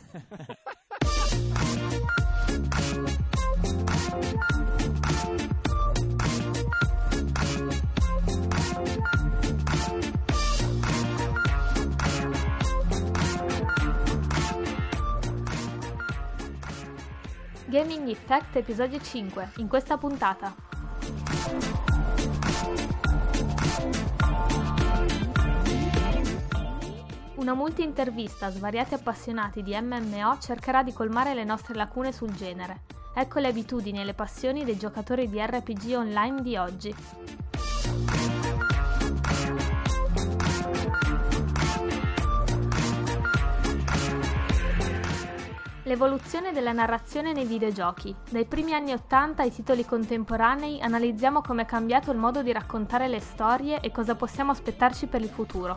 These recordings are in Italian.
Gaming Effect episodio 5, in questa puntata. Una multi-intervista a svariati appassionati di MMO cercherà di colmare le nostre lacune sul genere. Ecco le abitudini e le passioni dei giocatori di RPG online di oggi. L'evoluzione della narrazione nei videogiochi. Dai primi anni '80 ai titoli contemporanei analizziamo come è cambiato il modo di raccontare le storie e cosa possiamo aspettarci per il futuro.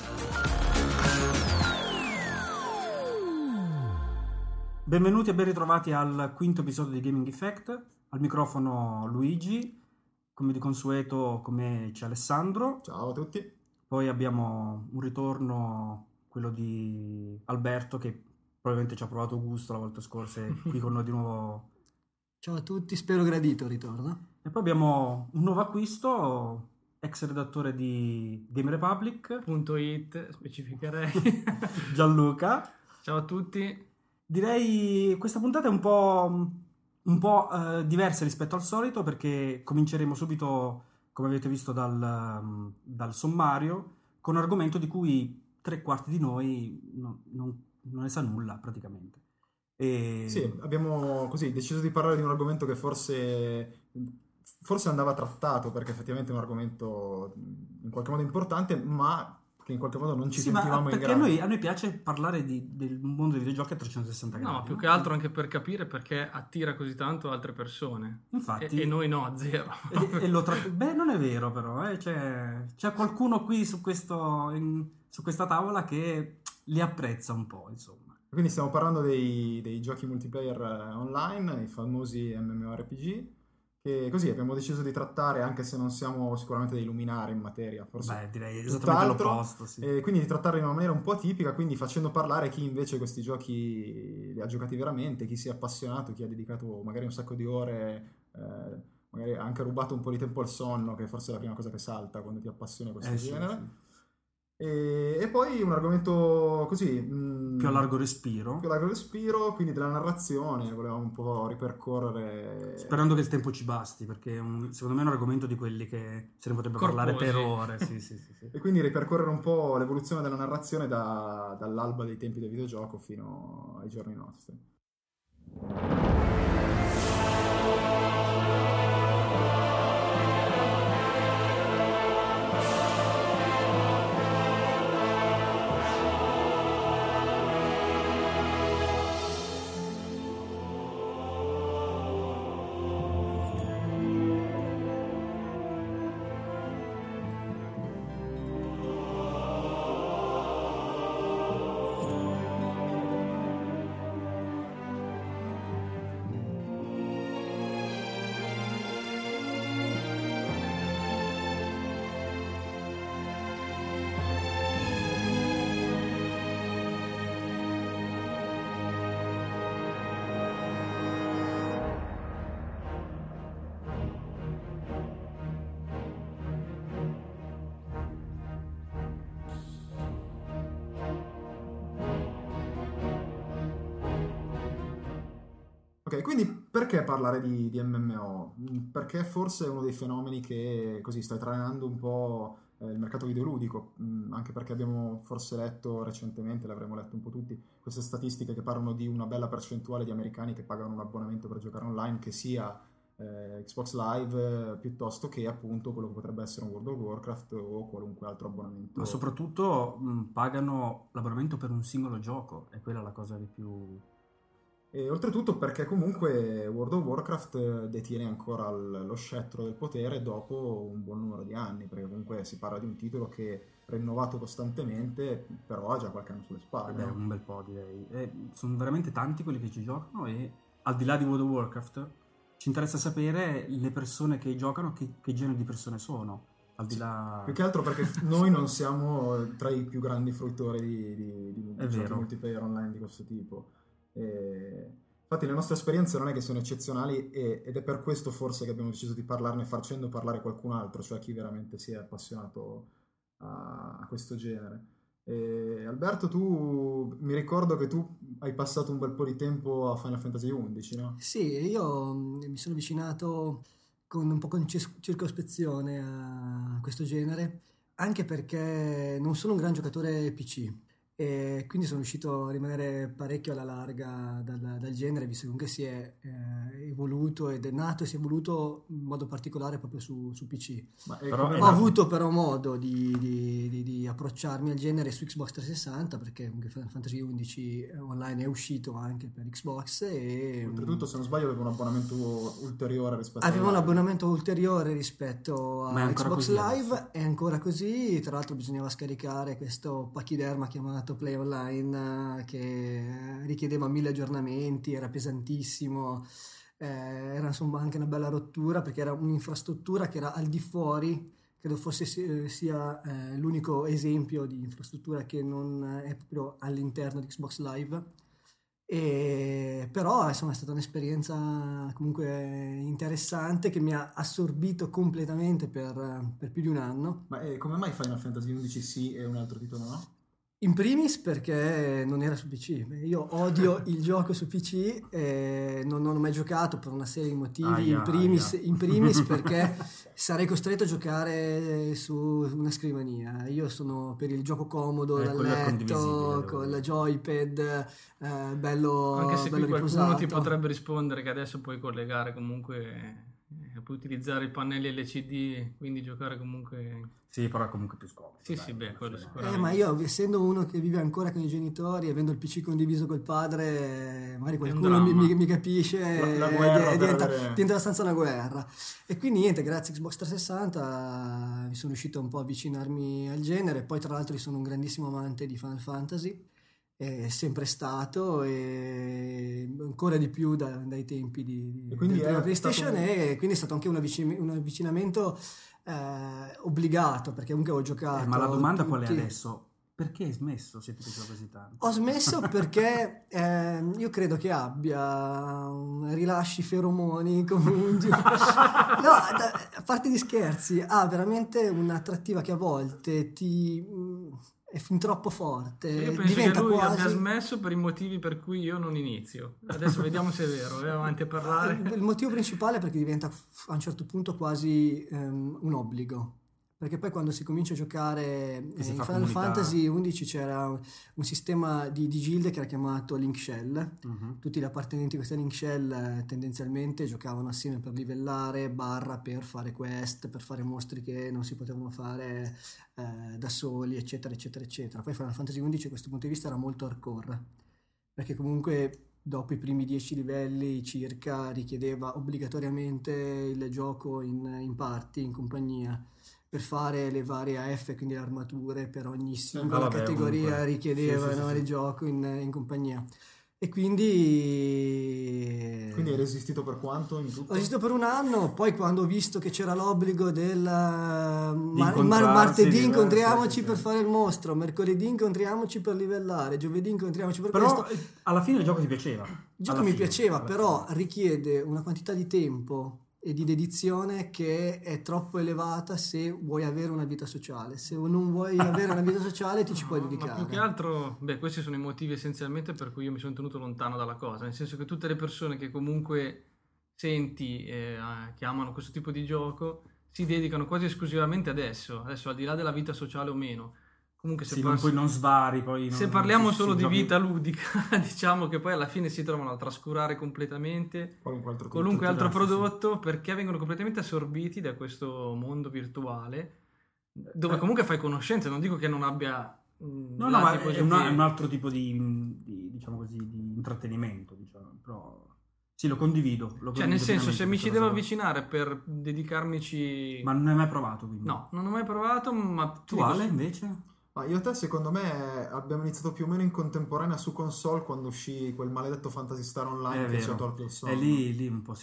Benvenuti e ben ritrovati al quinto episodio di Gaming Effect. Al microfono Luigi, come di consueto con me c'è Alessandro. Ciao a tutti. Poi abbiamo un ritorno, quello di Alberto, che probabilmente ci ha provato gusto la volta scorsa e qui con noi di nuovo. Ciao a tutti, spero gradito il ritorno. E poi abbiamo un nuovo acquisto, ex redattore di Game Republic.it, specificherei. Gianluca. Ciao a tutti. Direi questa puntata è un po' diversa rispetto al solito, perché cominceremo subito, come avete visto dal sommario, con un argomento di cui 3/4 di noi non ne sa nulla praticamente. Sì, abbiamo così deciso di parlare di un argomento che forse andava trattato, perché effettivamente è un argomento in qualche modo importante, ma che in qualche modo non ci sentivamo in grado. Perché a noi piace parlare del mondo dei videogiochi a 360 gradi. No, più che altro anche per capire perché attira così tanto altre persone. Infatti. E noi no, a zero. Beh, non è vero però, c'è qualcuno qui su questa tavola che li apprezza un po', insomma. Quindi stiamo parlando dei giochi multiplayer online, i famosi MMORPG, che così abbiamo deciso di trattare, anche se non siamo sicuramente dei luminari in materia, forse. Beh, direi esattamente l'opposto, sì. Quindi di trattarli in una maniera un po' atipica, quindi facendo parlare chi invece questi giochi li ha giocati veramente, chi si è appassionato, chi ha dedicato magari un sacco di ore, magari ha anche rubato un po' di tempo al sonno, che forse è la prima cosa che salta quando ti appassioni a questo genere. Sì. E poi un argomento così più a largo respiro, quindi della narrazione volevamo un po' ripercorrere, sperando che il tempo ci basti, perché secondo me è un argomento di quelli che se ne potrebbe parlare per ore. Sì. E quindi ripercorrere un po' l'evoluzione della narrazione dall'alba dei tempi del videogioco fino ai giorni nostri. Ok, quindi perché parlare di MMO? Perché forse è uno dei fenomeni che così sta trainando un po' il mercato videoludico, anche perché abbiamo forse letto recentemente, l'avremo letto un po' tutti, queste statistiche che parlano di una bella percentuale di americani che pagano un abbonamento per giocare online, che sia Xbox Live piuttosto che appunto quello che potrebbe essere un World of Warcraft o qualunque altro abbonamento. Ma soprattutto pagano l'abbonamento per un singolo gioco, è quella la cosa di più... E oltretutto perché comunque World of Warcraft detiene ancora lo scettro del potere dopo un buon numero di anni, perché comunque si parla di un titolo che è rinnovato costantemente, però ha già qualche anno sulle spalle. Un bel po', direi. Sono veramente tanti quelli che ci giocano, e al di là di World of Warcraft ci interessa sapere le persone che giocano, che genere di persone sono. al di là... Più che altro perché noi non siamo tra i più grandi fruitori di È giochi vero. multiplayer online di questo tipo. Infatti le nostre esperienze non è che siano eccezionali ed è per questo forse che abbiamo deciso di parlarne facendo parlare qualcun altro, cioè chi veramente si è appassionato a questo genere. Alberto, tu mi ricordo che tu hai passato un bel po' di tempo a Final Fantasy XI, no? Sì, io mi sono avvicinato con un po' con circospezione a questo genere, anche perché non sono un gran giocatore PC e quindi sono riuscito a rimanere parecchio alla larga dal genere, visto che comunque si è evoluto ed è nato e si è evoluto in modo particolare proprio su PC. Ho avuto però modo di approcciarmi al genere su Xbox 360, perché comunque Final Fantasy XI online è uscito anche per Xbox e oltretutto, se non sbaglio, aveva un abbonamento ulteriore rispetto un abbonamento ulteriore rispetto a Xbox così Live. adesso? È ancora così, tra l'altro bisognava scaricare questo pachiderma chiamato Play Online che richiedeva 1000 aggiornamenti, era pesantissimo, era insomma anche una bella rottura perché era un'infrastruttura che era al di fuori, credo fosse sia l'unico esempio di infrastruttura che non è proprio all'interno di Xbox Live. Però insomma è stata un'esperienza comunque interessante che mi ha assorbito completamente per più di un anno. Ma come mai Final Fantasy XI sì e un altro titolo no? In primis perché non era su PC. Io odio il gioco su PC e non ho mai giocato per una serie di motivi. In primis perché sarei costretto a giocare su una scrivania. Io sono per il gioco comodo dal letto con la joypad, bello, anche se bello qui qualcuno riposato. ti potrebbe rispondere che adesso puoi collegare comunque, puoi utilizzare i pannelli LCD, quindi giocare comunque... Sì, però è comunque più scomodo. Sì, sì, beh, quello sicuramente. Ma io, essendo uno che vive ancora con i genitori, avendo il PC condiviso col padre, magari qualcuno mi capisce, la guerra diventa abbastanza una guerra. E quindi niente, grazie a Xbox 360 mi sono riuscito un po' a avvicinarmi al genere. Poi tra l'altro io sono un grandissimo amante di Final Fantasy, è sempre stato e ancora di più dai tempi di prima PlayStation, e quindi è stato anche un avvicinamento obbligato, perché comunque ho giocato. Ma la domanda qual è adesso? Perché hai smesso se ti piaceva così tanto? Ho smesso perché io credo che abbia rilasci feromoni come un... No, a parte gli scherzi, ha veramente un'attrattiva che a volte è fin troppo forte. Io penso diventa che lui quasi... abbia smesso per i motivi per cui io non inizio. Adesso vediamo se è vero, avanti a parlare. Il motivo principale è perché diventa a un certo punto quasi un obbligo. Perché poi quando si comincia a giocare in Final Fantasy XI c'era un sistema di gilde che era chiamato Link Shell. Tutti gli appartenenti a questa Link Shell tendenzialmente giocavano assieme per livellare, per fare quest, per fare mostri che non si potevano fare da soli, eccetera, eccetera, eccetera. Poi Final Fantasy XI da questo punto di vista era molto hardcore, perché comunque dopo i primi 10 livelli circa richiedeva obbligatoriamente il gioco in party, in compagnia, per fare le varie AF, quindi le armature per ogni singola categoria richiedevano il gioco in compagnia. E quindi hai resistito per quanto in tutto? Ho resistito per un anno, poi quando ho visto che c'era l'obbligo del martedì incontriamoci per fare il mostro, mercoledì incontriamoci per livellare, giovedì incontriamoci per questo. Però alla fine il gioco ti piaceva? Il gioco mi piaceva, però richiede una quantità di tempo e di dedizione che è troppo elevata se vuoi avere una vita sociale. Se non vuoi avere una vita sociale ti ci puoi dedicare. Ma più che altro, questi sono i motivi essenzialmente per cui io mi sono tenuto lontano dalla cosa, nel senso che tutte le persone che comunque senti che amano questo tipo di gioco si dedicano quasi esclusivamente adesso al di là della vita sociale o meno. Comunque poi non svari, se parliamo solo di vita ludica, diciamo che poi alla fine si trovano a trascurare completamente qualunque altro prodotto, perché vengono completamente assorbiti da questo mondo virtuale dove comunque fai conoscenze. Non dico che non abbia ma è un altro tipo di diciamo così, di intrattenimento, diciamo, però sì, lo condivido cioè nel senso, se mi ci devo avvicinare per dedicarmici... Ma non hai mai provato, quindi? No, non ho mai provato, ma... Tu Ale invece? Ma io e te, secondo me, abbiamo iniziato più o meno in contemporanea su console quando uscì quel maledetto Phantasy Star Online che ci ha tolto il sonno. E lì un po' sì.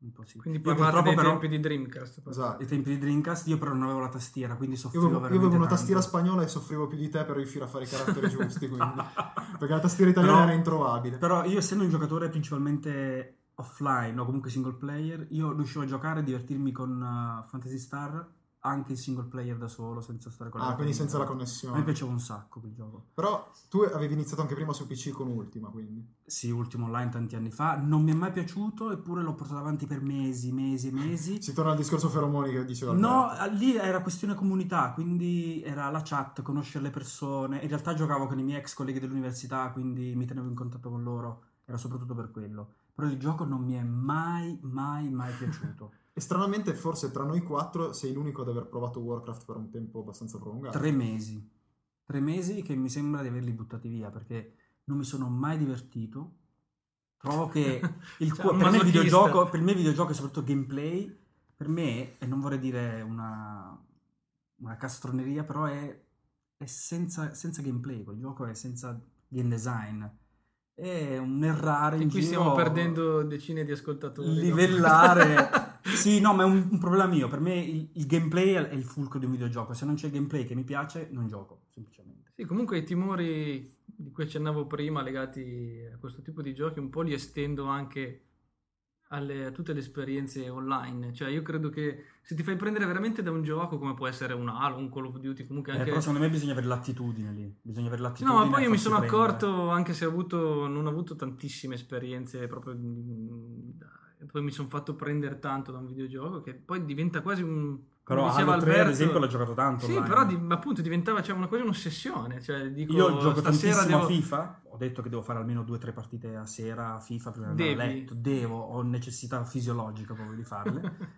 Un po' sì. Quindi parlate dei tempi di Dreamcast. Esatto. I tempi di Dreamcast, io però non avevo la tastiera, quindi soffrivo Io veramente avevo una tanto. tastiera spagnola e soffrivo più di te per riuscire a fare i caratteri giusti, quindi perché la tastiera italiana era introvabile. Però io, essendo un giocatore principalmente offline o comunque single player, io riuscivo a giocare e divertirmi con Phantasy Star anche in single player da solo, senza stare con quindi senza la A connessione. me piaceva un sacco quel gioco. Però tu avevi iniziato anche prima su PC con Ultima, quindi. Sì, Ultima Online tanti anni fa, non mi è mai piaciuto, eppure l'ho portato avanti per mesi e mesi. Si torna al discorso feromoni che diceva No, Alberto. lì era questione comunità, quindi era la chat, conoscere le persone. In realtà giocavo con i miei ex colleghi dell'università, quindi mi tenevo in contatto con loro, era soprattutto per quello. Però il gioco non mi è mai piaciuto. E stranamente forse tra noi 4 sei l'unico ad aver provato Warcraft per un tempo abbastanza prolungato. 3 mesi. 3 mesi che mi sembra di averli buttati via, perché non mi sono mai divertito. Trovo che per me il videogioco è soprattutto gameplay. Per me, e non vorrei dire una castroneria, però è senza gameplay. Quel gioco è senza game design. È un errare in qui giro. stiamo perdendo decine di ascoltatori. Livellare. Sì, no, ma è un problema mio. Per me il gameplay è il fulcro di un videogioco. Se non c'è gameplay che mi piace, non gioco, semplicemente. Sì, comunque i timori di cui accennavo prima legati a questo tipo di giochi un po' li estendo anche a tutte le esperienze online. Cioè io credo che se ti fai prendere veramente da un gioco come può essere un Halo, un Call of Duty, comunque anche... Però secondo me bisogna avere l'attitudine lì. Bisogna avere l'attitudine. No, ma poi io mi sono accorto, anche se non ho avuto tantissime esperienze proprio... Poi mi sono fatto prendere tanto da un videogioco che poi diventa quasi un... Però diceva Halo 3 Alberto, ad esempio l'ho giocato tanto sì, online. però appunto diventava quasi un'ossessione. Cioè, dico, io gioco stasera tantissimo a FIFA. Ho detto che devo fare almeno 2 o 3 partite a sera a FIFA prima di andare a letto. Ho necessità fisiologica proprio di farle.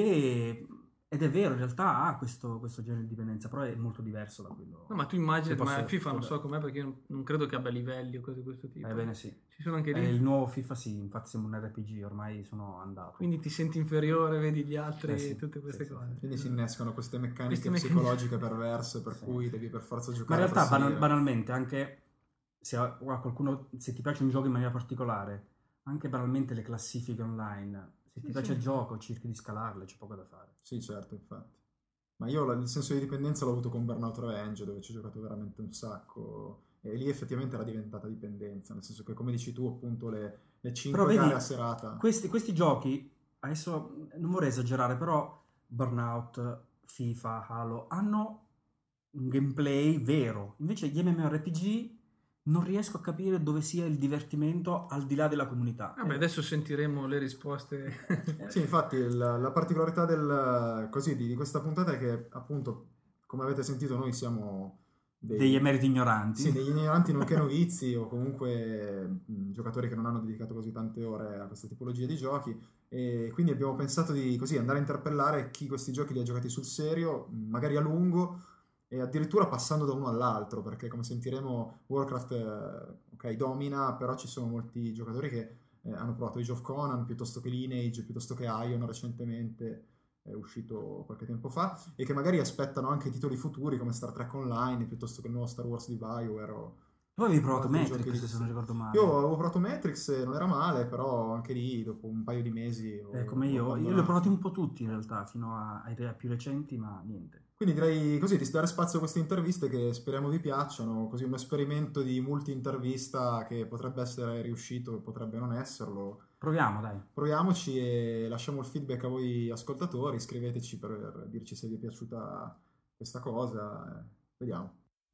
Ed è vero, in realtà ha questo genere di dipendenza, però è molto diverso da quello. No, ma tu immagini, ma FIFA non so com'è, perché io non credo che abbia livelli o cose di questo tipo. Bene, sì. Ci sono anche lì. Il nuovo FIFA sì, infatti sembra un RPG, ormai sono andato. Quindi ti senti inferiore, vedi gli altri e tutte queste cose. Quindi si innescano queste meccaniche psicologiche perverse per cui devi per forza giocare. Ma in realtà banalmente, anche se ti piace un gioco in maniera particolare, anche banalmente le classifiche online, se ti piace il gioco cerchi di scalarle, c'è poco da fare. Sì, certo, infatti. Ma io il senso di dipendenza l'ho avuto con Burnout Revenge, dove ci ho giocato veramente un sacco, e lì effettivamente era diventata dipendenza, nel senso che, come dici tu, appunto le 5 gare a serata. Questi giochi, adesso non vorrei esagerare, però Burnout, FIFA, Halo hanno un gameplay vero, invece gli MMORPG non riesco a capire dove sia il divertimento al di là della comunità. Vabbè, adesso sentiremo le risposte. Sì, infatti la particolarità di questa puntata è che, appunto, come avete sentito, noi siamo degli emeriti ignoranti. Sì, degli ignoranti nonché novizi o comunque giocatori che non hanno dedicato così tante ore a questa tipologia di giochi, e quindi abbiamo pensato di andare a interpellare chi questi giochi li ha giocati sul serio, magari a lungo, e addirittura passando da uno all'altro, perché come sentiremo Warcraft domina, però ci sono molti giocatori che hanno provato Age of Conan piuttosto che Lineage, piuttosto che Ion recentemente è uscito qualche tempo fa, e che magari aspettano anche titoli futuri come Star Trek Online piuttosto che il nuovo Star Wars di BioWare. Tu avevi provato Matrix, se non ricordo male. Io avevo provato Matrix e non era male, però anche lì dopo un paio di mesi come io li ho provati un po' tutti in realtà, fino ai più recenti, ma niente. Quindi direi così di dare spazio a queste interviste che speriamo vi piacciono, così un esperimento di multi-intervista che potrebbe essere riuscito e potrebbe non esserlo. Proviamo, dai. Proviamoci e lasciamo il feedback a voi ascoltatori, scriveteci per dirci se vi è piaciuta questa cosa, vediamo.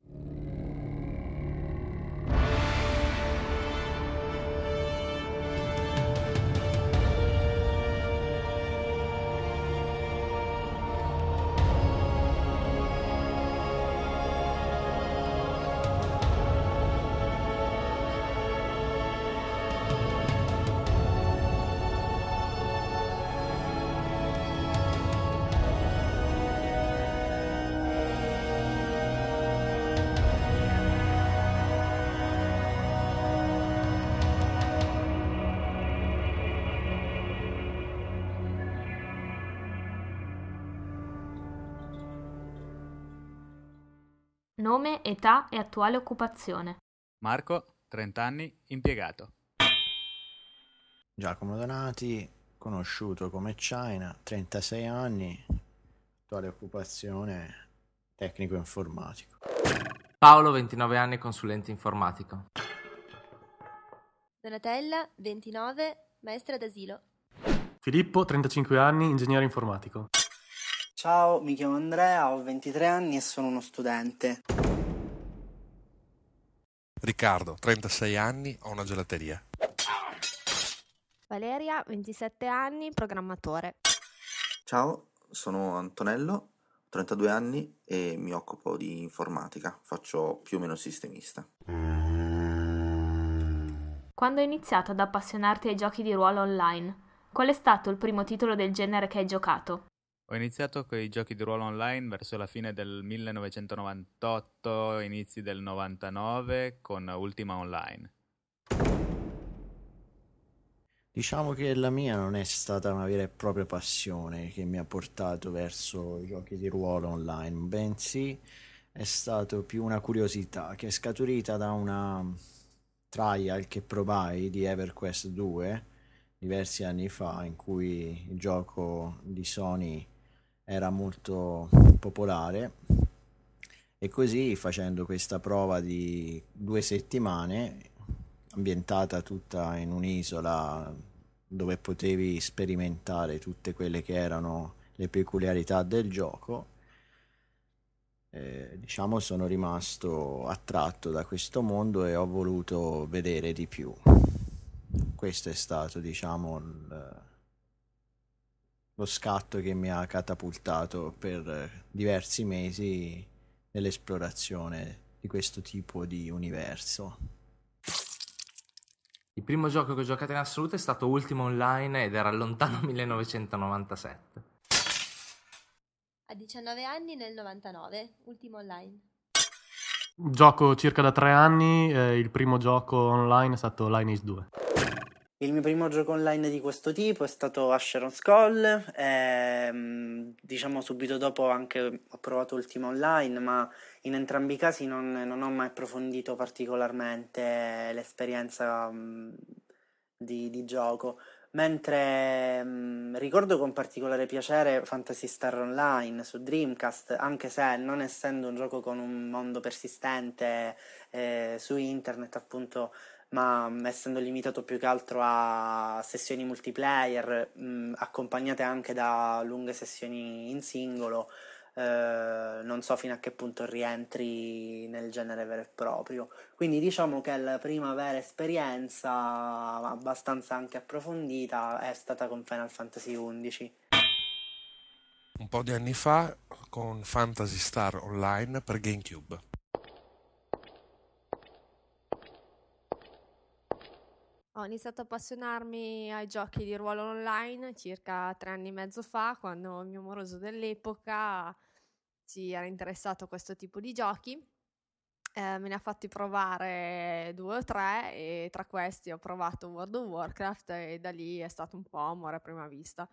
Nome, età e attuale occupazione. Marco, 30 anni, impiegato. Giacomo Donati, conosciuto come China, 36 anni, attuale occupazione tecnico informatico. Paolo, 29 anni, consulente informatico. Donatella, 29, maestra d'asilo. Filippo, 35 anni, ingegnere informatico. Ciao, mi chiamo Andrea, ho 23 anni e sono uno studente. Riccardo, 36 anni, ho una gelateria. Valeria, 27 anni, programmatore. Ciao, sono Antonello, ho 32 anni e mi occupo di informatica, faccio più o meno sistemista. Quando hai iniziato ad appassionarti ai giochi di ruolo online, qual è stato il primo titolo del genere che hai giocato? Ho iniziato con i giochi di ruolo online verso la fine del 1998, inizi del 99 con Ultima Online. Diciamo che la mia non è stata una vera e propria passione che mi ha portato verso i giochi di ruolo online, bensì è stato più una curiosità che è scaturita da una trial che provai di EverQuest 2 diversi anni fa, in cui il gioco di Sony era molto popolare, e così, facendo questa prova di 2 settimane ambientata tutta in un'isola dove potevi sperimentare tutte quelle che erano le peculiarità del gioco, diciamo sono rimasto attratto da questo mondo e ho voluto vedere di più. Questo è stato, diciamo, lo scatto che mi ha catapultato per diversi mesi nell'esplorazione di questo tipo di universo. Il primo gioco che ho giocato in assoluto è stato Ultima Online ed era il lontano 1997. A 19 anni nel 99, Ultima Online. Gioco circa da 3 anni, il primo gioco online è stato Lineage 2. Il mio primo gioco online di questo tipo è stato Asheron's Call, diciamo subito dopo anche ho provato Ultima Online, ma in entrambi i casi non ho mai approfondito particolarmente l'esperienza di gioco, mentre ricordo con particolare piacere Phantasy Star Online su Dreamcast, anche se non essendo un gioco con un mondo persistente su internet appunto, ma essendo limitato più che altro a sessioni multiplayer accompagnate anche da lunghe sessioni in singolo, non so fino a che punto rientri nel genere vero e proprio. Quindi diciamo che la prima vera esperienza abbastanza anche approfondita è stata con Final Fantasy XI. Un po' di anni fa con Phantasy Star Online per GameCube. Ho iniziato a appassionarmi ai giochi di ruolo online circa 3 anni e mezzo fa, quando il mio amoroso dell'epoca si era interessato a questo tipo di giochi. Me ne ha fatti provare 2 o 3 e tra questi ho provato World of Warcraft e da lì è stato un po' amore a prima vista.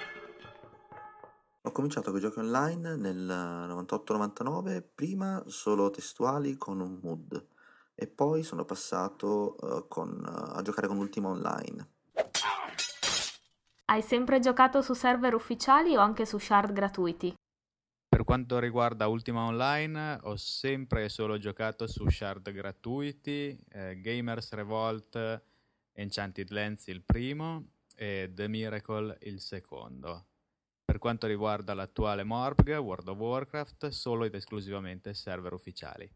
Ho cominciato con i giochi online nel 98-99, prima solo testuali con un mood. E poi sono passato a giocare con Ultima Online. Hai sempre giocato su server ufficiali o anche su shard gratuiti? Per quanto riguarda Ultima Online, ho sempre e solo giocato su shard gratuiti, Gamers Revolt, Enchanted Lands il primo e The Miracle il secondo. Per quanto riguarda l'attuale Morpg, World of Warcraft, solo ed esclusivamente server ufficiali.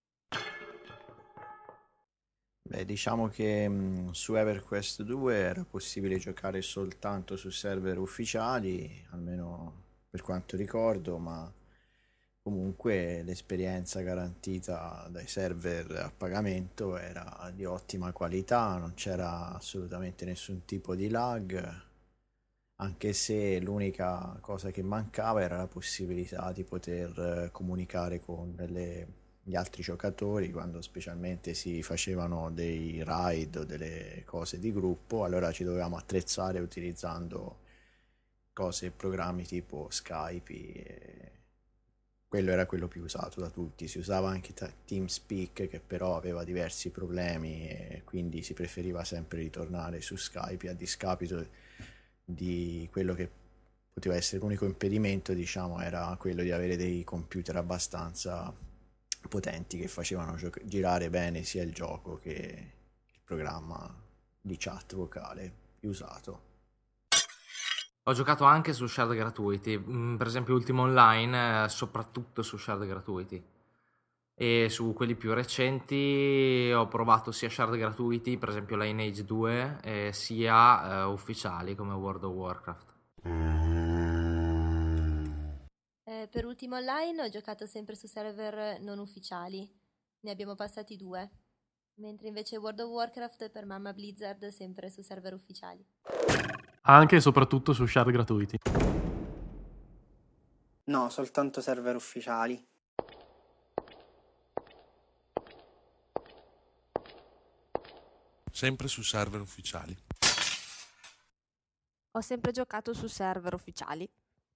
Beh, diciamo che su EverQuest 2 era possibile giocare soltanto su server ufficiali, almeno per quanto ricordo, ma comunque l'esperienza garantita dai server a pagamento era di ottima qualità, non c'era assolutamente nessun tipo di lag, anche se l'unica cosa che mancava era la possibilità di poter comunicare con gli altri giocatori quando specialmente si facevano dei raid o delle cose di gruppo. Allora ci dovevamo attrezzare utilizzando cose e programmi tipo Skype e quello era quello più usato da tutti. Si usava anche TeamSpeak, che però aveva diversi problemi e quindi si preferiva sempre ritornare su Skype a discapito di quello che poteva essere l'unico impedimento, diciamo, era quello di avere dei computer abbastanza potenti che facevano girare bene sia il gioco che il programma di chat vocale più usato. Ho giocato anche su Shared Gratuity, per esempio Ultima Online, soprattutto su Shared Gratuity. E su quelli più recenti ho provato sia Shared Gratuity, per esempio Lineage 2, sia ufficiali come World of Warcraft. Per Ultima Online ho giocato sempre su server non ufficiali, ne abbiamo passati 2, mentre invece World of Warcraft per mamma Blizzard sempre su server ufficiali. Anche e soprattutto su Shared Gratuity. No, soltanto server ufficiali. Sempre su server ufficiali. Ho sempre giocato su server ufficiali.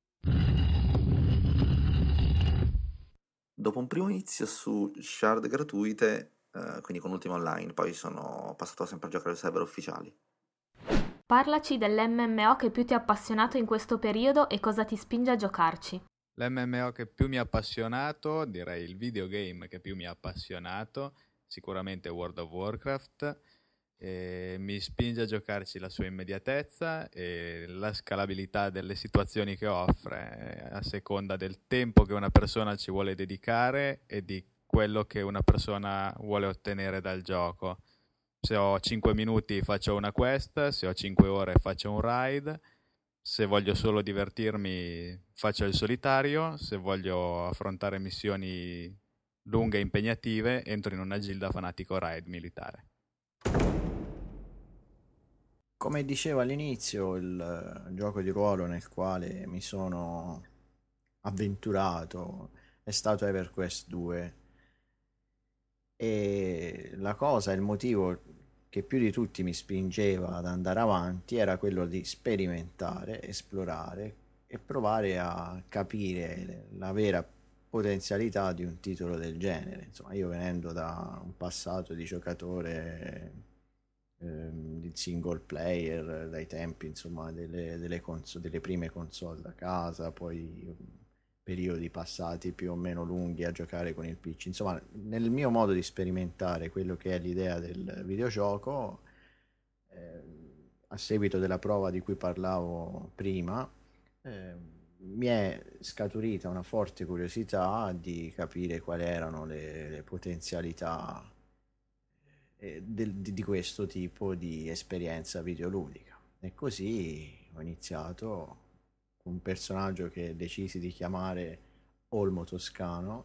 Dopo un primo inizio su Shard gratuite, quindi con Ultima Online, poi sono passato sempre a giocare su server ufficiali. Parlaci dell'MMO che più ti ha appassionato in questo periodo e cosa ti spinge a giocarci. L'MMO che più mi ha appassionato, direi il videogame che più mi ha appassionato, sicuramente World of Warcraft. Mi spinge a giocarci la sua immediatezza e la scalabilità delle situazioni che offre, a seconda del tempo che una persona ci vuole dedicare e di quello che una persona vuole ottenere dal gioco. Se ho 5 minuti faccio una quest, se ho 5 ore faccio un raid, se voglio solo divertirmi faccio il solitario, se voglio affrontare missioni lunghe e impegnative entro in una gilda fanatico raid militare. Come dicevo all'inizio, il gioco di ruolo nel quale mi sono avventurato è stato EverQuest 2 e la cosa, il motivo che più di tutti mi spingeva ad andare avanti era quello di sperimentare, esplorare e provare a capire la vera potenzialità di un titolo del genere. Insomma, io venendo da un passato di giocatore di single player dai tempi, insomma, delle prime console da casa, poi periodi passati più o meno lunghi a giocare con il PC, insomma, nel mio modo di sperimentare quello che è l'idea del videogioco, a seguito della prova di cui parlavo prima, mi è scaturita una forte curiosità di capire quali erano le potenzialità di questo tipo di esperienza videoludica. E così ho iniziato con un personaggio che decisi di chiamare Olmo Toscano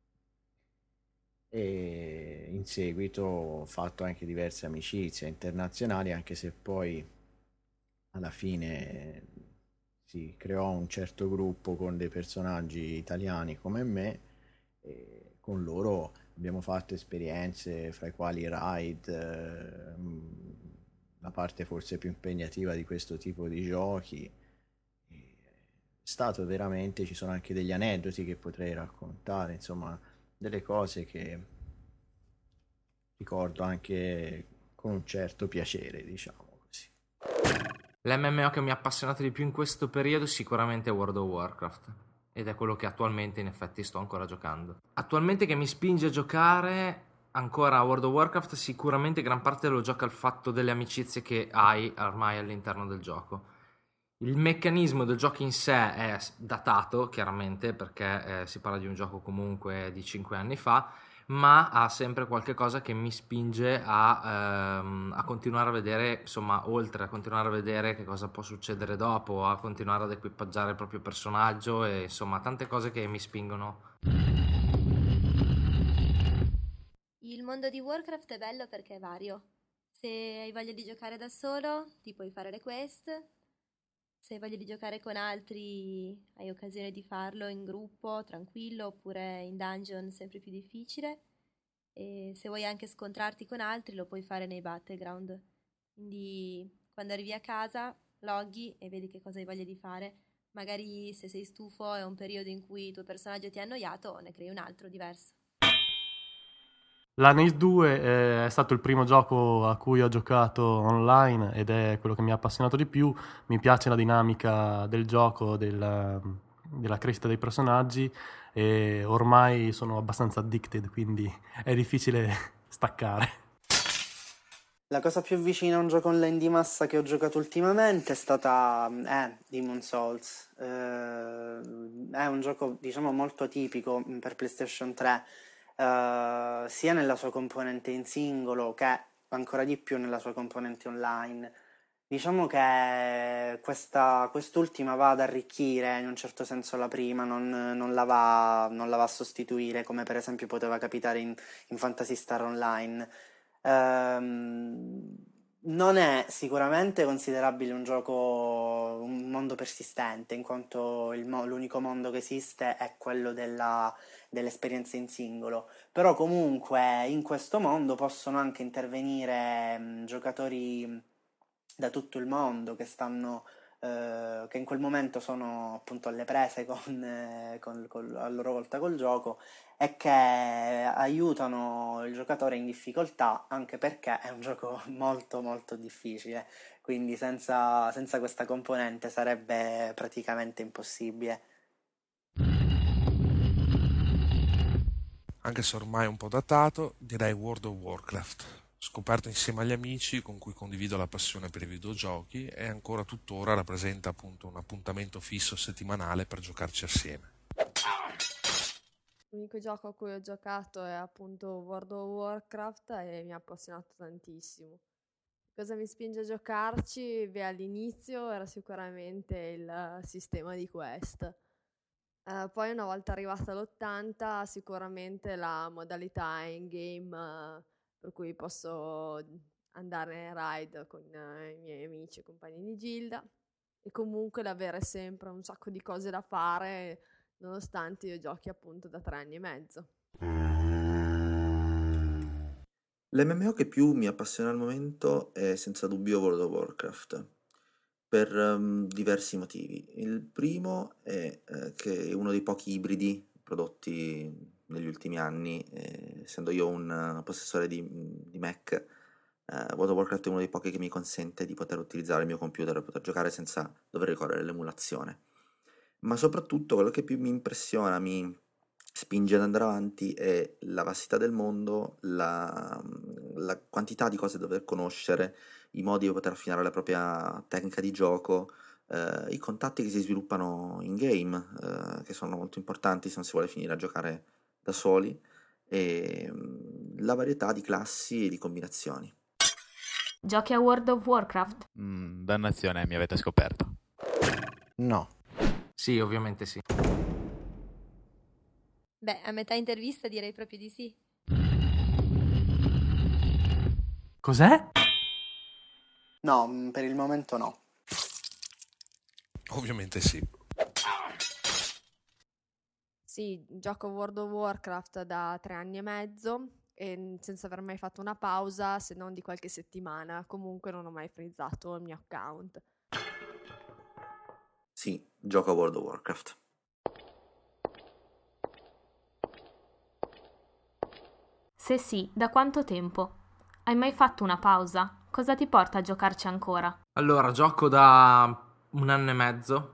e in seguito ho fatto anche diverse amicizie internazionali, anche se poi alla fine si creò un certo gruppo con dei personaggi italiani come me e con loro abbiamo fatto esperienze fra i quali raid, la parte forse più impegnativa di questo tipo di giochi. È stato veramente, ci sono anche degli aneddoti che potrei raccontare, insomma, delle cose che ricordo anche con un certo piacere, diciamo così. L'MMO che mi ha appassionato di più in questo periodo è sicuramente World of Warcraft. Ed è quello che attualmente in effetti sto ancora giocando. Attualmente che mi spinge a giocare ancora a World of Warcraft, sicuramente gran parte lo gioca al fatto delle amicizie che hai ormai all'interno del gioco. Il meccanismo del gioco in sé è datato, chiaramente, perché si parla di un gioco comunque di 5 anni fa, ma ha sempre qualche cosa che mi spinge a continuare a vedere, insomma, oltre a continuare a vedere che cosa può succedere dopo, a continuare ad equipaggiare il proprio personaggio e insomma tante cose che mi spingono. Il mondo di Warcraft è bello perché è vario. Se hai voglia di giocare da solo, ti puoi fare le quest. Se hai voglia di giocare con altri, hai occasione di farlo in gruppo, tranquillo, oppure in dungeon sempre più difficile. E se vuoi anche scontrarti con altri, lo puoi fare nei battleground. Quindi quando arrivi a casa, loghi e vedi che cosa hai voglia di fare. Magari se sei stufo è un periodo in cui il tuo personaggio ti ha annoiato, ne crei un altro diverso. L'Aneis 2 è stato il primo gioco a cui ho giocato online ed è quello che mi ha appassionato di più. Mi piace la dinamica del gioco, della crescita dei personaggi, e ormai sono abbastanza addicted, quindi è difficile staccare. La cosa più vicina a un gioco online di massa che ho giocato ultimamente è stata Demon's Souls. È un gioco, diciamo, molto atipico per PlayStation 3, sia nella sua componente in singolo che ancora di più nella sua componente online. Diciamo che quest'ultima va ad arricchire in un certo senso la prima, non la va a sostituire, come per esempio poteva capitare in Phantasy Star Online. Non è sicuramente considerabile un mondo persistente, in quanto l'unico mondo che esiste è quello dell'esperienza in singolo, però comunque in questo mondo possono anche intervenire giocatori da tutto il mondo che in quel momento sono appunto alle prese a loro volta col gioco, e che aiutano il giocatore in difficoltà, anche perché è un gioco molto molto difficile, quindi senza questa componente sarebbe praticamente impossibile. Anche se ormai è un po' datato, direi World of Warcraft. Scoperto insieme agli amici con cui condivido la passione per i videogiochi, e ancora tuttora rappresenta appunto un appuntamento fisso settimanale per giocarci assieme. L'unico gioco a cui ho giocato è appunto World of Warcraft e mi ha appassionato tantissimo. Cosa mi spinge a giocarci? Beh, all'inizio era sicuramente il sistema di quest. Poi una volta arrivata all'80 sicuramente la modalità in-game, per cui posso andare in raid con i miei amici e compagni di gilda, e comunque l'avere sempre un sacco di cose da fare nonostante io giochi appunto da 3 anni e mezzo. L'MMO che più mi appassiona al momento è senza dubbio World of Warcraft, per diversi motivi. Il primo è che è uno dei pochi ibridi prodotti negli ultimi anni, essendo io un possessore di Mac, World of Warcraft è uno dei pochi che mi consente di poter utilizzare il mio computer per poter giocare senza dover ricorrere all'emulazione. Ma soprattutto quello che più mi impressiona, mi spinge ad andare avanti, è la vastità del mondo, la quantità di cose da dover conoscere, i modi di poter affinare la propria tecnica di gioco, i contatti che si sviluppano in game, che sono molto importanti se non si vuole finire a giocare da soli, e la varietà di classi e di combinazioni. Giochi a World of Warcraft? Dannazione, mi avete scoperto. No. Sì, ovviamente sì. Beh, a metà intervista direi proprio di sì. Cos'è? No, per il momento no. Ovviamente sì. Sì, gioco World of Warcraft da 3 anni e mezzo e senza aver mai fatto una pausa, se non di qualche settimana. Comunque non ho mai frizzato il mio account. Sì, gioco a World of Warcraft. Se sì, da quanto tempo? Hai mai fatto una pausa? Cosa ti porta a giocarci ancora? Allora, gioco da 1 anno e mezzo.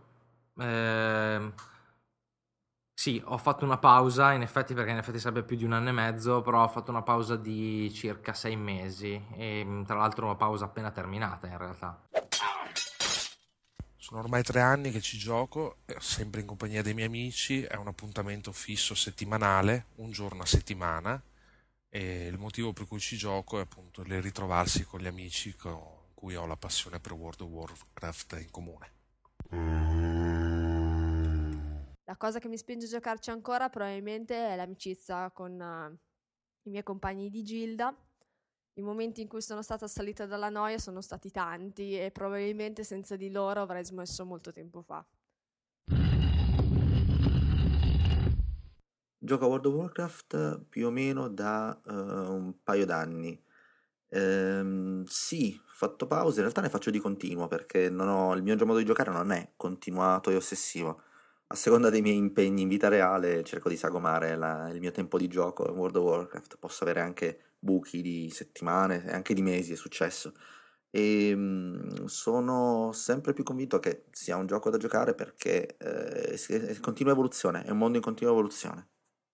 Sì, ho fatto una pausa, in effetti, perché in effetti sarebbe più di 1 anno e mezzo, però ho fatto una pausa di circa 6 mesi, e tra l'altro una pausa appena terminata in realtà. Sono ormai 3 anni che ci gioco, sempre in compagnia dei miei amici, è un appuntamento fisso settimanale, un giorno a settimana, e il motivo per cui ci gioco è appunto il ritrovarsi con gli amici con cui ho la passione per World of Warcraft in comune. La cosa che mi spinge a giocarci ancora probabilmente è l'amicizia con i miei compagni di gilda. I momenti in cui sono stata assalita dalla noia sono stati tanti e probabilmente senza di loro avrei smesso molto tempo fa. Gioco a World of Warcraft più o meno da un paio d'anni. Sì, ho fatto pause, in realtà ne faccio di continuo perché il mio modo di giocare non è continuato e ossessivo. a seconda dei miei impegni in vita reale cerco di sagomare il mio tempo di gioco in World of Warcraft. Posso avere anche buchi di settimane e anche di mesi, è successo. E sono sempre più convinto che sia un gioco da giocare perché è in continua evoluzione, è un mondo in continua evoluzione.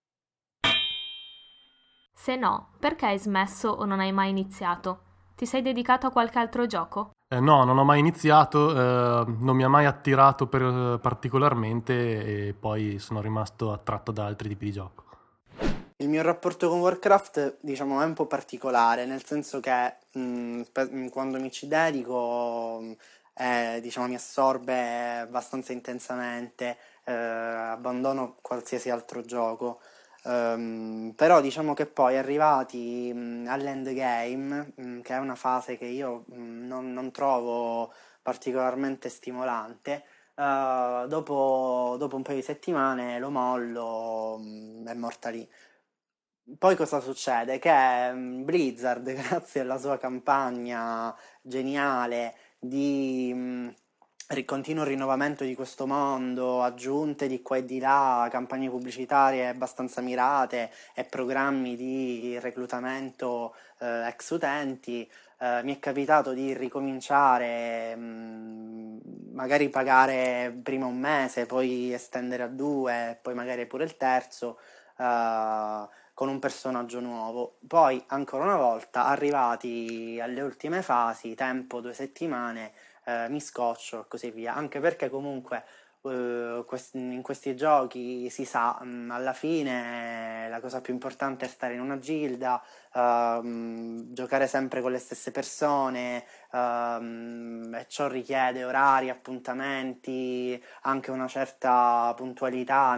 Se no, perché hai smesso o non hai mai iniziato? Ti sei dedicato a qualche altro gioco? No, non ho mai iniziato, non mi ha mai attirato particolarmente e poi sono rimasto attratto da altri tipi di gioco. Il mio rapporto con Warcraft, diciamo, è un po' particolare, nel senso che quando mi ci dedico, diciamo, mi assorbe abbastanza intensamente, abbandono qualsiasi altro gioco. Però diciamo che poi arrivati all'endgame, che è una fase che io non trovo particolarmente stimolante, dopo un paio di settimane lo mollo, è morta lì. Poi cosa succede? Che Blizzard, grazie alla sua campagna geniale di continuo rinnovamento di questo mondo, aggiunte di qua e di là, campagne pubblicitarie abbastanza mirate e programmi di reclutamento ex utenti, mi è capitato di ricominciare, magari pagare prima un mese, poi estendere a 2, poi magari pure il terzo, con un personaggio nuovo. Poi ancora una volta, arrivati alle ultime fasi, tempo 2 settimane, mi scoccio e così via, anche perché comunque in questi giochi si sa, alla fine la cosa più importante è stare in una gilda, giocare sempre con le stesse persone, e ciò richiede orari, appuntamenti, anche una certa puntualità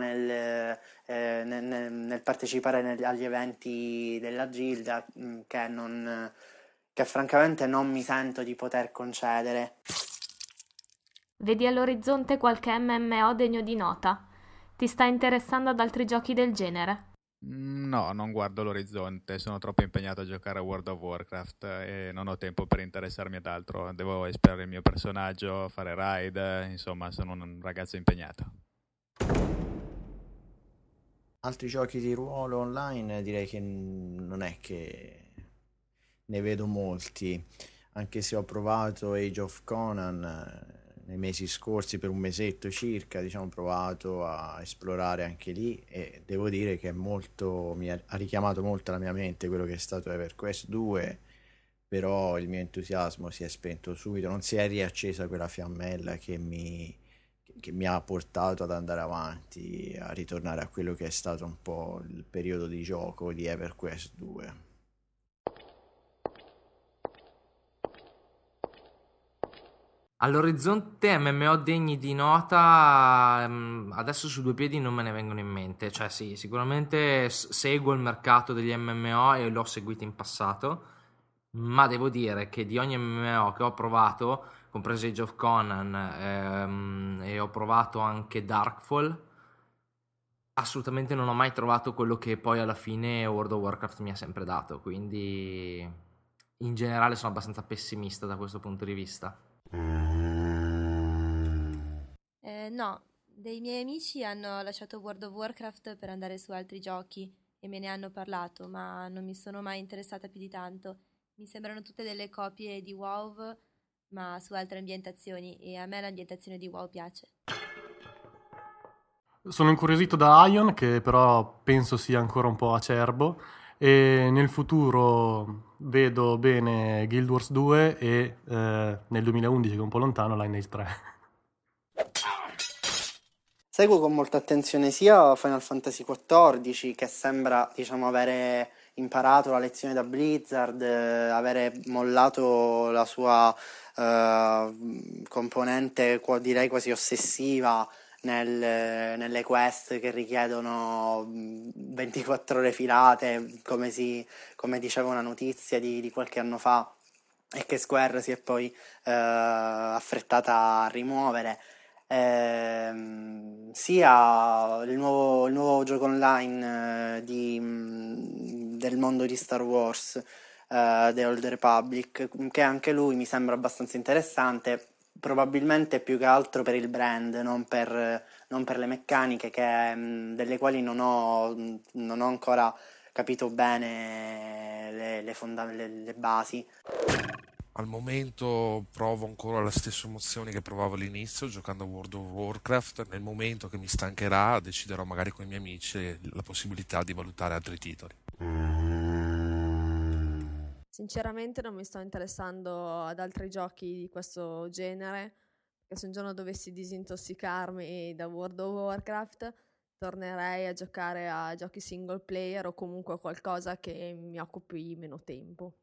nel partecipare agli eventi della gilda, che francamente non mi sento di poter concedere. Vedi all'orizzonte qualche MMO degno di nota? Ti sta interessando ad altri giochi del genere? No, non guardo l'orizzonte, sono troppo impegnato a giocare a World of Warcraft e non ho tempo per interessarmi ad altro. Devo esplorare il mio personaggio, fare raid, insomma, sono un ragazzo impegnato. Altri giochi di ruolo online direi che non è che ne vedo molti, anche se ho provato Age of Conan nei mesi scorsi per un mesetto circa, diciamo, ho provato a esplorare anche lì e devo dire che mi ha richiamato molto alla mia mente quello che è stato EverQuest 2, però il mio entusiasmo si è spento subito, non si è riaccesa quella fiammella che mi ha portato ad andare avanti, a ritornare a quello che è stato un po' il periodo di gioco di EverQuest 2. All'orizzonte MMO degni di nota, adesso su due piedi non me ne vengono in mente. Cioè sì, sicuramente seguo il mercato degli MMO e l'ho seguito in passato, ma devo dire che di ogni MMO che ho provato, compreso Age of Conan, e ho provato anche Darkfall, assolutamente non ho mai trovato quello che poi alla fine World of Warcraft mi ha sempre dato, quindi in generale sono abbastanza pessimista da questo punto di vista. No, dei miei amici hanno lasciato World of Warcraft per andare su altri giochi e me ne hanno parlato, ma non mi sono mai interessata più di tanto. Mi sembrano tutte delle copie di WoW, ma su altre ambientazioni, e a me l'ambientazione di WoW piace. Sono incuriosito da Ion, che però penso sia ancora un po' acerbo, e nel futuro vedo bene Guild Wars 2 e nel 2011, che è un po' lontano, Lineage 3. Seguo con molta attenzione sia Final Fantasy XIV, che sembra, diciamo, avere imparato la lezione da Blizzard, avere mollato la sua componente, direi quasi ossessiva, nelle quest che richiedono 24 ore filate, come diceva una notizia di qualche anno fa, e che Square si è poi affrettata a rimuovere. Sia il nuovo gioco online del mondo di Star Wars, The Old Republic, che anche lui mi sembra abbastanza interessante, probabilmente più che altro per il brand, non per le meccaniche delle quali non ho ancora capito bene le basi. Al momento provo ancora le stesse emozioni che provavo all'inizio giocando a World of Warcraft. Nel momento che mi stancherà deciderò magari con i miei amici la possibilità di valutare altri titoli. Sinceramente non mi sto interessando ad altri giochi di questo genere, perché se un giorno dovessi disintossicarmi da World of Warcraft tornerei a giocare a giochi single player o comunque a qualcosa che mi occupi meno tempo.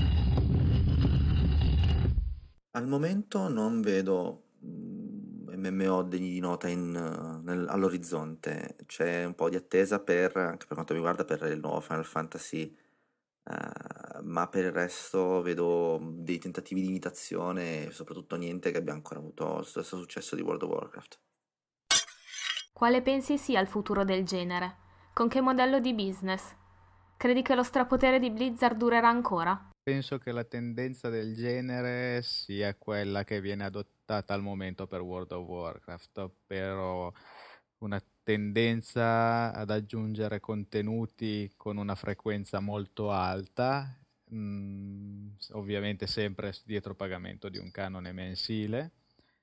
Al momento non vedo MMO degni di nota all'orizzonte. C'è un po' di attesa anche per quanto mi riguarda, per il nuovo Final Fantasy, ma per il resto vedo dei tentativi di imitazione e soprattutto niente che abbia ancora avuto lo stesso successo di World of Warcraft. Quale pensi sia il futuro del genere? Con che modello di business? Credi che lo strapotere di Blizzard durerà ancora? Penso che la tendenza del genere sia quella che viene adottata al momento per World of Warcraft, ovvero una tendenza ad aggiungere contenuti con una frequenza molto alta, ovviamente sempre dietro pagamento di un canone mensile,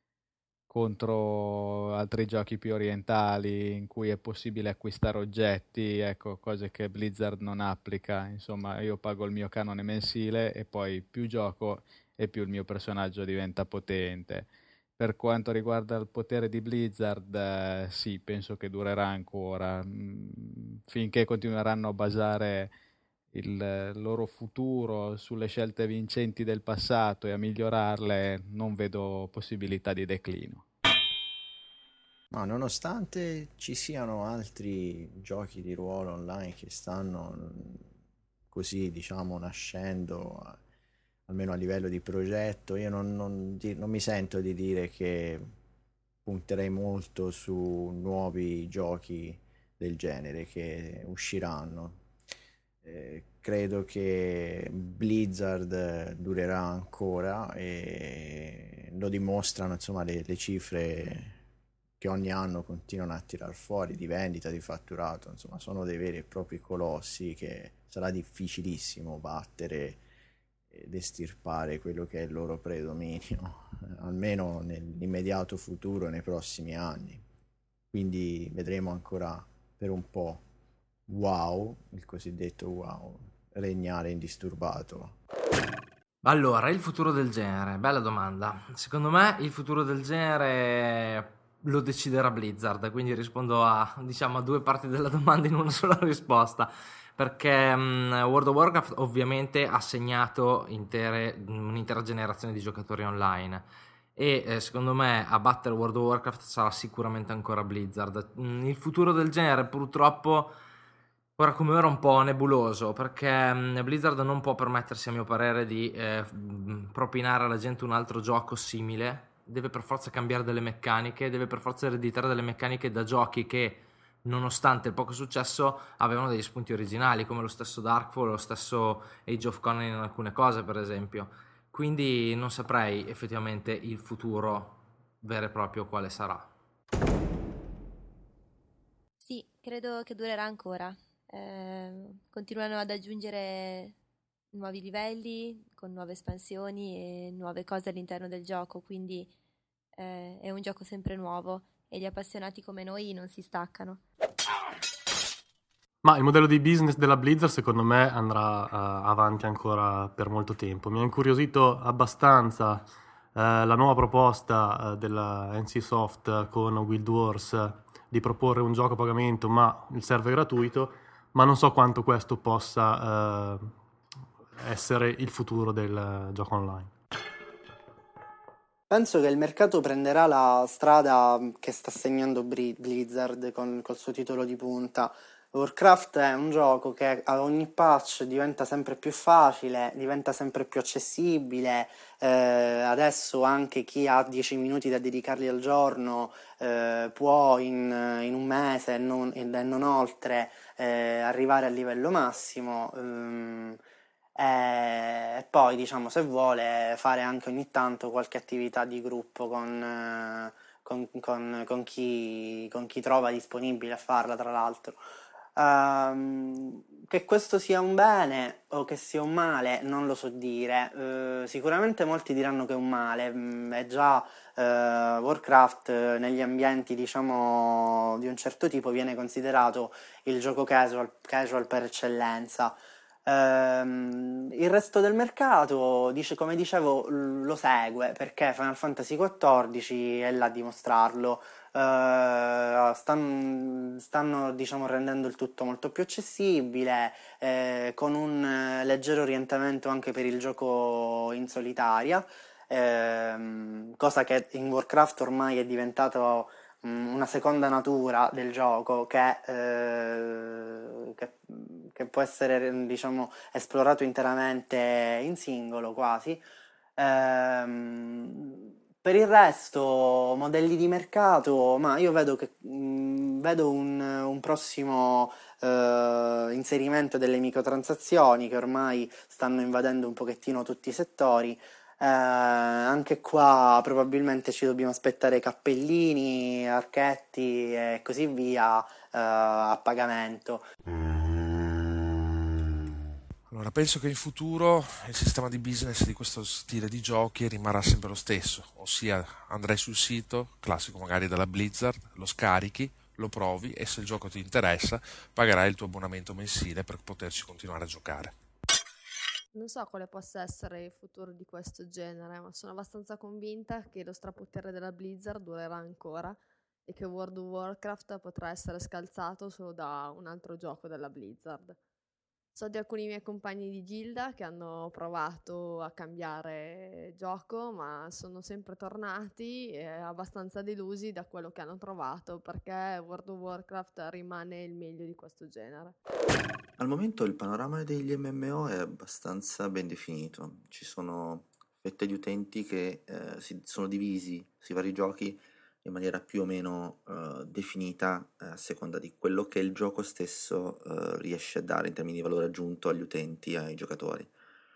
contro altri giochi più orientali in cui è possibile acquistare oggetti, ecco, cose che Blizzard non applica. Insomma, io pago il mio canone mensile e poi più gioco e più il mio personaggio diventa potente. Per quanto riguarda il potere di Blizzard, sì, penso che durerà ancora, finché continueranno a basare il loro futuro sulle scelte vincenti del passato e a migliorarle, non vedo possibilità di declino. Ma nonostante ci siano altri giochi di ruolo online che stanno così, diciamo, nascendo, almeno a livello di progetto, io non mi sento di dire che punterei molto su nuovi giochi del genere che usciranno. Credo che Blizzard durerà ancora e lo dimostrano, insomma, le cifre che ogni anno continuano a tirar fuori di vendita, di fatturato. Insomma, sono dei veri e propri colossi che sarà difficilissimo battere ed estirpare quello che è il loro predominio, almeno nell'immediato futuro, nei prossimi anni. Quindi vedremo ancora per un po' WoW, il cosiddetto WoW, regnare indisturbato. Allora, il futuro del genere, bella domanda. Secondo me il futuro del genere lo deciderà Blizzard, quindi rispondo a due parti della domanda in una sola risposta, perché World of Warcraft ovviamente ha segnato un'intera generazione di giocatori online e secondo me a battere World of Warcraft sarà sicuramente ancora Blizzard. Il futuro del genere purtroppo ora come ora è un po' nebuloso, perché Blizzard non può permettersi, a mio parere, di propinare alla gente un altro gioco simile. Deve per forza cambiare delle meccaniche, deve per forza ereditare delle meccaniche da giochi che, nonostante il poco successo, avevano degli spunti originali, come lo stesso Darkfall, lo stesso Age of Conan in alcune cose, per esempio. Quindi non saprei effettivamente il futuro vero e proprio quale sarà. Sì, credo che durerà ancora. Continuano ad aggiungere nuovi livelli con nuove espansioni e nuove cose all'interno del gioco, quindi è un gioco sempre nuovo e gli appassionati come noi non si staccano. Ma il modello di business della Blizzard secondo me andrà avanti ancora per molto tempo. Mi ha incuriosito abbastanza la nuova proposta della NCSoft con Guild Wars di proporre un gioco a pagamento ma il server gratuito, ma non so quanto questo possa essere il futuro del gioco online. Penso che il mercato prenderà la strada che sta segnando Blizzard col suo titolo di punta. Warcraft è un gioco che a ogni patch diventa sempre più facile, diventa sempre più accessibile. Adesso anche chi ha 10 minuti da dedicarli al giorno può in un mese e non oltre arrivare al livello massimo. e poi diciamo se vuole fare anche ogni tanto qualche attività di gruppo con chi trova disponibile a farla, tra l'altro. Che questo sia un bene o che sia un male non lo so dire. Sicuramente molti diranno che è un male. È già Warcraft negli ambienti diciamo di un certo tipo viene considerato il gioco casual per eccellenza. Il resto del mercato come dicevo lo segue, perché Final Fantasy XIV è là a dimostrarlo. Stanno diciamo rendendo il tutto molto più accessibile, con un leggero orientamento anche per il gioco in solitaria, cosa che in Warcraft ormai è diventato una seconda natura del gioco che può essere diciamo esplorato interamente in singolo quasi. Per il resto modelli di mercato, ma io vedo un prossimo inserimento delle microtransazioni che ormai stanno invadendo un pochettino tutti i settori. Anche qua probabilmente ci dobbiamo aspettare cappellini, archetti e così via a pagamento. Allora, penso che in futuro il sistema di business di questo stile di giochi rimarrà sempre lo stesso, ossia andrai sul sito, classico magari della Blizzard, lo scarichi, lo provi e se il gioco ti interessa pagherai il tuo abbonamento mensile per poterci continuare a giocare. Non so quale possa essere il futuro di questo genere, ma sono abbastanza convinta che lo strapotere della Blizzard durerà ancora e che World of Warcraft potrà essere scalzato solo da un altro gioco della Blizzard. So di alcuni miei compagni di gilda che hanno provato a cambiare gioco, ma sono sempre tornati abbastanza delusi da quello che hanno trovato, perché World of Warcraft rimane il meglio di questo genere. Al momento il panorama degli MMO è abbastanza ben definito. Ci sono fette di utenti che si sono divisi sui vari giochi in maniera più o meno definita a seconda di quello che il gioco stesso riesce a dare in termini di valore aggiunto agli utenti, ai giocatori.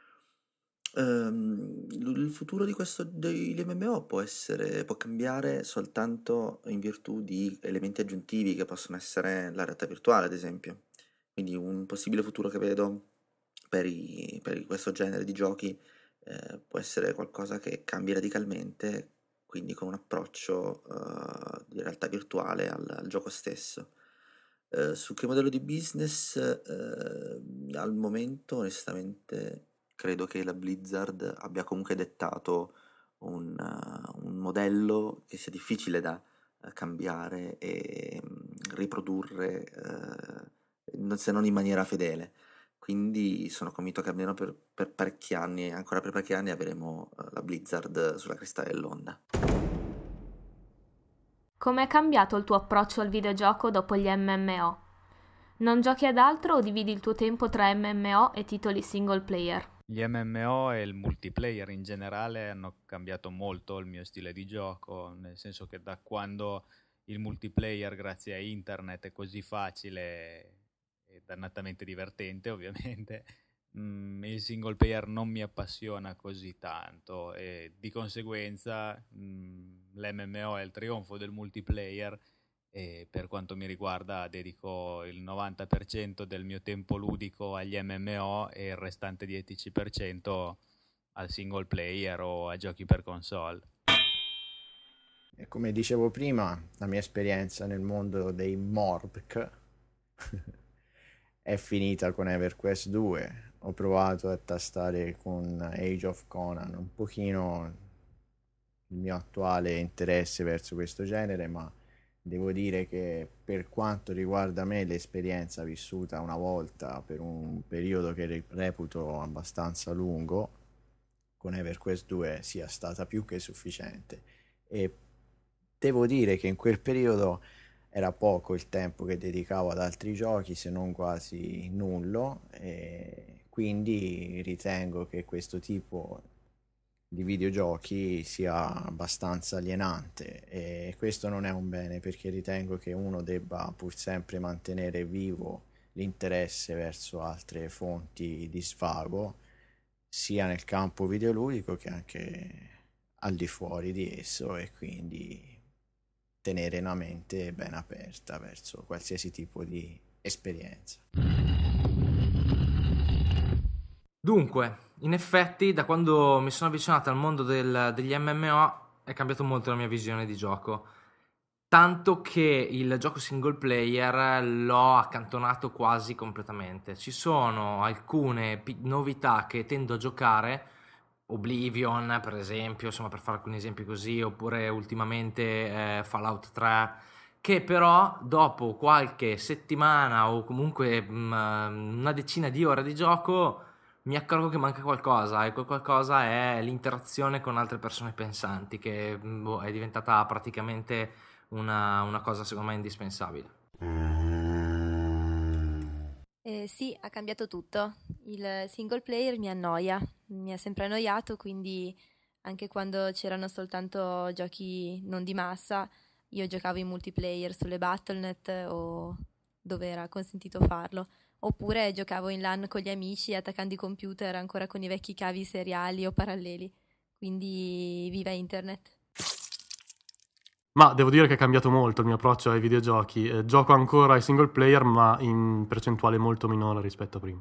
Il futuro degli MMO può cambiare soltanto in virtù di elementi aggiuntivi che possono essere la realtà virtuale, ad esempio. Quindi un possibile futuro che vedo per questo genere di giochi può essere qualcosa che cambia radicalmente, quindi con un approccio di realtà virtuale al gioco stesso. Su che modello di business al momento onestamente credo che la Blizzard abbia comunque dettato un modello che sia difficile da cambiare e riprodurre se non in maniera fedele. Quindi sono convinto che almeno per parecchi anni, ancora per parecchi anni, avremo la Blizzard sulla cresta dell'onda. Come è cambiato il tuo approccio al videogioco dopo gli MMO? Non giochi ad altro o dividi il tuo tempo tra MMO e titoli single player? Gli MMO e il multiplayer in generale hanno cambiato molto il mio stile di gioco, nel senso che da quando il multiplayer grazie a internet è così facile e dannatamente divertente ovviamente, il single player non mi appassiona così tanto e di conseguenza l'MMO è il trionfo del multiplayer e per quanto mi riguarda dedico il 90% del mio tempo ludico agli MMO e il restante 10% al single player o a giochi per console. E come dicevo prima, la mia esperienza nel mondo dei MORPG è finita con EverQuest 2. Ho provato a tastare con Age of Conan un pochino il mio attuale interesse verso questo genere, ma devo dire che per quanto riguarda me l'esperienza vissuta una volta per un periodo che reputo abbastanza lungo con EverQuest 2 sia stata più che sufficiente, e devo dire che in quel periodo era poco il tempo che dedicavo ad altri giochi, se non quasi nullo, e quindi ritengo che questo tipo di videogiochi sia abbastanza alienante, e questo non è un bene, perché ritengo che uno debba pur sempre mantenere vivo l'interesse verso altre fonti di svago sia nel campo videoludico che anche al di fuori di esso, e quindi tenere una mente ben aperta verso qualsiasi tipo di esperienza. Dunque, in effetti, da quando mi sono avvicinato al mondo degli MMO è cambiato molto la mia visione di gioco. Tanto che il gioco single player l'ho accantonato quasi completamente. Ci sono alcune novità che tendo a giocare, Oblivion per esempio, insomma, per fare alcuni esempi così, oppure ultimamente Fallout 3, che però dopo qualche settimana o comunque una decina di ore di gioco mi accorgo che manca qualcosa, e quel qualcosa è l'interazione con altre persone pensanti, che è diventata praticamente una cosa secondo me indispensabile. Sì, ha cambiato tutto. Il single player mi annoia, mi ha sempre annoiato, quindi anche quando c'erano soltanto giochi non di massa, io giocavo in multiplayer sulle Battle.net o dove era consentito farlo, oppure giocavo in LAN con gli amici attaccando i computer ancora con i vecchi cavi seriali o paralleli, quindi viva internet. Ma devo dire che è cambiato molto il mio approccio ai videogiochi. Gioco ancora ai single player, ma in percentuale molto minore rispetto a prima.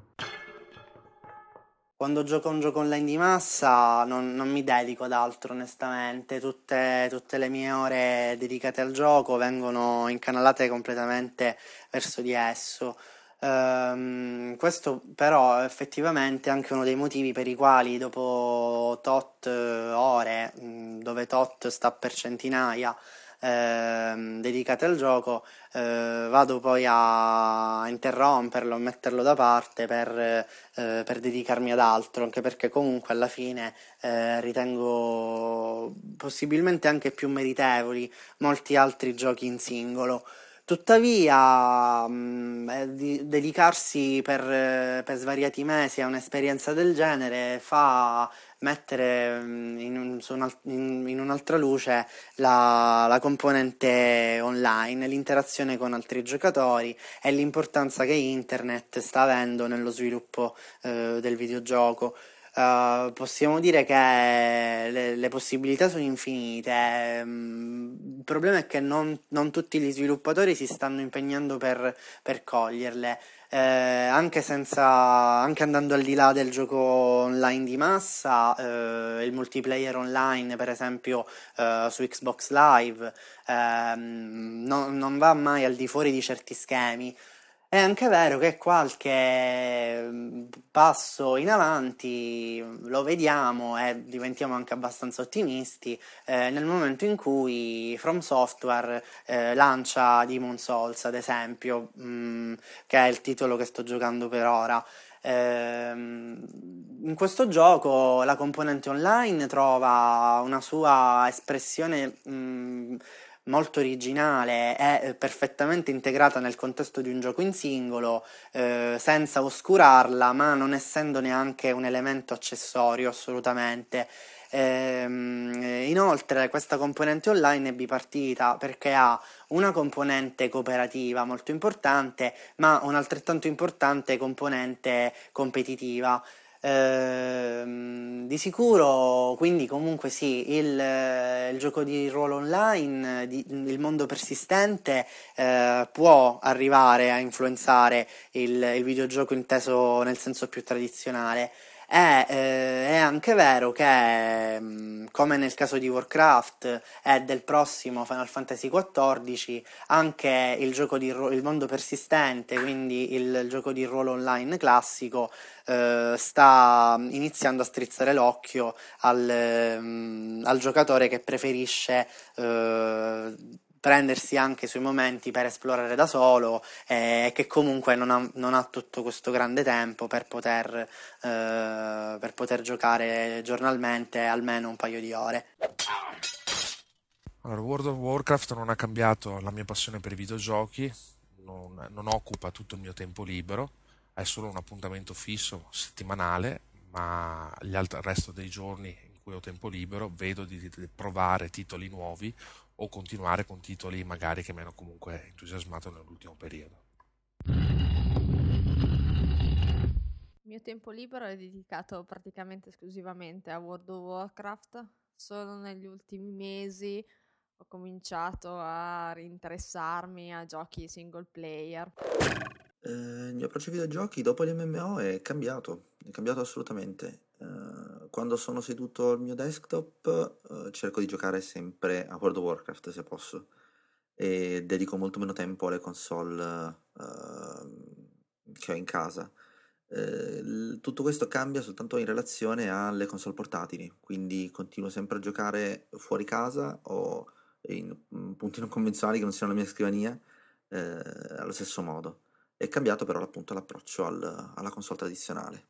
Quando gioco un gioco online di massa non mi dedico ad altro, onestamente. Tutte le mie ore dedicate al gioco vengono incanalate completamente verso di esso. Questo però effettivamente è anche uno dei motivi per i quali dopo tot ore, dove tot sta per centinaia, dedicate al gioco, vado poi a interromperlo, a metterlo da parte per dedicarmi ad altro, anche perché comunque alla fine ritengo possibilmente anche più meritevoli molti altri giochi in singolo. Tuttavia, dedicarsi per svariati mesi a un'esperienza del genere fa mettere in un'altra luce la componente online, l'interazione con altri giocatori e l'importanza che internet sta avendo nello sviluppo del videogioco. Possiamo dire che le possibilità sono infinite. Il problema è che non tutti gli sviluppatori si stanno impegnando per coglierle, anche andando al di là del gioco online di massa. Il multiplayer online, per esempio su Xbox Live, non va mai al di fuori di certi schemi. È anche vero che qualche passo in avanti lo vediamo e diventiamo anche abbastanza ottimisti nel momento in cui From Software lancia Demon's Souls, ad esempio, che è il titolo che sto giocando per ora. In questo gioco la componente online trova una sua espressione molto originale e perfettamente integrata nel contesto di un gioco in singolo, senza oscurarla, ma non essendo neanche un elemento accessorio assolutamente. Inoltre questa componente online è bipartita perché ha una componente cooperativa molto importante, ma un'altrettanto importante componente competitiva. Di sicuro, quindi comunque sì, il gioco di ruolo online, il mondo persistente può arrivare a influenzare il videogioco inteso nel senso più tradizionale. È anche vero che, come nel caso di Warcraft e del prossimo Final Fantasy XIV, anche il mondo persistente, quindi il gioco di ruolo online classico, sta iniziando a strizzare l'occhio al giocatore che preferisce prendersi anche i suoi momenti per esplorare da solo e che comunque non ha tutto questo grande tempo per poter giocare giornalmente almeno un paio di ore. Allora, World of Warcraft non ha cambiato la mia passione per i videogiochi, non occupa tutto il mio tempo libero, è solo un appuntamento fisso settimanale, ma il resto dei giorni in cui ho tempo libero vedo di provare titoli nuovi o continuare con titoli magari che mi hanno comunque entusiasmato nell'ultimo periodo. Il mio mio tempo libero è dedicato praticamente esclusivamente a World of Warcraft. Solo negli ultimi mesi ho cominciato a rinteressarmi a giochi single player. Il mio approccio ai videogiochi dopo gli MMO è cambiato assolutamente. Quando sono seduto al mio desktop cerco di giocare sempre a World of Warcraft se posso, e dedico molto meno tempo alle console che ho in casa. Tutto questo cambia soltanto in relazione alle console portatili, quindi continuo sempre a giocare fuori casa o in punti non convenzionali che non siano la mia scrivania, allo stesso modo. È cambiato però appunto l'approccio alla console tradizionale.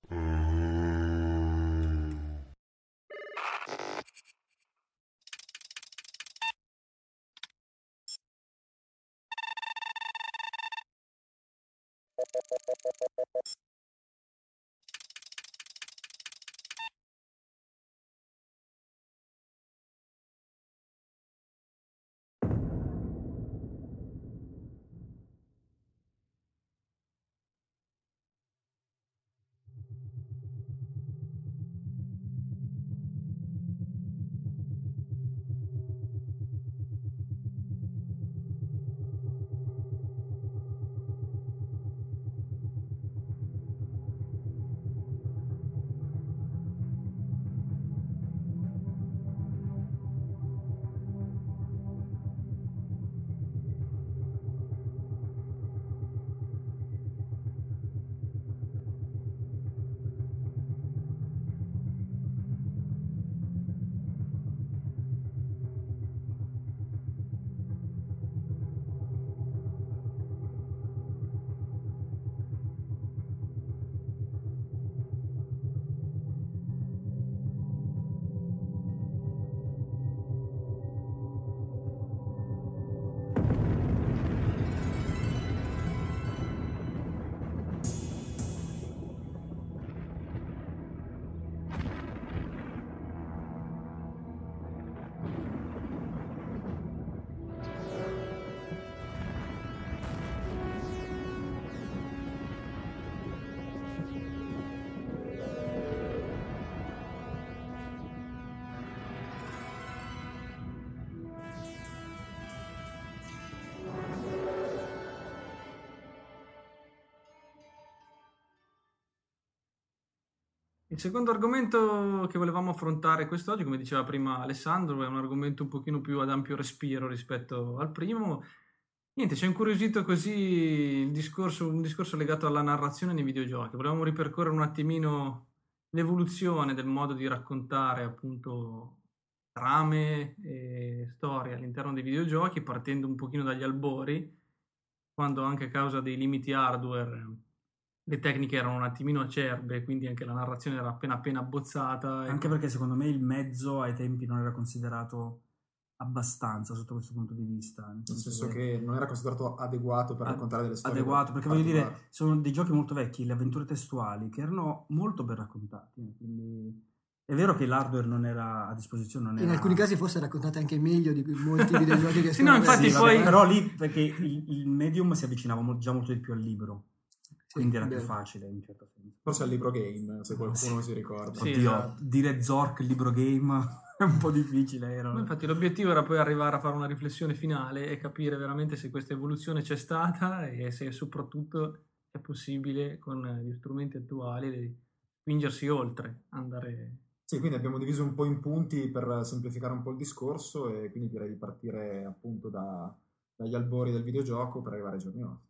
Il secondo argomento che volevamo affrontare quest'oggi, come diceva prima Alessandro, è un argomento un pochino più ad ampio respiro rispetto al primo. Niente, ci ha incuriosito così un discorso legato alla narrazione nei videogiochi. Volevamo ripercorrere un attimino l'evoluzione del modo di raccontare appunto trame e storie all'interno dei videogiochi, partendo un pochino dagli albori, quando anche a causa dei limiti hardware le tecniche erano un attimino acerbe, quindi anche la narrazione era appena abbozzata. Anche perché secondo me il mezzo ai tempi non era considerato abbastanza sotto questo punto di vista. Nel senso che non era considerato adeguato per raccontare delle storie. Adeguato, perché voglio dire, sono dei giochi molto vecchi, le avventure testuali, che erano molto ben raccontate. Quindi è vero che l'hardware non era a disposizione. In alcuni casi forse raccontate anche meglio di molti videogiochi che sì, no, infatti sì, poi... però lì perché il medium si avvicinava già molto di più al libro. Quindi era più facile in un certo senso. Forse al libro game, se qualcuno si ricorda. Oddio, esatto. Dire Zork libro game è un po' difficile. Era. Infatti l'obiettivo era poi arrivare a fare una riflessione finale e capire veramente se questa evoluzione c'è stata e se soprattutto è possibile con gli strumenti attuali spingersi oltre, andare... Sì, quindi abbiamo diviso un po' in punti per semplificare un po' il discorso e quindi direi di partire appunto dagli albori del videogioco per arrivare ai giorni nostri.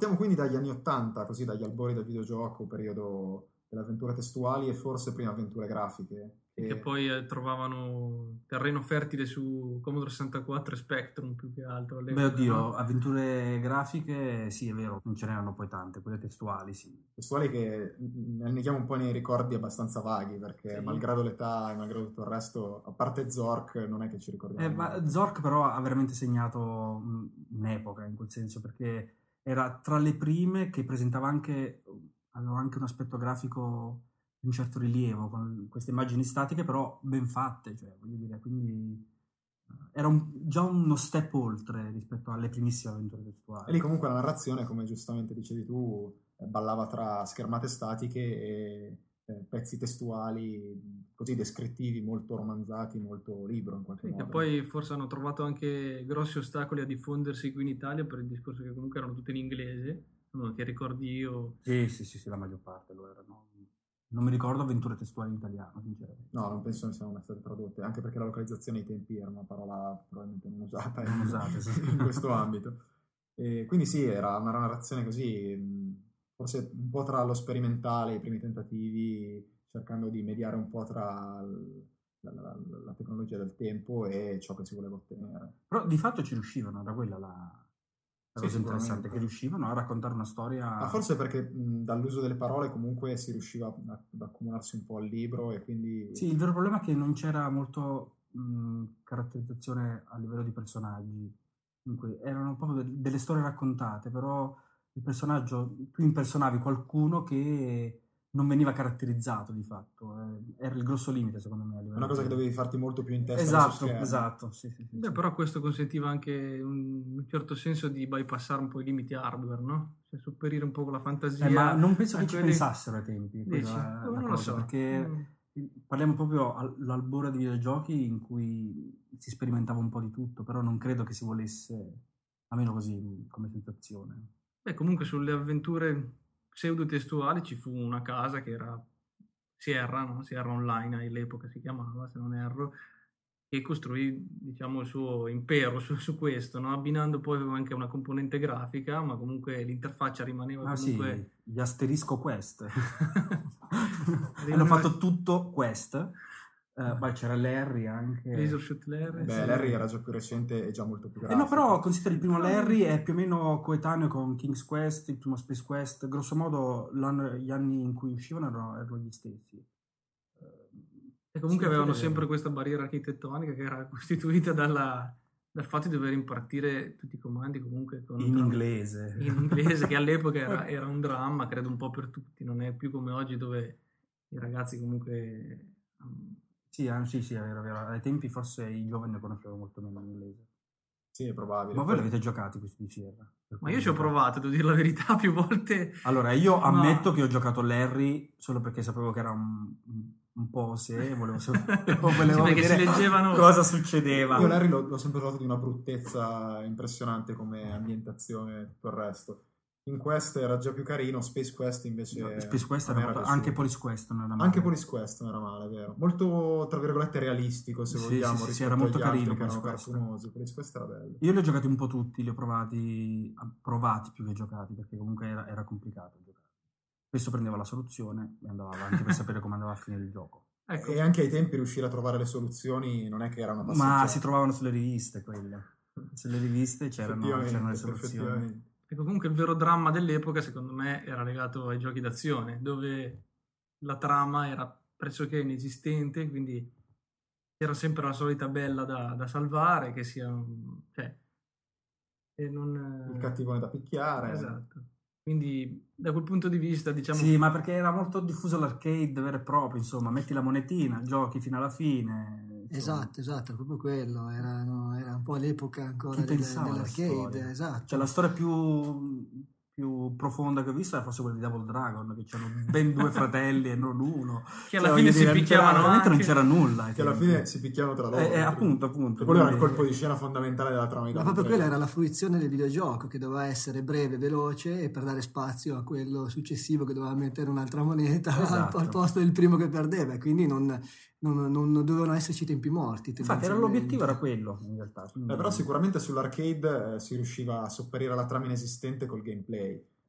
partiamo quindi dagli anni 80, così dagli albori del videogioco, periodo delle avventure testuali e forse prima avventure grafiche. Che poi trovavano terreno fertile su Commodore 64 e Spectrum più che altro. Beh, oddio, avventure grafiche, sì, è vero, non ce n'erano poi tante, quelle testuali, sì. Testuali che ne annichiamo un po' nei ricordi abbastanza vaghi, perché malgrado l'età e malgrado tutto il resto, a parte Zork, non è che ci ricordiamo. Ma Zork però ha veramente segnato un'epoca in quel senso, perché era tra le prime che presentava aveva anche un aspetto grafico di un certo rilievo, con queste immagini statiche però ben fatte, cioè, voglio dire, quindi era già uno step oltre rispetto alle primissime avventure testuali. E lì comunque la narrazione, come giustamente dicevi tu, ballava tra schermate statiche e pezzi testuali così descrittivi, molto romanzati, molto libro in qualche modo. Che poi forse hanno trovato anche grossi ostacoli a diffondersi qui in Italia per il discorso che comunque erano tutte in inglese, che ricordi io. Sì, la maggior parte lo erano. Non mi ricordo avventure testuali in italiano, sinceramente. No, non penso ne siano mai state tradotte, anche perché la localizzazione ai tempi era una parola probabilmente non usata in questo ambito. E quindi sì, era una narrazione così, forse un po' tra lo sperimentale, i primi tentativi, cercando di mediare un po' tra la tecnologia del tempo e ciò che si voleva ottenere. Però di fatto ci riuscivano, da quella la cosa interessante, che riuscivano a raccontare una storia. Ma forse perché dall'uso delle parole comunque si riusciva ad accumularsi un po' al libro e quindi. Sì, il vero problema è che non c'era molto caratterizzazione a livello di personaggi. Comunque erano proprio delle storie raccontate, però il personaggio, tu impersonavi qualcuno che non veniva caratterizzato di fatto, era il grosso limite secondo me. È una cosa che dovevi farti molto più in testa. Esatto, sì. Beh, però questo consentiva anche un certo senso di bypassare un po' i limiti hardware, no? Cioè sopperire un po' con la fantasia. Ma non penso che ci pensassero ai tempi, non lo so. Perché parliamo proprio all'albore dei videogiochi in cui si sperimentava un po' di tutto, però non credo che si volesse, almeno così come sensazione. Beh, comunque sulle avventure pseudo-testuali ci fu una casa che era Sierra, no? Sierra Online all'epoca si chiamava, se non erro, che costruì, diciamo, il suo impero su questo, no? Abbinando poi anche una componente grafica, ma comunque l'interfaccia rimaneva comunque. Sì, gli Asterisco Quest. Hanno fatto tutto Quest. Poi c'era Larry anche. Lasershot Larry. Beh, Larry era già più recente e già molto più grafico. No, però considera il primo Larry è più o meno coetaneo con King's Quest, il primo Space Quest. Grosso modo gli anni in cui uscivano erano gli stessi. E comunque avevano sempre questa barriera architettonica che era costituita dal fatto di dover impartire tutti i comandi comunque in inglese. In inglese, che all'epoca era un dramma, credo un po' per tutti. Non è più come oggi dove i ragazzi comunque. Sì, è vero. Ai tempi forse i giovani ne conoscevano molto meno l'inglese. Sì, è probabile. Ma voi l'avete giocati questi di Sierra? Ma io ci ho provato, devo dire la verità, più volte. Allora, io ammetto che ho giocato Larry solo perché sapevo che era un po' volevo perché vedere si leggevano cosa succedeva. Io Larry l'ho sempre trovato di una bruttezza impressionante come ambientazione e tutto il resto. In Quest era già più carino, Space Quest invece. No, Space Quest era anche Police Quest non era male. Anche Police Quest non era male, vero? Molto tra virgolette realistico, se vogliamo. Sì, era molto carino. Police Quest era bello. Io li ho giocati un po' tutti, li ho provati più che giocati, perché comunque era complicato giocare. Spesso prendeva la soluzione e andava avanti per sapere come andava a finire il gioco. Ecco. E anche ai tempi riuscire a trovare le soluzioni non è che era una passeggiata. Ma si trovavano sulle riviste quelle. Sulle riviste c'erano le soluzioni. E comunque il vero dramma dell'epoca secondo me era legato ai giochi d'azione, dove la trama era pressoché inesistente, quindi c'era sempre la solita bella da salvare, che sia il cattivone da picchiare. Esatto. Quindi da quel punto di vista, diciamo. Sì, ma perché era molto diffuso l'arcade vero e proprio, insomma, metti la monetina, giochi fino alla fine. Insomma. Esatto, proprio quello, era un po' l'epoca ancora dell'arcade, esatto. Cioè la storia più profonda che ho visto era forse quella di Double Dragon, che c'erano ben 2 fratelli e non uno. Che alla fine si picchiavano veramente non c'era nulla. Che alla fine si picchiavano tra loro. Appunto. Quello era il colpo di scena fondamentale della trama. Ma proprio quella era la fruizione del videogioco, che doveva essere breve, veloce, e per dare spazio a quello successivo che doveva mettere un'altra moneta al posto del primo che perdeva, e quindi non dovevano esserci tempi morti. Infatti l'obiettivo era quello in realtà. Però sicuramente sull'arcade si riusciva a sopperire alla trama inesistente col gameplay.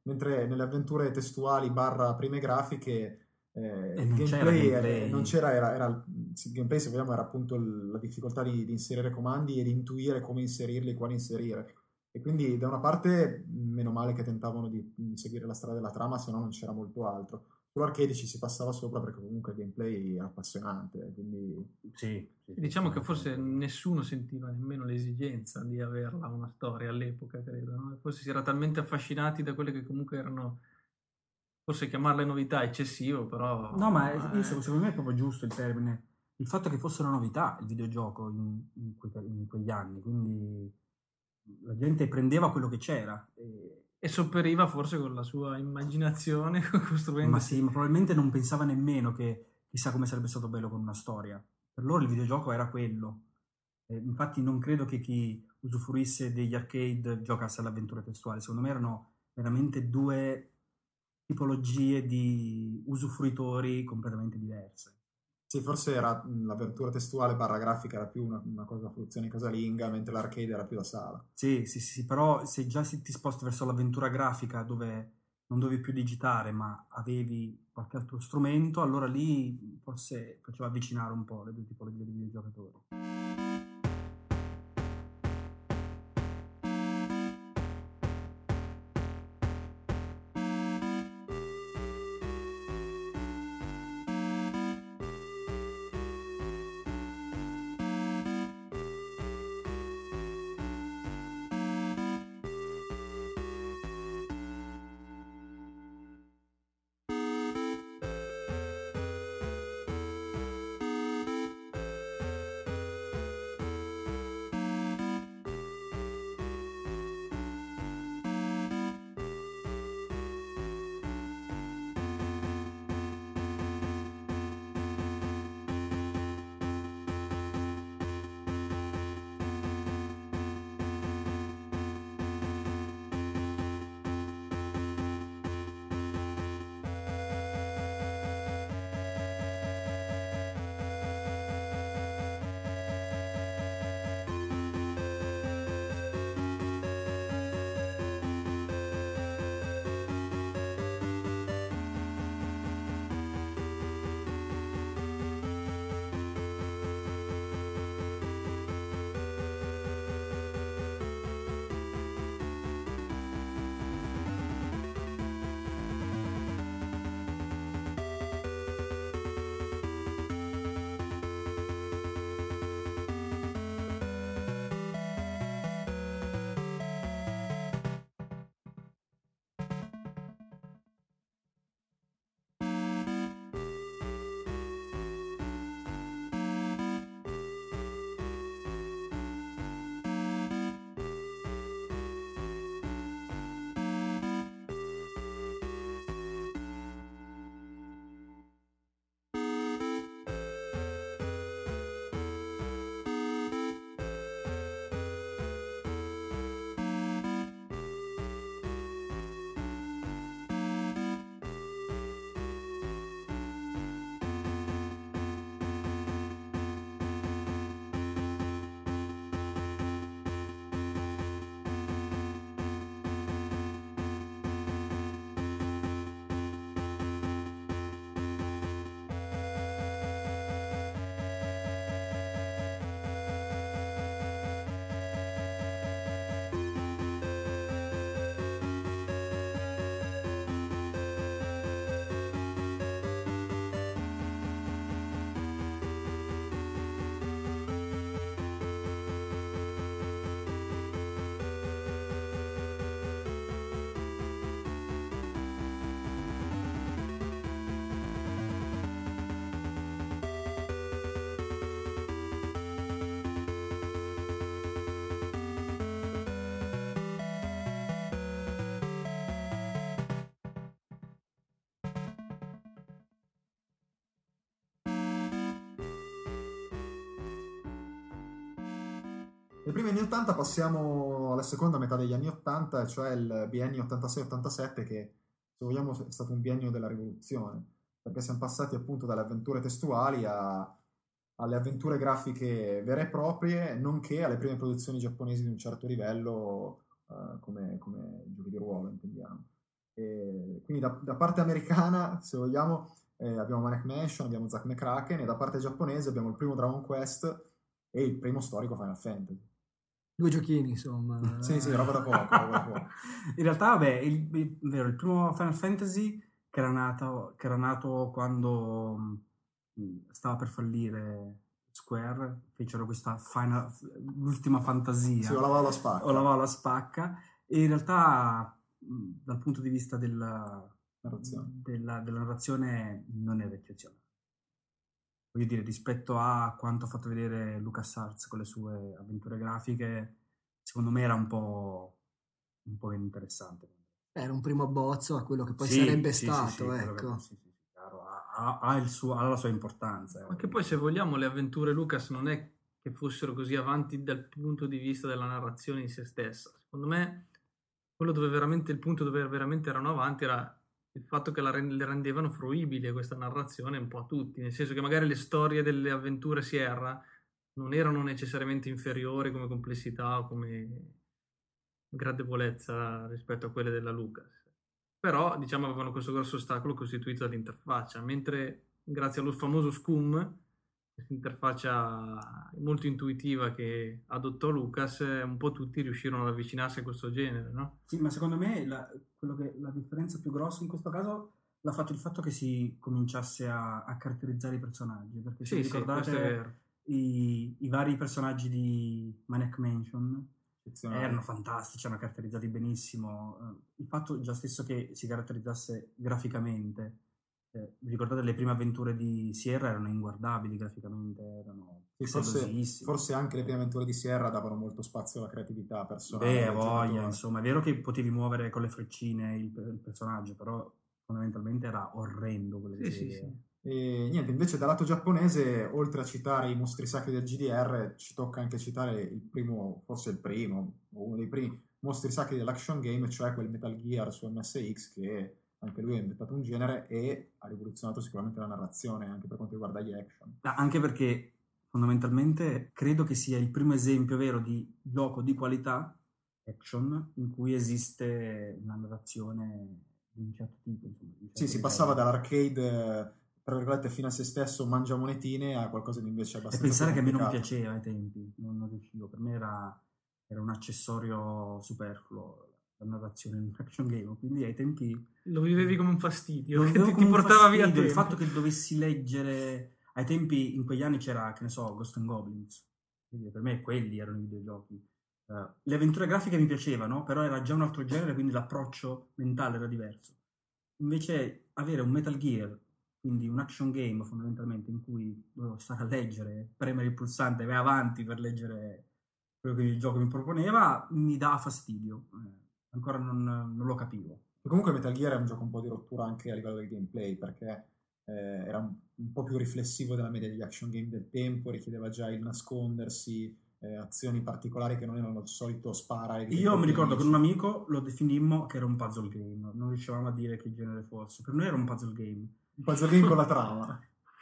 mentre nelle avventure testuali / prime grafiche il non gameplay non c'era, il gameplay, se vogliamo, era appunto la difficoltà di inserire comandi e di intuire come inserirli, quali inserire. E quindi da una parte meno male che tentavano di seguire la strada della trama, se no non c'era molto altro. Sull'arcade ci si passava sopra perché comunque il gameplay era appassionante, quindi sì. Diciamo che forse nessuno sentiva nemmeno l'esigenza di averla una storia all'epoca, credo, no? Forse si era talmente affascinati da quelle che comunque erano, forse chiamarle novità è eccessivo, però... No, ma secondo me è proprio giusto il termine. Il fatto che fossero novità il videogioco in quegli anni, quindi la gente prendeva quello che c'era. E sopperiva forse con la sua immaginazione, costruendo... Ma sì, ma probabilmente non pensava nemmeno che chissà come sarebbe stato bello con una storia. Per loro il videogioco era quello. Infatti non credo che chi usufruisse degli arcade giocasse all'avventura testuale. Secondo me erano veramente due tipologie di usufruitori completamente diverse. Sì, forse era l'avventura testuale / grafica era più una cosa fruizione casalinga, mentre l'arcade era più da sala. Sì, però se già ti sposti verso l'avventura grafica dove non dovevi più digitare ma avevi qualche altro strumento, allora lì forse faceva avvicinare un po' le due tipologie di videogiocatori. Nei primi anni 80 passiamo alla seconda metà degli anni 80, cioè il biennio 86-87, che se vogliamo è stato un biennio della rivoluzione, perché siamo passati appunto dalle avventure testuali alle avventure grafiche vere e proprie, nonché alle prime produzioni giapponesi di un certo livello, come giochi di ruolo, intendiamo. Quindi da parte americana, se vogliamo, abbiamo Maniac Mansion, abbiamo Zack McCracken, e da parte giapponese abbiamo il primo Dragon Quest e il primo storico Final Fantasy. 2 giochini, insomma. Sì, roba da poco. In realtà, vabbè, il primo Final Fantasy che era nato quando stava per fallire Square, fecero questa l'ultima fantasia. Sì, o lavava la spacca. E in realtà, dal punto di vista della narrazione, non era eccezionale. Voglio dire, rispetto a quanto ha fatto vedere LucasArts con le sue avventure grafiche, secondo me era un po' meno interessante. Era un primo abbozzo a quello che poi sarebbe stato, ecco. Chiaro, ha la sua importanza. Anche poi, se vogliamo, le avventure Lucas non è che fossero così avanti dal punto di vista della narrazione in se stessa. Secondo me, il punto dove veramente erano avanti era il fatto che le rendevano fruibili questa narrazione un po' a tutti, nel senso che magari le storie delle avventure Sierra non erano necessariamente inferiori come complessità o come gradevolezza rispetto a quelle della Lucas, però diciamo avevano questo grosso ostacolo costituito dall'interfaccia, mentre grazie allo famoso SCUM, questa interfaccia molto intuitiva che adottò Lucas, un po' tutti riuscirono ad avvicinarsi a questo genere, no? Sì, ma secondo me la differenza più grossa in questo caso l'ha fatto il fatto che si cominciasse a caratterizzare i personaggi, perché se vi ricordate i vari personaggi di Maniac Mansion erano fantastici, erano caratterizzati benissimo. Il fatto già stesso che si caratterizzasse graficamente, vi ricordate le prime avventure di Sierra erano inguardabili graficamente, erano forse anche le prime avventure di Sierra davano molto spazio alla creatività personale. Voglia, insomma, è vero che potevi muovere con le freccine il personaggio, però fondamentalmente era orrendo quello che sì. E niente, invece dal lato giapponese, oltre a citare i mostri sacri del GDR, ci tocca anche citare uno dei primi mostri sacri dell'action game, cioè quel Metal Gear su MSX, che anche lui ha inventato un genere e ha rivoluzionato sicuramente la narrazione anche per quanto riguarda gli action. Anche perché fondamentalmente credo che sia il primo esempio vero di gioco di qualità action in cui esiste una narrazione di un certo tipo. Si passava dall'arcade tra virgolette fino a se stesso mangia monetine a qualcosa di invece abbastanza e pensare che a me non mi piaceva ai tempi, non riuscivo, per me era un accessorio superfluo la narrazione in un action game, quindi ai tempi lo vivevi come un fastidio che ti portava via tempo. Il fatto che dovessi leggere ai tempi, in quegli anni c'era, che ne so, Ghost and Goblins, quindi per me quelli erano i videogiochi. Le avventure grafiche mi piacevano, però era già un altro genere, quindi l'approccio mentale era diverso. Invece avere un Metal Gear, quindi un action game fondamentalmente in cui dovevo stare a leggere, premere il pulsante e vai avanti per leggere quello che il gioco mi proponeva, mi dà fastidio. Ancora non lo capivo. E comunque Metal Gear è un gioco un po' di rottura anche a livello del gameplay, perché era un po' più riflessivo della media degli action game del tempo, richiedeva già il nascondersi, azioni particolari che non erano il solito spara. Io mi ricordo con un amico lo definimmo che era un puzzle game, non riuscivamo a dire che genere fosse, per noi era un puzzle game. Un puzzle game con la trama.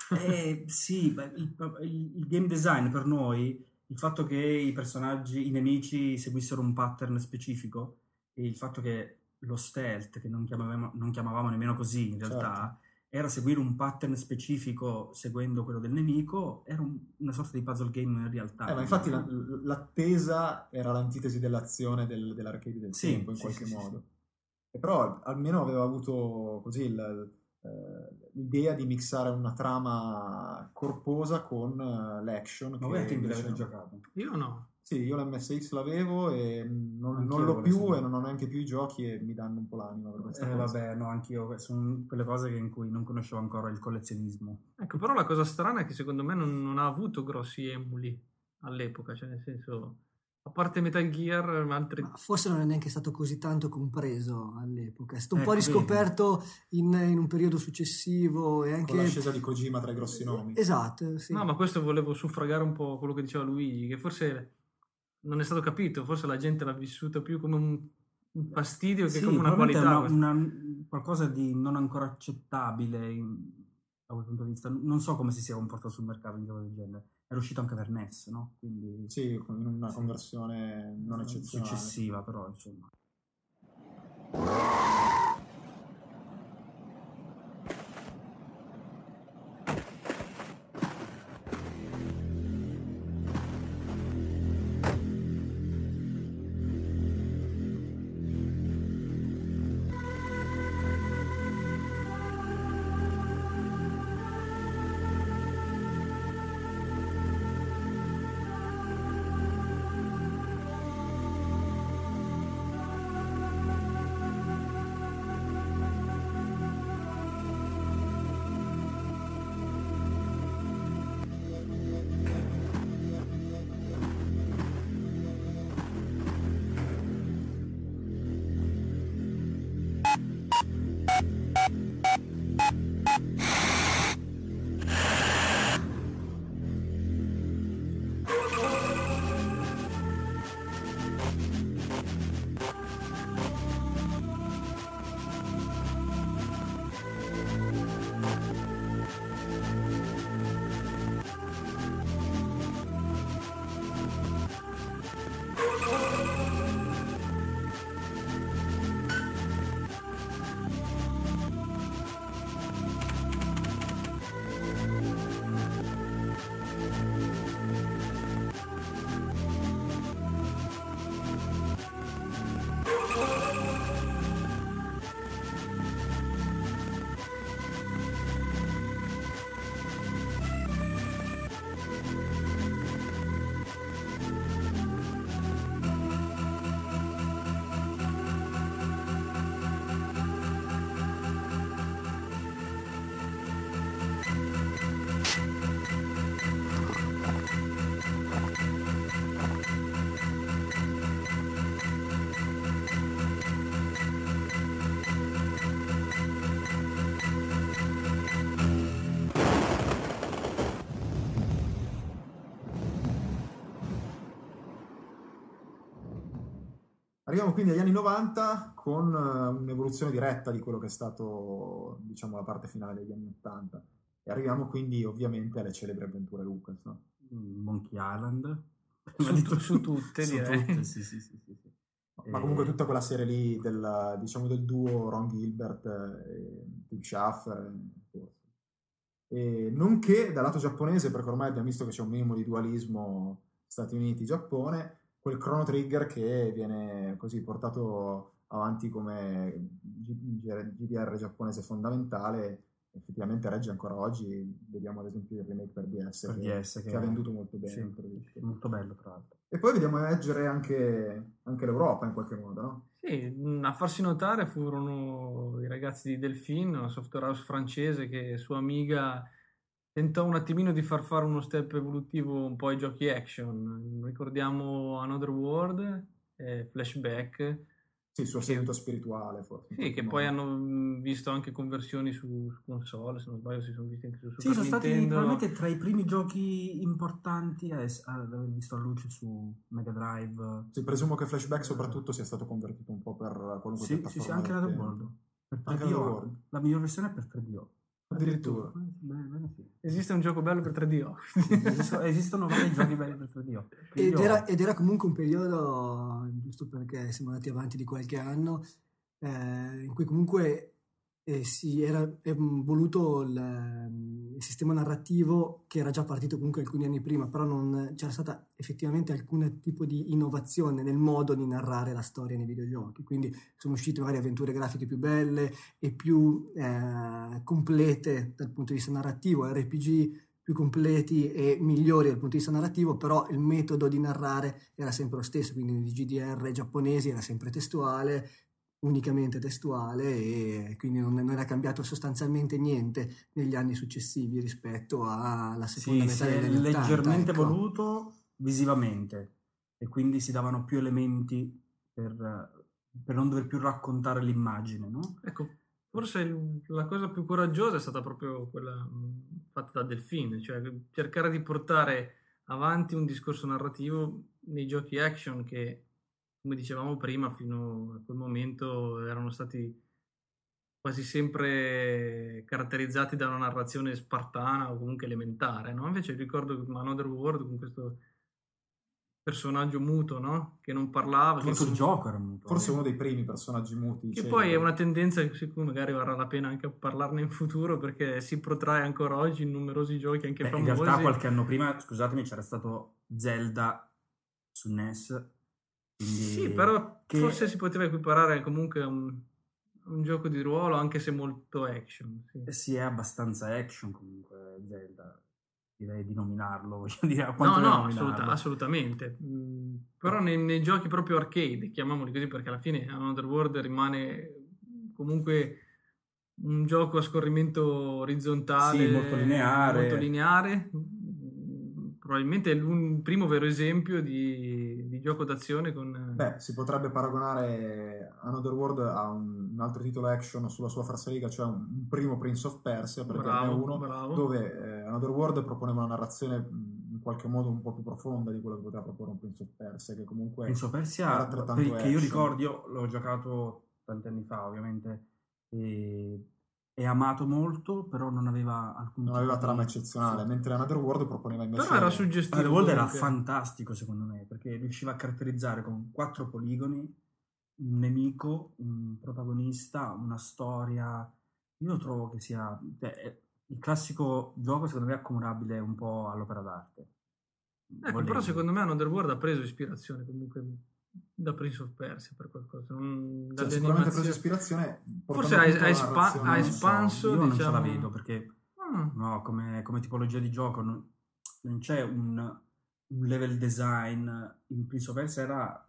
Sì, il game design per noi, il fatto che i personaggi, i nemici seguissero un pattern specifico e il fatto che lo stealth, che non chiamavamo nemmeno così in realtà, era seguire un pattern specifico seguendo quello del nemico, era una sorta di puzzle game in realtà. Ma infatti l'attesa era l'antitesi dell'azione dell'arcade del tempo in qualche modo. E però almeno aveva avuto così l'idea di mixare una trama corposa con l'action. Ma voi a tempi l'avete giocato? Io no. Sì, io l'MSX l'avevo e non l'ho più e non ho neanche più i giochi e mi danno un po' l'anima per questa cosa. Vabbè, no, anch'io, sono quelle cose in cui non conoscevo ancora il collezionismo. Ecco, però la cosa strana è che secondo me non ha avuto grossi emuli all'epoca, cioè nel senso, a parte Metal Gear, altri... Ma forse non è neanche stato così tanto compreso all'epoca, è stato un po' riscoperto in un periodo successivo e anche... Con l'ascesa di Kojima tra i grossi nomi. Esatto, sì. No, ma questo volevo suffragare un po' quello che diceva Luigi, che forse non è stato capito, forse la gente l'ha vissuto più come un fastidio che come una qualità. Qualcosa di non ancora accettabile da quel punto di vista. Non so come si sia comportato sul mercato un gioco del genere. Era uscito anche per NES, no? Quindi, sì, in una conversione non eccezionale. Successiva, però, insomma. Arriviamo quindi agli anni 90 con un'evoluzione diretta di quello che è stato, diciamo, la parte finale degli anni 80. E arriviamo quindi ovviamente alle celebri avventure Lucas, no? Monkey Island. Su tutte, direi. Tutte, sì. Ma comunque tutta quella serie lì del duo Ron Gilbert e Tim Schafer, e nonché dal lato giapponese, perché ormai abbiamo visto che c'è un minimo di dualismo Stati Uniti-Giappone, quel Chrono Trigger che viene così portato avanti come GDR giapponese fondamentale, effettivamente regge ancora oggi. Vediamo ad esempio il remake per DS che ha venduto molto bene. Sì, molto bello tra l'altro. E poi vediamo emergere anche l'Europa in qualche modo, no? Sì, a farsi notare furono i ragazzi di Delphine, una software house francese che su Amiga tentò un attimino di far fare uno step evolutivo un po' ai giochi action. Ricordiamo Another World, Flashback. Sì, il suo seguito spirituale forse. Sì, che poi hanno visto anche conversioni su console, se non sbaglio si sono visti anche su Super Nintendo. Sì, sono stati probabilmente tra i primi giochi importanti ad aver visto la luce su Mega Drive. Sì, presumo che Flashback soprattutto sia stato convertito un po' per qualunque piattaforma. Sì, anche Another World. Per 3DO. La miglior versione è per 3DO. Addirittura. Bene, sì. Esiste un gioco bello per 3DO. Esistono vari giochi belli per 3DO. Ed era comunque un periodo, giusto perché siamo andati avanti di qualche anno, in cui comunque si era voluto il sistema narrativo che era già partito comunque alcuni anni prima, però non c'era stata effettivamente alcun tipo di innovazione nel modo di narrare la storia nei videogiochi. Quindi sono uscite magari avventure grafiche più belle e più complete dal punto di vista narrativo, RPG più completi e migliori dal punto di vista narrativo, però il metodo di narrare era sempre lo stesso, quindi nei GDR giapponesi era sempre testuale, unicamente testuale, e quindi non era cambiato sostanzialmente niente negli anni successivi rispetto alla seconda metà degli anni 80. Leggermente evoluto visivamente, e quindi si davano più elementi per non dover più raccontare l'immagine, no? Ecco, forse la cosa più coraggiosa è stata proprio quella fatta da Delphine, cioè cercare di portare avanti un discorso narrativo nei giochi action che, come dicevamo prima, fino a quel momento erano stati quasi sempre caratterizzati da una narrazione spartana o comunque elementare, no? Invece ricordo Another World con questo personaggio muto, no? Che non parlava. Forse il gioco era muto. Forse uno dei primi personaggi muti. Che poi è una tendenza che magari varrà la pena anche parlarne in futuro, perché si protrae ancora oggi in numerosi giochi anche famosi. In realtà qualche anno prima, scusatemi, c'era stato Zelda su NES. Sì, però forse si poteva equiparare comunque a un gioco di ruolo, anche se molto action. Sì, è abbastanza action comunque Zelda. Direi di nominarlo, voglio dire. Assolutamente. Però nei giochi proprio arcade, chiamiamoli così, perché alla fine Another World rimane comunque un gioco a scorrimento orizzontale, sì, molto lineare. Probabilmente è il primo vero esempio di gioco d'azione con... si potrebbe paragonare Another World a un altro titolo action sulla sua falsariga, cioè un primo Prince of Persia, perché è uno dove Another World proponeva una narrazione in qualche modo un po' più profonda di quello che poteva proporre un Prince of Persia, che comunque Prince of Persia, che io ricordo, io l'ho giocato tanti anni fa ovviamente, e è amato molto, però non aveva trama eccezionale, mentre Another World proponeva invece... Però era suggestivo. Another World era fantastico secondo me, perché riusciva a caratterizzare con 4 poligoni un nemico, un protagonista, una storia. Io trovo che sia il classico gioco, secondo me, accumulabile un po' all'opera d'arte. Ecco, però secondo me Another World ha preso ispirazione comunque da Prince of Persia per qualcosa, sicuramente ha preso ispirazione, forse ha espanso, io non ce la vedo, perché no, come tipologia di gioco non c'è un level design. In Prince of Persia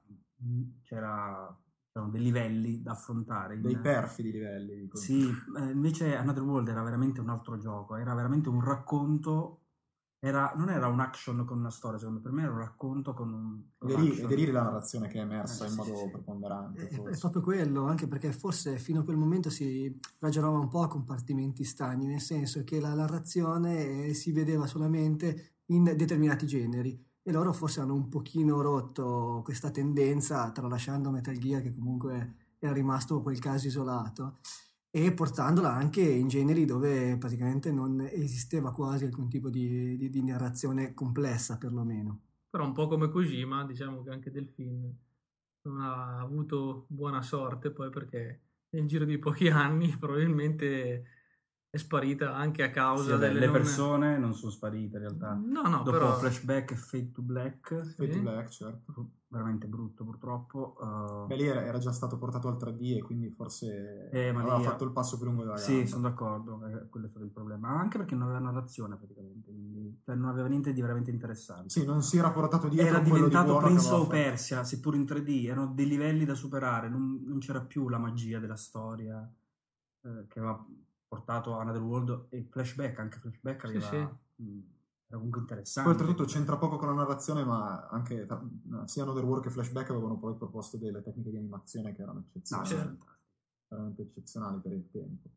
c'erano dei livelli da affrontare, dei perfidi livelli. Sì, invece Another World era veramente un altro gioco, era veramente un racconto. Non era un action con una storia, secondo me, per me era un racconto con un... Ed è lì la narrazione che è emersa in modo preponderante. È proprio quello, anche perché forse fino a quel momento si ragionava un po' a compartimenti stagni, nel senso che la narrazione si vedeva solamente in determinati generi. e loro forse hanno un pochino rotto questa tendenza, tralasciando Metal Gear che comunque era rimasto quel caso isolato, e portandola anche in generi dove praticamente non esisteva quasi alcun tipo di narrazione complessa, perlomeno. Però un po' come Kojima, diciamo che anche Delphine non ha avuto buona sorte poi, perché nel giro di pochi anni probabilmente è sparita anche a causa delle le persone non sono sparite in realtà. No, dopo però... Flashback e Fade to Black, certo, veramente brutto purtroppo. Beh, lì era già stato portato al 3D e quindi forse aveva fatto il passo più lungo della gamba. Sì, sono d'accordo, quello è stato il problema, anche perché non aveva narrazione praticamente, quindi non aveva niente di veramente interessante. Sì, non si era portato dietro. Era diventato Prince of Persia, seppur in 3D, erano dei livelli da superare, non c'era più la magia della storia che aveva portato Another World e Flashback. Anche Flashback aveva era comunque interessante. Poi oltretutto c'entra poco con la narrazione, ma anche sia Another World che Flashback avevano poi proposto delle tecniche di animazione che erano eccezionali, veramente eccezionali per il tempo.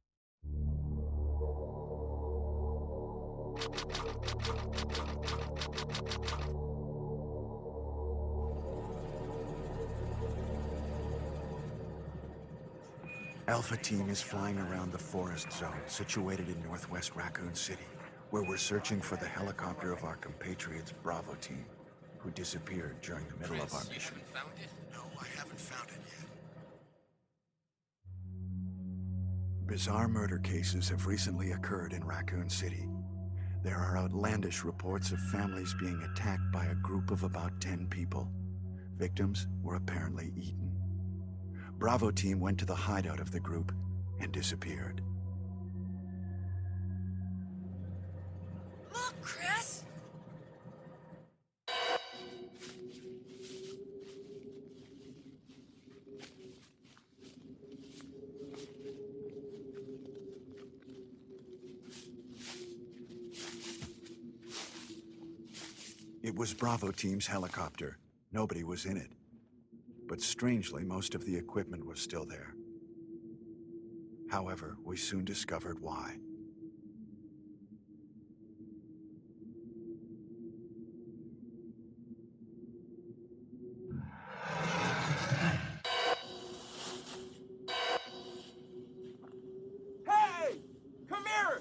Alpha Team is flying around the forest zone situated in northwest Raccoon City, where we're searching for the helicopter of our compatriots Bravo Team, who disappeared during the middle of our mission. You haven't found it? No, I haven't found it yet. Bizarre murder cases have recently occurred in Raccoon City. There are outlandish reports of families being attacked by a group of about 10 people. Victims were apparently eaten. Bravo Team went to the hideout of the group and disappeared. Look, Chris! It was Bravo Team's helicopter. Nobody was in it. But strangely, most of the equipment was still there. However, we soon discovered why. Hey! Come here!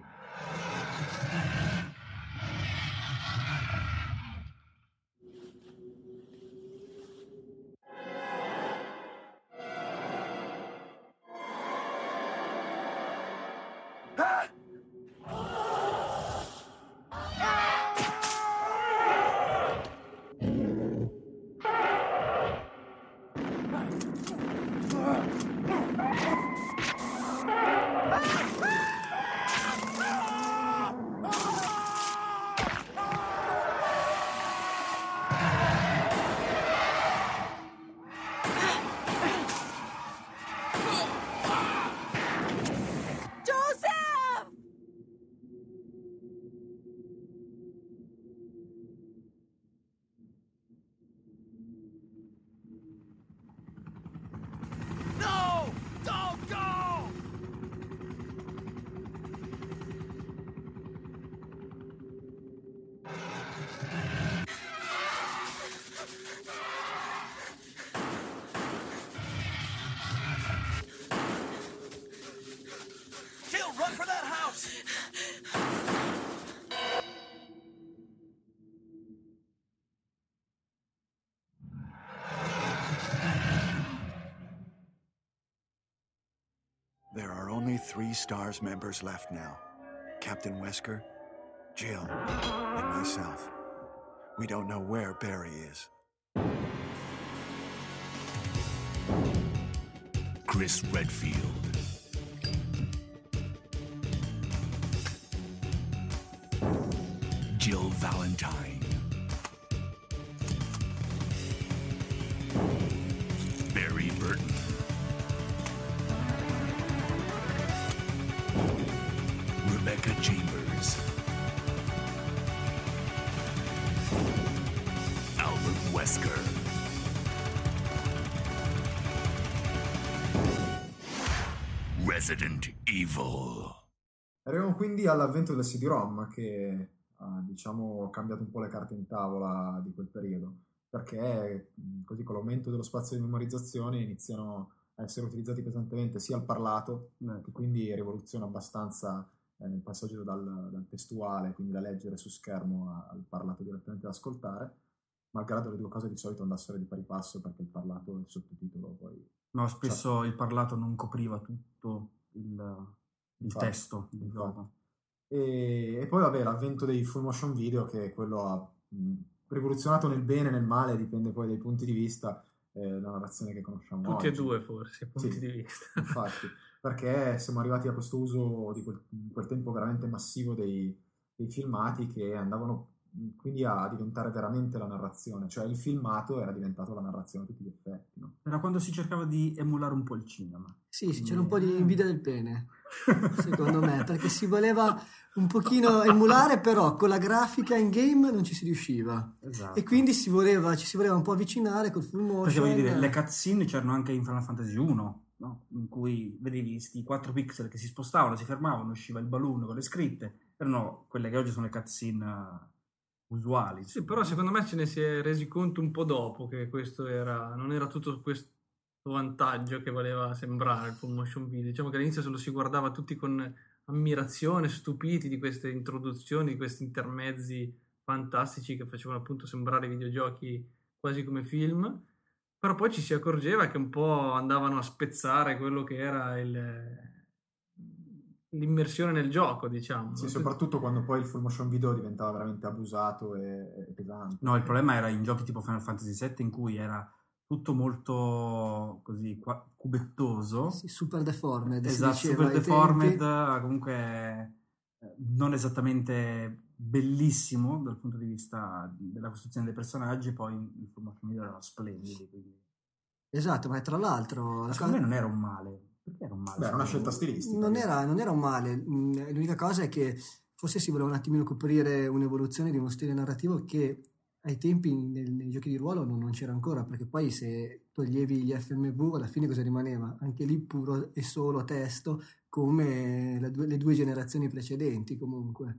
No! Don't go! Jill, run for that house! There are only 3 STARS members left now. Captain Wesker, Jill, and myself. We don't know where Barry is. Chris Redfield. Jill Valentine. Barry Burton. Rebecca Chambers. Albert Wesker. Resident Evil. Arriviamo quindi all'avvento del CD-ROM, che diciamo, cambiato un po' le carte in tavola di quel periodo, perché così con l'aumento dello spazio di memorizzazione iniziano a essere utilizzati pesantemente sia al parlato, che quindi rivoluziona abbastanza il passaggio dal testuale, quindi da leggere su schermo, al parlato direttamente da ascoltare, malgrado le due cose di solito andassero di pari passo, perché il parlato e il sottotitolo poi... No, spesso il parlato non copriva tutto il testo del gioco. E poi vabbè, l'avvento dei full motion video, che quello ha rivoluzionato nel bene e nel male, dipende poi dai punti di vista, la narrazione che conosciamo tutti oggi. E due forse, punti di vista. Infatti, perché siamo arrivati a questo uso di quel tempo veramente massivo dei filmati, che andavano quindi a diventare veramente la narrazione, cioè il filmato era diventato la narrazione a tutti gli effetti, no? Era quando si cercava di emulare un po' il cinema. Sì, c'era un po' di invidia del pene, secondo me, perché si voleva un pochino emulare, però con la grafica in game non ci si riusciva. Esatto. E quindi ci si voleva un po' avvicinare col full motion. Perché voglio dire, le cutscene c'erano anche in Final Fantasy 1, no? In cui vedevi questi 4 pixel che si spostavano, si fermavano, usciva il balloon con le scritte, erano quelle che oggi sono le cutscene usuali. Sì, però secondo me ce ne si è resi conto un po' dopo che questo non era tutto questo vantaggio che voleva sembrare il full motion video. Diciamo che all'inizio se lo si guardava tutti con ammirazione, stupiti di queste introduzioni, di questi intermezzi fantastici che facevano appunto sembrare i videogiochi quasi come film, però poi ci si accorgeva che un po' andavano a spezzare quello che era l'immersione nel gioco, diciamo. Sì, soprattutto quando poi il full motion video diventava veramente abusato e pesante. No, il problema era in giochi tipo Final Fantasy VII, in cui era tutto molto così cubettoso. Sì, super deformed. Esatto, super deformed, comunque non esattamente bellissimo dal punto di vista della costruzione dei personaggi, poi il full motion video erano splendidi. Quindi... Esatto, ma tra l'altro... Secondo me non era un male. Perché era un male? Beh, era una scelta stilistica. Non era un male. L'unica cosa è che forse si voleva un attimino coprire un'evoluzione di uno stile narrativo che ai tempi nei giochi di ruolo non c'era ancora, perché poi se toglievi gli FMV alla fine cosa rimaneva? Anche lì puro e solo testo, come le due generazioni precedenti comunque.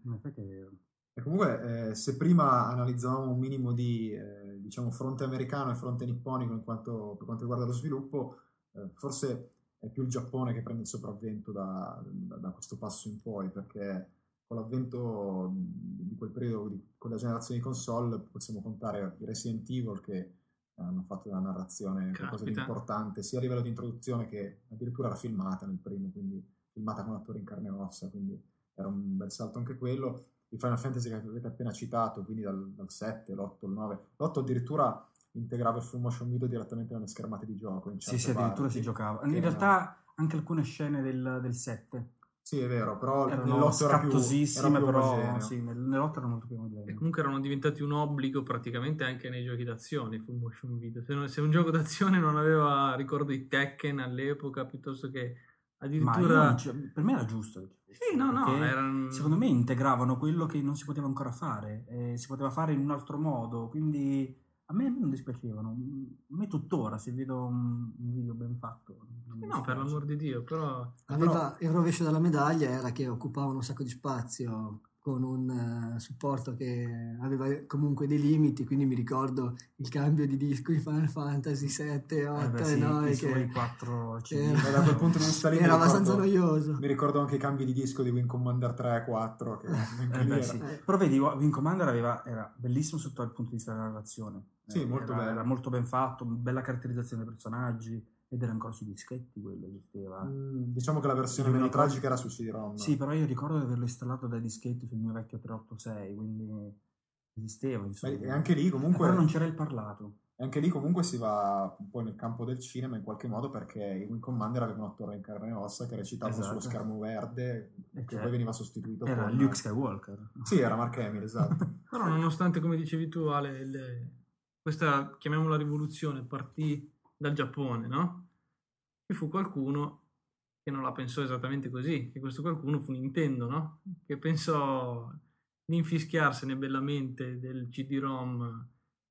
E comunque se prima analizzavamo un minimo di diciamo fronte americano e fronte nipponico per quanto riguarda lo sviluppo, forse è più il Giappone che prende il sopravvento da questo passo in poi, perché con l'avvento di quel periodo, con la generazione di console, possiamo contare i Resident Evil che hanno fatto della narrazione qualcosa di importante, sia a livello di introduzione che addirittura era filmata nel primo, quindi filmata con attori in carne e ossa, quindi era un bel salto anche quello. Il Final Fantasy che avete appena citato, quindi dal 7, l'8, il 9, l'8 addirittura integrava il full motion video direttamente nelle schermate di gioco. In sì, addirittura si giocava. In realtà anche alcune scene del 7. Sì, è vero, però erano scattosissime, però sì, nell'8 erano molto più omogenee. E comunque erano diventati un obbligo praticamente anche nei giochi d'azione, i full motion video. Se un gioco d'azione non aveva, ricordo i Tekken all'epoca, piuttosto che addirittura... per me era giusto. Sì, no, secondo me integravano quello che non si poteva ancora fare, si poteva fare in un altro modo, quindi a me non dispiacevano. A me tuttora, se vedo un video ben fatto, no, per l'amor di Dio, però il rovescio della medaglia era che occupavano un sacco di spazio con un supporto che aveva comunque dei limiti, quindi mi ricordo il cambio di disco di Final Fantasy 7, 8 e 9 che 4 da quel punto di vista lì era abbastanza noioso. Mi ricordo anche i cambi di disco di Wing Commander 3 e 4 che sì. Però vedi, Wing Commander era bellissimo sotto il punto di vista della narrazione. Sì, molto bello. Era molto ben fatto, bella caratterizzazione dei personaggi, ed era ancora sui dischetti quello, esisteva. Diciamo che la versione meno tragica era su CD-ROM. Sì, però io ricordo di averlo installato dai dischetti sul mio vecchio 386, quindi esisteva, insomma. E anche lì comunque... Però non c'era il parlato. E anche lì comunque si va un po' nel campo del cinema in qualche modo, perché i Wing Commander avevano un attore in carne e ossa che recitavano sullo schermo verde, che poi veniva sostituito era Luke Skywalker. Sì, era Mark Hamill, esatto. Però nonostante, come dicevi tu Ale, questa, chiamiamola rivoluzione, partì dal Giappone, no? Ci fu qualcuno che non la pensò esattamente così, che questo qualcuno fu Nintendo, no? Che pensò di infischiarsene bellamente del CD-ROM,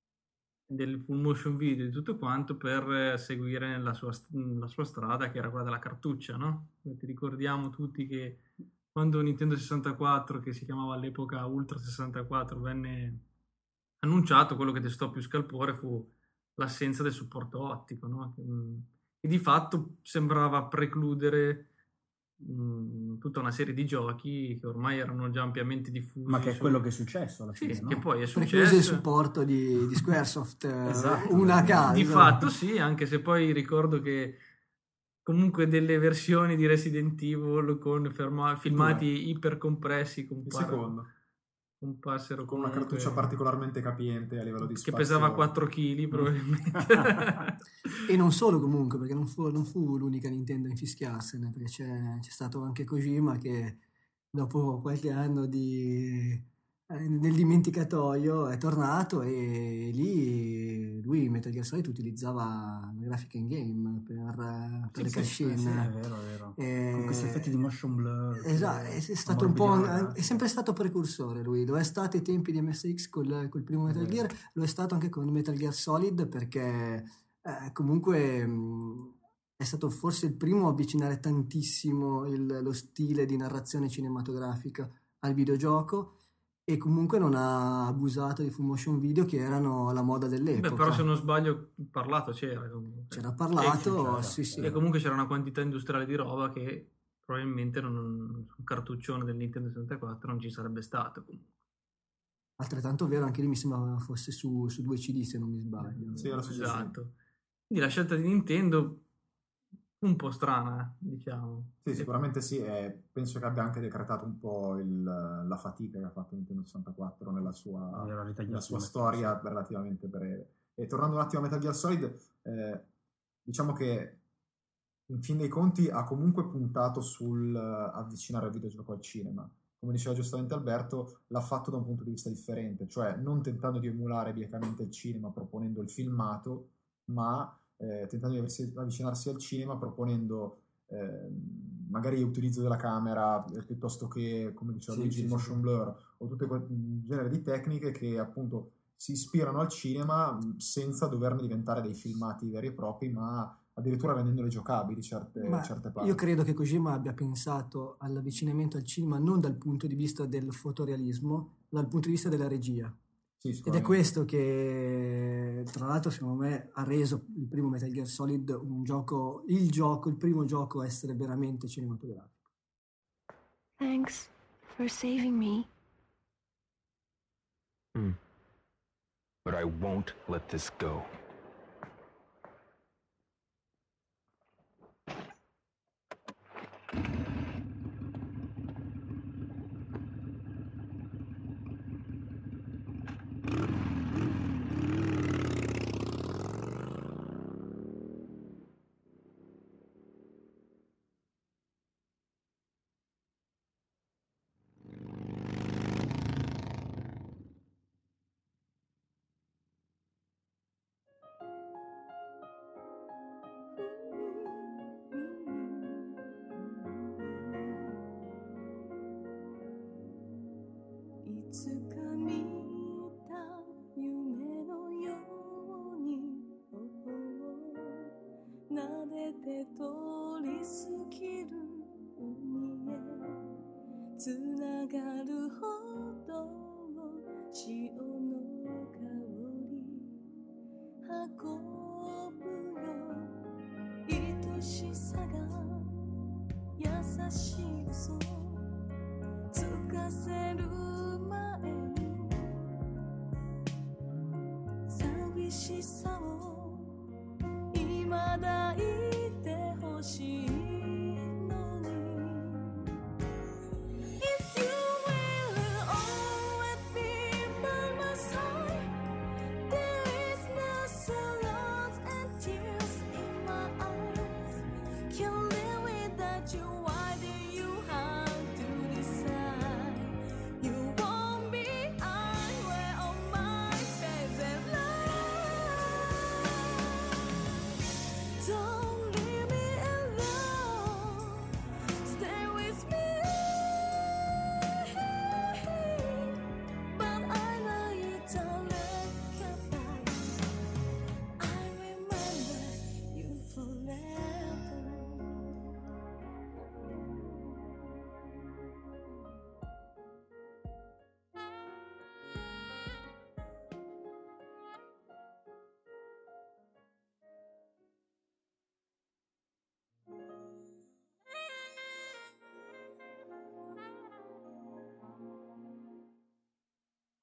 del full motion video e tutto quanto per seguire la sua strada, che era quella della cartuccia, no? Ti ricordiamo tutti che quando Nintendo 64, che si chiamava all'epoca Ultra 64, venne annunciato, quello che destò più scalpore fu l'assenza del supporto ottico, no? E di fatto sembrava precludere tutta una serie di giochi che ormai erano già ampiamente diffusi. Ma che è quello che è successo alla fine, sì, no? che poi è Precluso successo. il supporto di Squaresoft, Esatto. una casa. Di fatto sì, anche se poi ricordo che comunque delle versioni di Resident Evil con filmati ipercompressi comparsero con una cartuccia particolarmente capiente a livello di che spazio. pesava 4 kg probabilmente. E non solo comunque, perché non fu l'unica Nintendo a infischiarsene, perché c'è stato anche Kojima che dopo qualche anno nel dimenticatoio è tornato, e lì lui Metal Gear Solid utilizzava la grafica in game per le cascine. Sì, è vero. Con questi effetti di motion blur. Esatto, è stato è sempre stato precursore lui, lo è stato ai tempi di MSX col primo Metal Gear, lo è stato anche con Metal Gear Solid, perché comunque è stato forse il primo a avvicinare tantissimo lo stile di narrazione cinematografica al videogioco, e comunque non ha abusato di full motion video che erano la moda dell'epoca. Però se non sbaglio parlato c'era parlato, sì. E comunque c'era una quantità industriale di roba che probabilmente un cartuccione del Nintendo 64 non ci sarebbe stato comunque. Altrettanto vero, anche lì mi sembra fosse su 2 CD se non mi sbaglio. Sì, era su esatto. Quindi la scelta di Nintendo un po' strana, diciamo. Sì, sicuramente sì, e penso che abbia anche decretato un po' la fatica che ha fatto Nintendo 64 nella sua storia relativamente breve. E tornando un attimo a Metal Gear Solid, diciamo che in fin dei conti ha comunque puntato sul avvicinare il videogioco al cinema. Come diceva giustamente Alberto, l'ha fatto da un punto di vista differente, cioè non tentando di emulare biecamente il cinema proponendo il filmato, ma tentando di avvicinarsi al cinema proponendo magari l'utilizzo della camera piuttosto che, come diceva Luigi, il motion blur o tutte quel genere di tecniche che appunto si ispirano al cinema senza doverne diventare dei filmati veri e propri, ma addirittura rendendole giocabili certe parti. Io credo che Kojima abbia pensato all'avvicinamento al cinema non dal punto di vista del fotorealismo, ma dal punto di vista della regia. Sì, ed è questo che tra l'altro secondo me ha reso il primo Metal Gear Solid il primo gioco a essere veramente cinematografico. Thanks for saving me. But I won't let this go.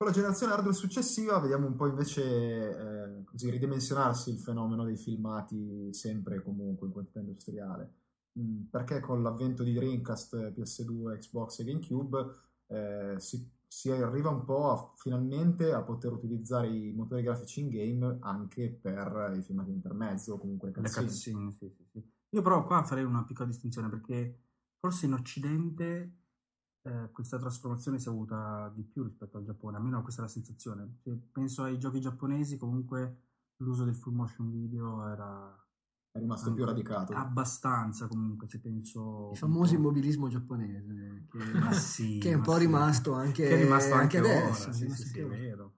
Con la generazione hardware successiva vediamo un po' invece così ridimensionarsi il fenomeno dei filmati sempre e comunque in quantità industriale. Perché con l'avvento di Dreamcast, PS2, Xbox e GameCube si arriva un po' finalmente a poter utilizzare i motori grafici in game anche per i filmati di intermezzo o comunque le cutscene. Sì. Io però qua farei una piccola distinzione, perché forse in Occidente questa trasformazione si è avuta di più rispetto al Giappone, almeno questa è la sensazione. Se penso ai giochi giapponesi, comunque l'uso del full motion video è rimasto più radicato. Abbastanza, comunque, se penso... Il famoso immobilismo giapponese, che è un po' rimasto anche adesso. Sì, è vero.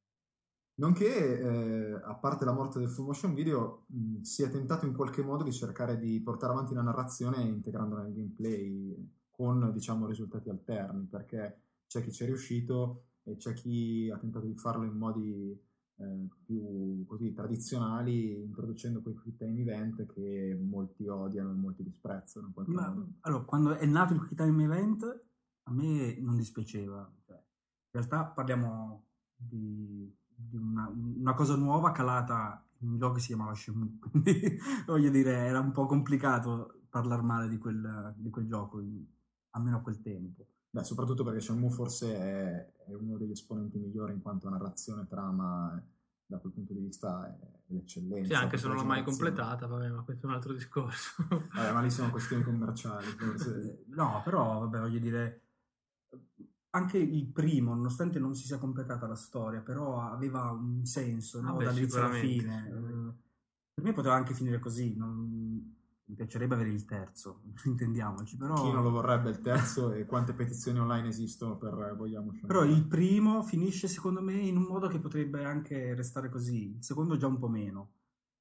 Nonché, a parte la morte del full motion video, si è tentato in qualche modo di cercare di portare avanti la narrazione integrandola nel gameplay con, diciamo, risultati alterni, perché c'è chi ci è riuscito e c'è chi ha tentato di farlo in modi più così tradizionali, introducendo quei quick time event che molti odiano e molti disprezzano in qualche modo. Allora, quando è nato il quick time event a me non dispiaceva, in realtà parliamo di una cosa nuova calata in un gioco che si chiamava Shenmue, quindi voglio dire, era un po' complicato parlare male di quel gioco, almeno a quel tempo. Beh, soprattutto perché Shenmue forse è uno degli esponenti migliori in quanto a narrazione, trama, da quel punto di vista è l'eccellenza. Sì, anche se non l'ho mai completata, vabbè, ma questo è un altro discorso. Ma lì sono questioni commerciali, forse. No, però, vabbè, voglio dire, anche il primo, nonostante non si sia completata la storia, però aveva un senso, no? Dall'inizio alla fine. Per me poteva anche finire così, mi piacerebbe avere il terzo, intendiamoci, però... Chi non lo vorrebbe il terzo e quante petizioni online esistono per vogliamo Shenmue? Però il primo finisce secondo me in un modo che potrebbe anche restare così, il secondo già un po' meno.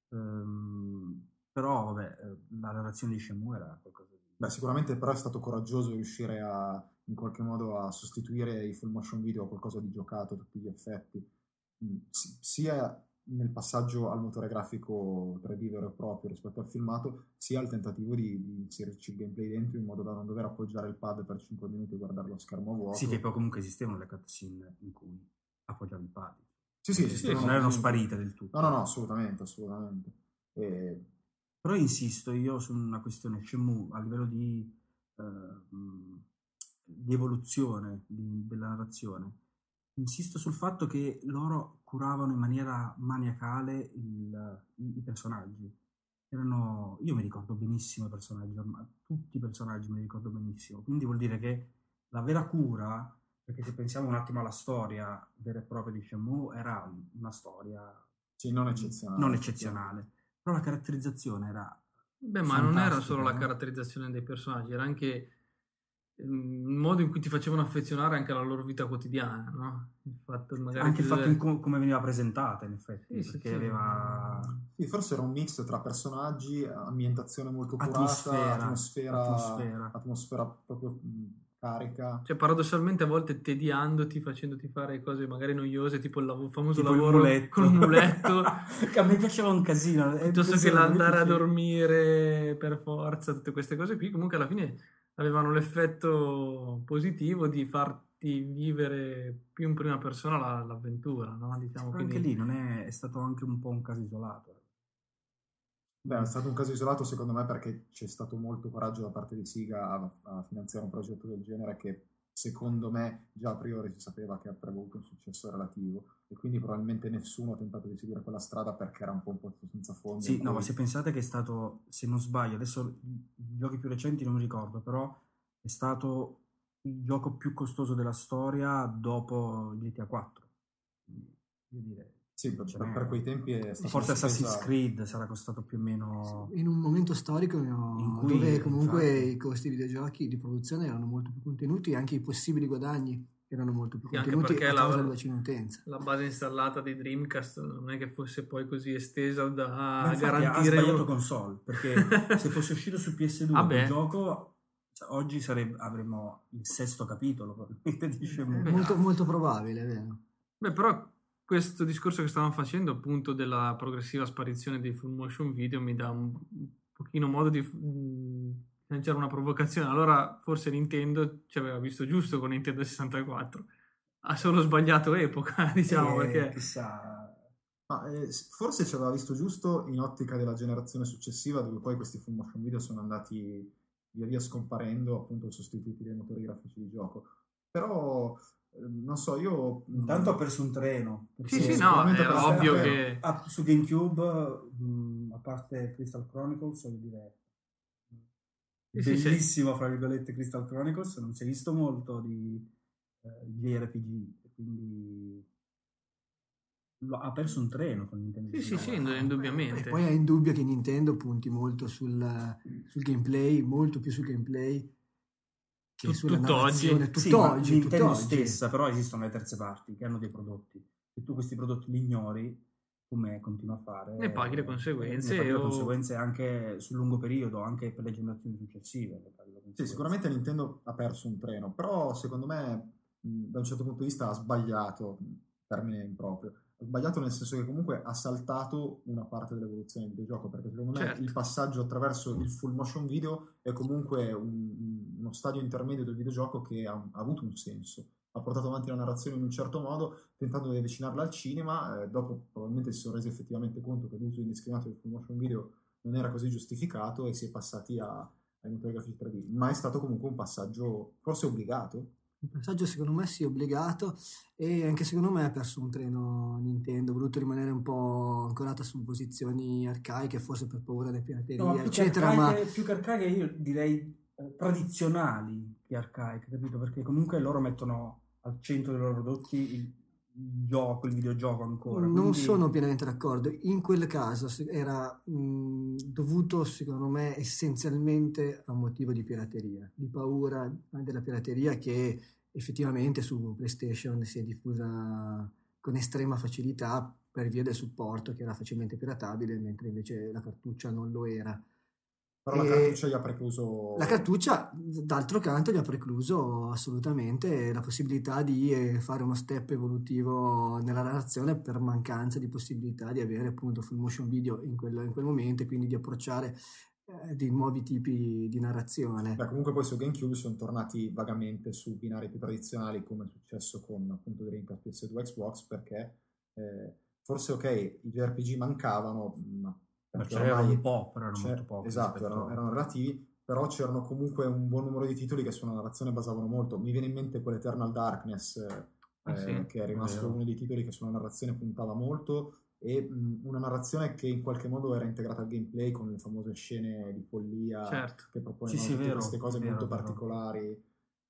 Però vabbè, la narrazione di Shenmue era qualcosa di... Beh, sicuramente però è stato coraggioso riuscire in qualche modo a sostituire i full motion video a qualcosa di giocato a tutti gli effetti, sia nel passaggio al motore grafico 3D vero e proprio rispetto al filmato, sia al tentativo di inserirci il gameplay dentro in modo da non dover appoggiare il pad per 5 minuti e guardare lo schermo vuoto. Sì, che poi comunque esistevano le cutscene in cui appoggiavi il pad. Sì, esistevano, non erano sparite del tutto. No, assolutamente. Però insisto io su una questione Shenmue a livello di evoluzione della narrazione. Insisto sul fatto che loro curavano in maniera maniacale i personaggi. Io mi ricordo benissimo i personaggi, ormai tutti i personaggi me li ricordo benissimo. Quindi vuol dire che la vera cura, perché se pensiamo un attimo alla storia vera e propria di Shenmue, era una storia non eccezionale. Però la caratterizzazione era... Beh, ma non era solo la caratterizzazione dei personaggi, era anche il modo in cui ti facevano affezionare anche alla loro vita quotidiana, no? Il fatto magari anche il fatto in come veniva presentata, in effetti, perché aveva... Sì, forse era un mix tra personaggi, ambientazione molto curata, atmosfera proprio carica. Cioè, paradossalmente a volte tediandoti, facendoti fare cose magari noiose, tipo il famoso tipo lavoro col muletto. Che a me piaceva un casino. Piuttosto che l'andare a dormire per forza, tutte queste cose qui, comunque alla fine avevano l'effetto positivo di farti vivere più in prima persona l'avventura, no? Diciamo, anche lì non è stato anche un po' un caso isolato. Beh, è stato un caso isolato secondo me perché c'è stato molto coraggio da parte di Sega a finanziare un progetto del genere che secondo me già a priori si sapeva che avrebbe avuto un successo relativo e quindi probabilmente nessuno ha tentato di seguire quella strada perché era un po' senza fondi. Sì, no, ma se pensate che è stato, se non sbaglio, adesso i giochi più recenti non mi ricordo, però è stato il gioco più costoso della storia dopo GTA 4. Io direi. Sì, per quei tempi è stato forse Assassin's Creed sarà costato più o meno in un momento storico dove comunque i costi videogiochi di produzione erano molto più contenuti e anche i possibili guadagni erano molto più contenuti a causa della bacino utenza. La base installata di Dreamcast non è che fosse poi così estesa da garantire... Ha sbagliato console, perché se fosse uscito su PS2 il gioco, oggi avremmo il 6º capitolo probabilmente di Shenmue. Molto probabile, è vero. Beh, però questo discorso che stavamo facendo appunto della progressiva sparizione dei full motion video mi dà un pochino modo di lanciare una provocazione. Allora forse Nintendo ci aveva visto giusto con Nintendo 64 ha solo sbagliato epoca, diciamo, perché... Chissà... Ma forse ci aveva visto giusto in ottica della generazione successiva, dove poi questi full motion video sono andati via via scomparendo, appunto sostituiti dai motori grafici di gioco. Però non so, io intanto ho perso un treno. Sì, no, era ovvio che su GameCube, a parte Crystal Chronicles, voglio dire, bellissimo fra virgolette Crystal Chronicles, non si è visto molto di JRPG, quindi ha perso un treno con Nintendo. Sì, indubbiamente. E poi è indubbio che Nintendo punti molto sul gameplay, molto più sul gameplay che sulla narrazione. Tutt'oggi. Nintendo stessa, però esistono le terze parti che hanno dei prodotti. Se tu questi prodotti li ignori, come continua a fare, ne paghi le conseguenze. Ne paghi le conseguenze anche sul lungo periodo, anche per le generazioni successive. Sì, sicuramente Nintendo ha perso un treno, però secondo me da un certo punto di vista ha sbagliato, termine improprio. Ha sbagliato nel senso che comunque ha saltato una parte dell'evoluzione del videogioco, perché secondo me il passaggio attraverso il full motion video è comunque uno stadio intermedio del videogioco che ha avuto un senso. Ha portato avanti la narrazione in un certo modo, tentando di avvicinarla al cinema, dopo probabilmente si sono resi effettivamente conto che l'uso indiscriminato del full motion video non era così giustificato e si è passati ai motori grafici 3D, ma è stato comunque un passaggio forse obbligato. Un passaggio secondo me sì, obbligato, e anche secondo me ha perso un treno Nintendo, ha voluto rimanere un po' ancorata su posizioni arcaiche, forse per paura delle piraterie, eccetera. Più che arcaiche io direi tradizionali che arcaiche, capito? Perché comunque loro mettono al centro dei loro prodotti il videogioco ancora. Non sono pienamente d'accordo. In quel caso era dovuto, secondo me, essenzialmente a un motivo di pirateria, di paura della pirateria che effettivamente su PlayStation si è diffusa con estrema facilità per via del supporto che era facilmente piratabile, mentre invece la cartuccia non lo era. Però la cartuccia gli ha precluso... La cartuccia, d'altro canto, gli ha precluso assolutamente la possibilità di fare uno step evolutivo nella narrazione per mancanza di possibilità di avere appunto full motion video in quel momento, e quindi di approcciare dei nuovi tipi di narrazione. Beh, comunque poi su GameCube sono tornati vagamente su binari più tradizionali, come è successo con appunto Dreamcast, PS2, Xbox, perché forse ok, i JRPG mancavano, ma c'erano un po', però erano molto pochi. Esatto, erano relativi, però c'erano comunque un buon numero di titoli che sulla narrazione basavano molto. Mi viene in mente quell'Eternal Darkness, che è rimasto uno dei titoli che sulla narrazione puntava molto, e una narrazione che in qualche modo era integrata al gameplay con le famose scene di follia che proponevano queste cose molto particolari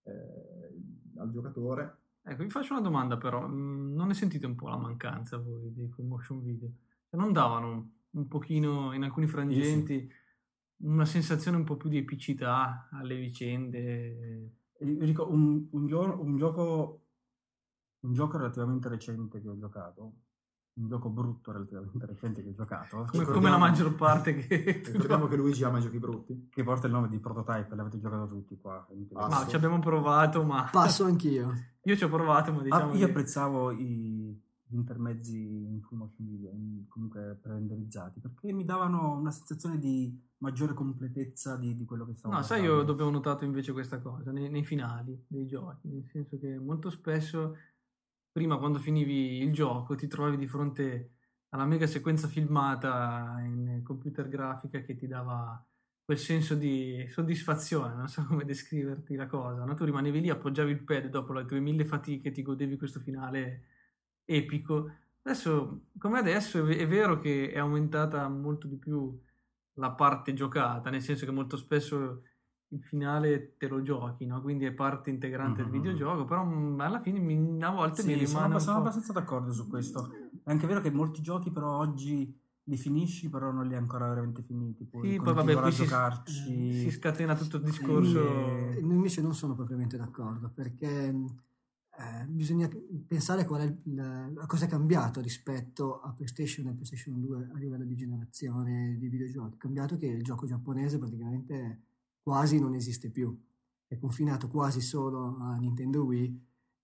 al giocatore. Ecco, vi faccio una domanda però, non ne sentite un po' la mancanza voi dei full motion video? Non davano un pochino in alcuni frangenti una sensazione un po' più di epicità alle vicende? Un gioco relativamente recente che ho giocato, un gioco brutto relativamente recente che ho giocato, come la maggior parte che ricordiamo che Luigi ama giochi brutti, che porta il nome di Prototype, l'avete giocato tutti qua. No, ci abbiamo provato, ma passo anch'io. Io ci ho provato, ma diciamo io apprezzavo gli intermezzi in full motion video, comunque pre-renderizzati, perché mi davano una sensazione di maggiore completezza di quello che stavo facendo. Sai, io dove ho notato invece questa cosa? Nei finali dei giochi, nel senso che molto spesso prima, quando finivi il gioco, ti trovavi di fronte alla mega sequenza filmata in computer grafica che ti dava quel senso di soddisfazione, non so come descriverti la cosa, no? Tu rimanevi lì, appoggiavi il pad dopo le tue 1000 fatiche, ti godevi questo finale epico. Adesso, come adesso, è vero che è aumentata molto di più la parte giocata, nel senso che molto spesso il finale te lo giochi, no? Quindi è parte integrante del videogioco, però alla fine a volte mi rimane sono abbastanza d'accordo su questo. È anche vero che molti giochi però oggi li finisci, però non li hai ancora veramente finiti. Poi vabbè, qui si scatena tutto il discorso. Invece non sono propriamente d'accordo, perché bisogna pensare qual è la cosa è cambiato rispetto a PlayStation e PlayStation 2 a livello di generazione di videogiochi. È cambiato che il gioco giapponese praticamente quasi non esiste più, è confinato quasi solo a Nintendo Wii,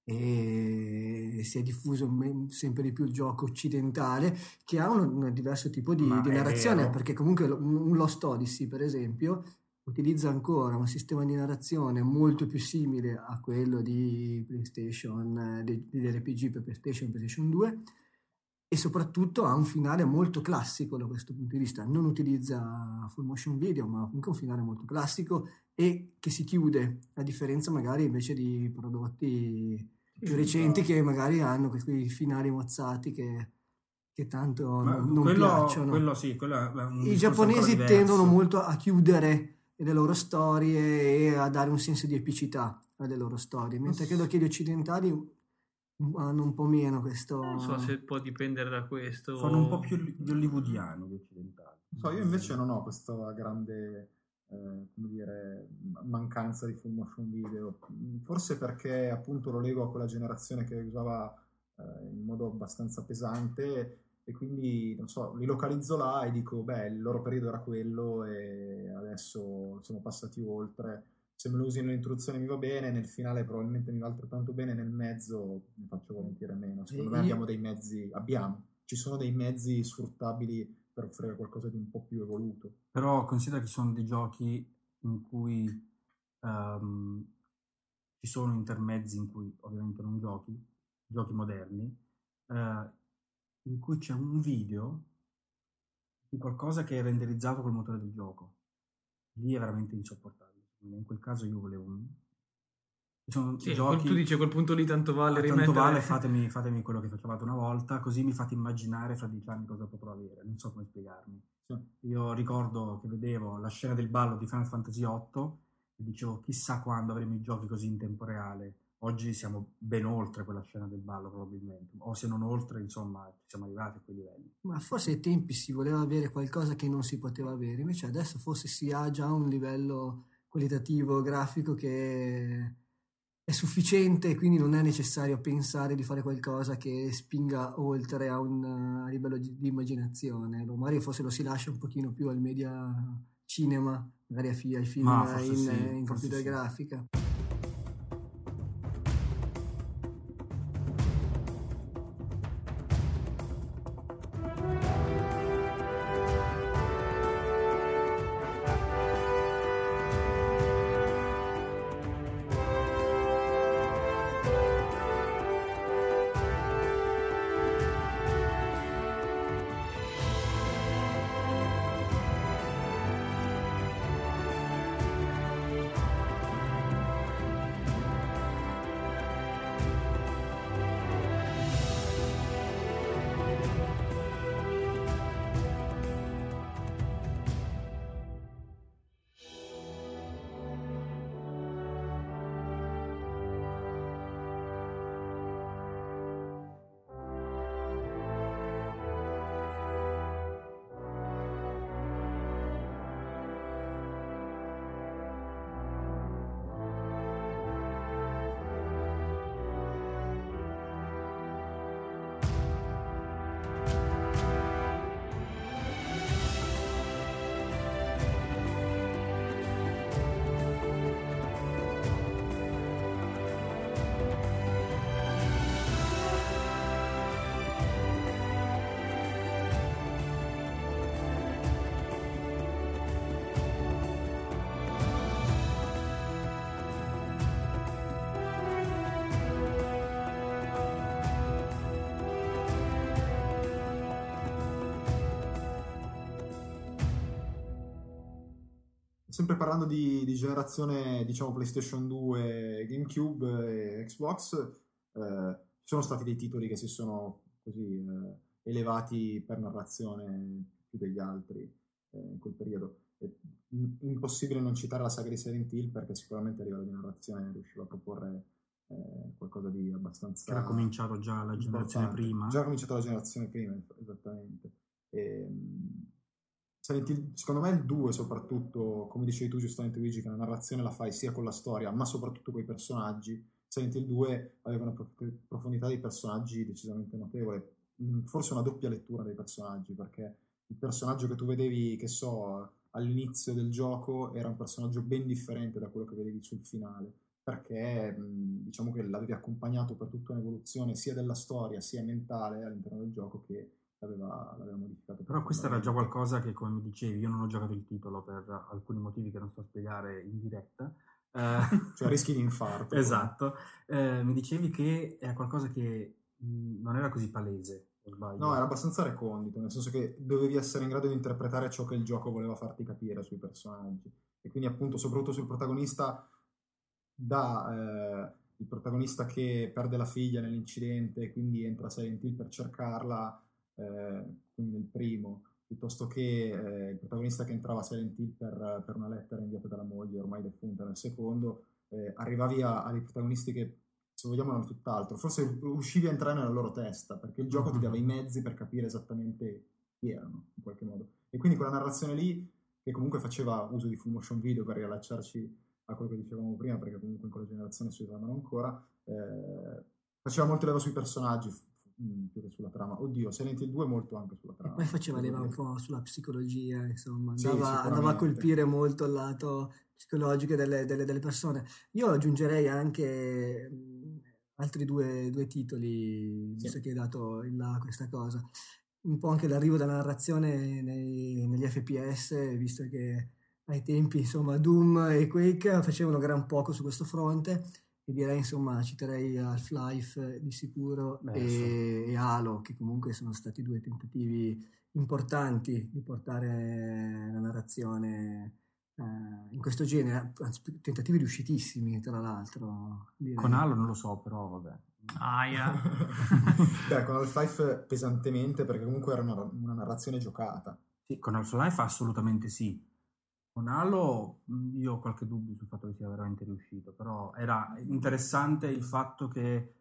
e si è diffuso sempre di più il gioco occidentale, che ha un diverso tipo di narrazione, perché comunque un Lost Odyssey, per esempio, utilizza ancora un sistema di narrazione molto più simile a quello di PlayStation, degli RPG per PlayStation 2, e soprattutto ha un finale molto classico da questo punto di vista. Non utilizza full motion video, ma comunque un finale molto classico e che si chiude, a differenza magari invece di prodotti più recenti che magari hanno questi finali mozzati che tanto non piacciono. Quello sì, quello è un I giapponesi tendono molto a chiudere le loro storie e a dare un senso di epicità alle loro storie, mentre credo che gli occidentali hanno un po' meno questo. Non so se può dipendere da questo. Sono un po' più gli hollywoodiani gli occidentali. Io invece non ho questa grande mancanza di full motion video, forse perché appunto lo lego a quella generazione che usava in modo abbastanza pesante, e quindi non so, li localizzo là e dico il loro periodo era quello e adesso siamo passati oltre. Se me lo usi nell'introduzione mi va bene, nel finale probabilmente mi va altrettanto bene, nel mezzo ne faccio volentieri meno. Secondo me ci sono dei mezzi sfruttabili per offrire qualcosa di un po' più evoluto. Però considera che ci sono dei giochi in cui ci sono intermezzi in cui ovviamente non giochi moderni, in cui c'è un video di qualcosa che è renderizzato col motore del gioco. Lì è veramente insopportabile. In quel caso io volevo sono giochi, tu dici a quel punto lì tanto vale rimettere. Tanto vale, fatemi quello che facevate una volta, così mi fate immaginare fra 10 anni cosa potrò avere. Non so come spiegarmi. Io ricordo che vedevo la scena del ballo di Final Fantasy VIII e dicevo chissà quando avremo i giochi così in tempo reale. Oggi siamo ben oltre quella scena del ballo probabilmente, o se non oltre, insomma, ci siamo arrivati a quei livelli. Ma forse ai tempi si voleva avere qualcosa che non si poteva avere, invece adesso forse si ha già un livello qualitativo, grafico che è sufficiente e quindi non è necessario pensare di fare qualcosa che spinga oltre a un livello di immaginazione. Magari forse lo si lascia un pochino più al media cinema, magari ai film in computer grafica. Sempre parlando di generazione, diciamo, PlayStation 2, GameCube e Xbox, ci sono stati dei titoli che si sono così elevati per narrazione più degli altri in quel periodo. È impossibile non citare la saga di Silent Hill, perché sicuramente a livello di narrazione riusciva a proporre qualcosa di abbastanza... Che era cominciato già la generazione prima. Già cominciato la generazione prima, esattamente. Silent Hill, secondo me il 2 soprattutto, come dicevi tu giustamente Luigi, che la narrazione la fai sia con la storia ma soprattutto con i personaggi. Silent Hill 2 aveva una profondità dei personaggi decisamente notevole, forse una doppia lettura dei personaggi, perché il personaggio che tu vedevi, che so, all'inizio del gioco era un personaggio ben differente da quello che vedevi sul finale, perché diciamo che l'avevi accompagnato per tutta un'evoluzione sia della storia sia mentale all'interno del gioco, che l'aveva modificato. Però questo era già qualcosa che, come mi dicevi, io non ho giocato il titolo per alcuni motivi che non sto a spiegare in diretta. Cioè rischi di infarto. Esatto. Mi dicevi che è qualcosa che non era così palese, o sbaglio? No, era abbastanza recondito, nel senso che dovevi essere in grado di interpretare ciò che il gioco voleva farti capire sui personaggi. E quindi appunto, soprattutto sul protagonista, il protagonista che perde la figlia nell'incidente, quindi entra Silent Hill per cercarla, quindi nel primo, piuttosto che il protagonista che entrava a Silent Hill per una lettera inviata dalla moglie ormai defunta nel secondo. Arrivavi a dei protagonisti che, se vogliamo, erano tutt'altro. Forse riuscivi a entrare nella loro testa, perché il gioco ti dava i mezzi per capire esattamente chi erano, in qualche modo. E quindi quella narrazione lì, che comunque faceva uso di full motion video per riallacciarci a quello che dicevamo prima, perché comunque in quella generazione si usavano ancora, faceva molto leva sui personaggi più che sulla trama. Oddio, Silent Hill 2 molto anche sulla trama. E poi faceva leva un po' sulla psicologia, insomma, Sì, andava a colpire molto il lato psicologico delle persone. Io aggiungerei anche altri due titoli, visto che hai dato in là questa cosa. Un po' anche l'arrivo della narrazione negli FPS, visto che ai tempi, insomma, Doom e Quake facevano gran poco su questo fronte, e direi, insomma, citerei Half-Life di sicuro e Halo, che comunque sono stati due tentativi importanti di portare la narrazione in questo genere, anzi, tentativi riuscitissimi, tra l'altro. Direi. Con Halo non lo so, però vabbè. Beh, con Half-Life pesantemente, perché comunque era una narrazione giocata. Sì, con Half-Life assolutamente sì. Con Halo io ho qualche dubbio sul fatto che sia veramente riuscito, però era interessante il fatto che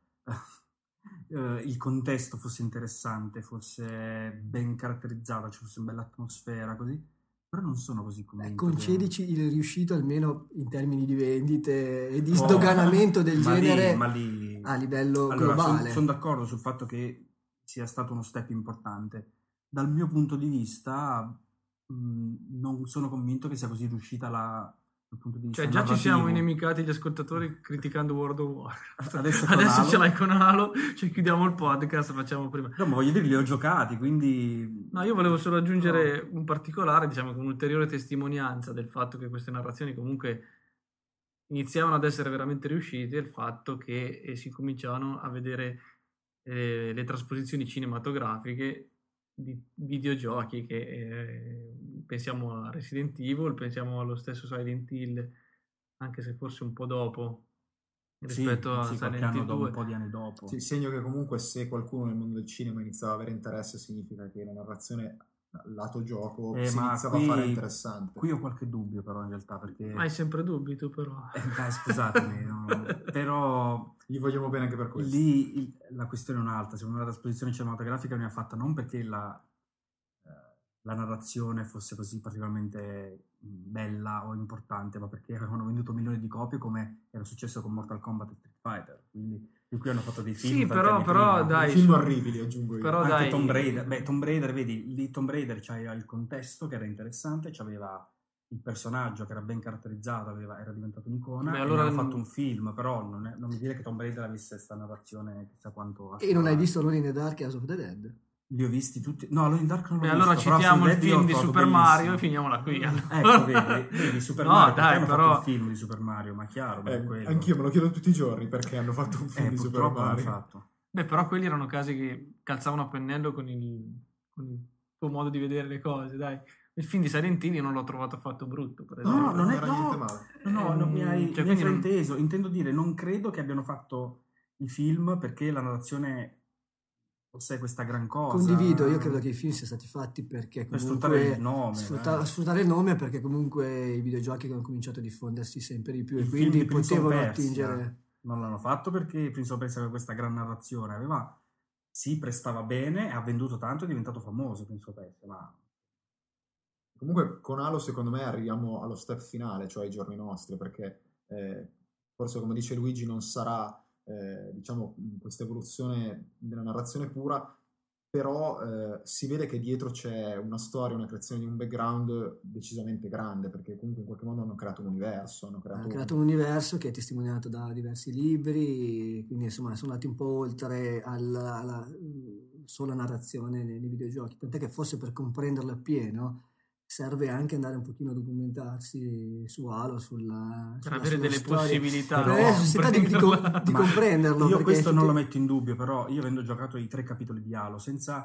il contesto fosse interessante, fosse ben caratterizzato, ci fosse una bella atmosfera, così. Però non sono così convinto. Concedici il riuscito almeno in termini di vendite e di sdoganamento del genere a livello globale. Sono d'accordo sul fatto che sia stato uno step importante. Dal mio punto di vista non sono convinto che sia così riuscita dal punto di vista già narrativo. Ci siamo inimicati gli ascoltatori criticando World of Warcraft. Adesso ce l'hai con Halo, chiudiamo il podcast, facciamo prima. No, ma voglio dire, li ho giocati, quindi... No, io volevo solo aggiungere un particolare, diciamo, con un'ulteriore testimonianza del fatto che queste narrazioni comunque iniziavano ad essere veramente riuscite, il fatto che si cominciavano a vedere le trasposizioni cinematografiche di videogiochi, che pensiamo a Resident Evil, pensiamo allo stesso Silent Hill, anche se forse un po' dopo rispetto a Silent Hill 2. Un po' di anni dopo. Sì, segno che comunque se qualcuno nel mondo del cinema iniziava ad avere interesse, significa che la narrazione lato gioco si iniziava a fare interessante. Qui ho qualche dubbio però in realtà, perché... Hai sempre dubbi tu però. Scusatemi, no, però... Gli vogliamo bene anche per questo. Lì la questione è un'altra, secondo me la trasposizione cinematografica veniva fatta non perché la narrazione fosse così particolarmente bella o importante, ma perché avevano venduto milioni di copie, come era successo con Mortal Kombat e Street Fighter, quindi in cui hanno fatto dei film. Sì, però dai, film orribili, aggiungo io. Però anche dai, Tomb Raider, Tomb Raider, vedi, lì Tomb Raider c'aveva il contesto che era interessante, c'aveva il personaggio che era ben caratterizzato, era diventato un'icona. Allora hanno fatto un film, però non mi dire che Tomb Raider avesse questa narrazione chissà quanto. E non hai visto Alone in the Dark e House of the Dead? Li ho visti tutti. No, Alone in the Dark non l'ho visto. Allora citiamo il film di Super Mario e finiamola qui. Ecco, vedi Super Mario, hanno fatto il film di Super Mario, ma chiaro, anch'io me lo chiedo tutti i giorni perché hanno fatto un film di Super Mario. Fatto. Beh, però quelli erano casi che calzavano a pennello con il tuo modo di vedere le cose, dai. Il film di Silent Hill io non l'ho trovato affatto brutto, per esempio. No, non era niente male. No, non mi hai frainteso. Intendo dire, non credo che abbiano fatto i film perché la narrazione fosse questa gran cosa. Condivido, io credo che i film siano stati fatti perché per comunque sfruttare il nome. Sfruttare il nome, perché comunque i videogiochi hanno cominciato a diffondersi sempre di più e quindi potevano attingere. Non l'hanno fatto perché Prince of Persia aveva questa gran narrazione, si prestava bene, ha venduto tanto, è diventato famoso Prince of Persia, ma... Comunque con Halo secondo me arriviamo allo step finale, cioè ai giorni nostri, perché forse, come dice Luigi, non sarà diciamo questa evoluzione della narrazione pura, però si vede che dietro c'è una storia, una creazione di un background decisamente grande, perché comunque in qualche modo hanno creato un universo. Hanno creato un universo che è testimoniato da diversi libri, quindi insomma sono andati un po' oltre sola narrazione nei videogiochi, tant'è che forse per comprenderlo appieno serve anche andare un pochino a documentarsi su Halo, per avere delle storia, possibilità, per avere possibilità di comprenderlo. Io questo non lo metto in dubbio, però io avendo giocato i 3 capitoli di Halo senza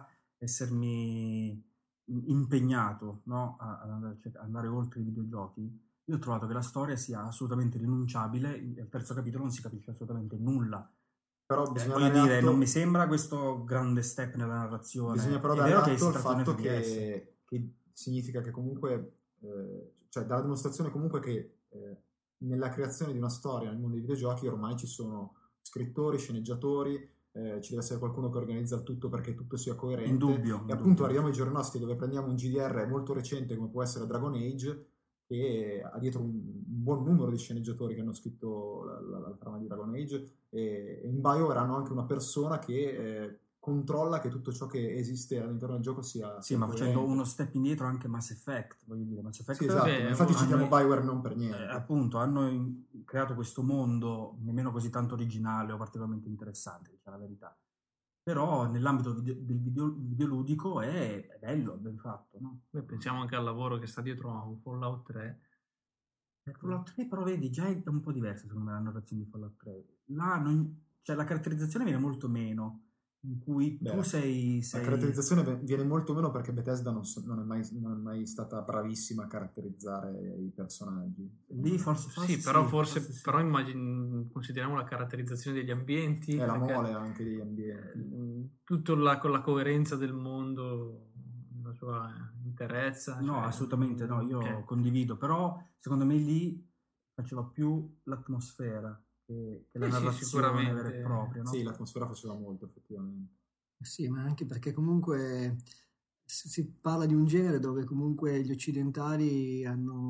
essermi impegnato, no, ad andare oltre i videogiochi, io ho trovato che la storia sia assolutamente rinunciabile. Al terzo capitolo non si capisce assolutamente nulla. Però bisogna voglio dire, non mi sembra questo grande step nella narrazione. Bisogna però dare atto al fatto che significa che comunque, cioè dalla dimostrazione comunque che nella creazione di una storia nel mondo dei videogiochi ormai ci sono scrittori, sceneggiatori, ci deve essere qualcuno che organizza il tutto perché tutto sia coerente. Indubbio. Appunto arriviamo ai giorni nostri dove prendiamo un GDR molto recente come può essere Dragon Age, che ha dietro un buon numero di sceneggiatori che hanno scritto la trama di Dragon Age, e in BioWare hanno anche una persona che controlla che tutto ciò che esiste all'interno del gioco sia ma facendo uno step indietro anche Mass Effect, voglio dire, Mass Effect, sì, esatto, infatti citiamo BioWare non per niente. Appunto, hanno creato questo mondo nemmeno così tanto originale o particolarmente interessante, diciamo la verità. Però nell'ambito del videoludico è bello, è ben fatto, no? Beh, pensiamo anche al lavoro che sta dietro a un Fallout 3. Fallout 3 però vedi, già è un po' diversa secondo me la narrazione di Fallout 3. Là cioè la caratterizzazione viene molto meno, in cui tu sei... La caratterizzazione viene molto meno perché Bethesda non è mai stata bravissima a caratterizzare i personaggi. Lì forse sì, però consideriamo la caratterizzazione degli ambienti. E la mole anche degli ambienti. Tutto con la coerenza del mondo, la sua interezza. No, assolutamente no, io condivido, però secondo me lì faceva più l'atmosfera che la narrazione vera e propria, no? Sì, l'atmosfera faceva molto effettivamente. Sì, ma anche perché comunque si parla di un genere dove comunque gli occidentali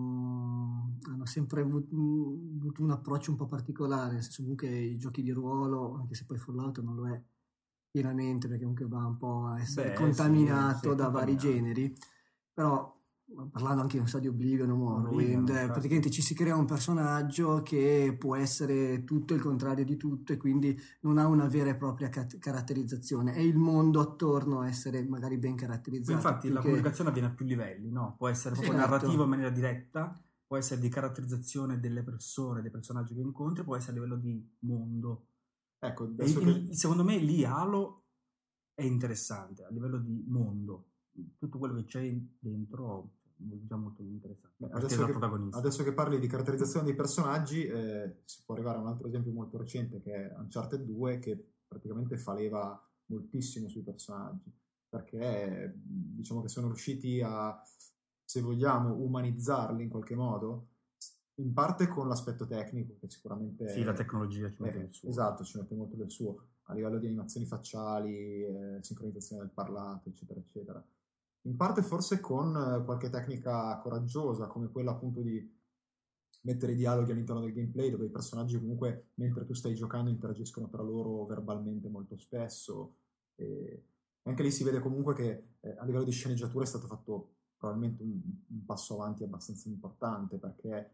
hanno sempre avuto un approccio un po' particolare, nel senso comunque i giochi di ruolo, anche se poi Fallout non lo è pienamente perché comunque va un po' a essere contaminato da vari generi, però parlando anche di Oblivion o Morrowind, praticamente ci si crea un personaggio che può essere tutto il contrario di tutto e quindi non ha una vera e propria caratterizzazione, è il mondo attorno a essere magari ben caratterizzato. Infatti la comunicazione avviene a più livelli, no? Può essere proprio narrativo in maniera diretta, può essere di caratterizzazione delle persone, dei personaggi che incontri, può essere a livello di mondo. Ecco, secondo me lì Halo è interessante a livello di mondo, tutto quello che c'è dentro è già molto interessante. Adesso che parli di caratterizzazione dei personaggi, si può arrivare a un altro esempio molto recente che è Uncharted 2, che praticamente faleva moltissimo sui personaggi, perché diciamo che sono riusciti a, se vogliamo, umanizzarli in qualche modo, in parte con l'aspetto tecnico che sicuramente la tecnologia ci mette del suo. Esatto, ci mette molto del suo a livello di animazioni facciali, sincronizzazione del parlato, eccetera eccetera. In parte forse con qualche tecnica coraggiosa come quella appunto di mettere i dialoghi all'interno del gameplay, dove i personaggi comunque mentre tu stai giocando interagiscono tra loro verbalmente molto spesso, e anche lì si vede comunque che a livello di sceneggiatura è stato fatto probabilmente un passo avanti abbastanza importante, perché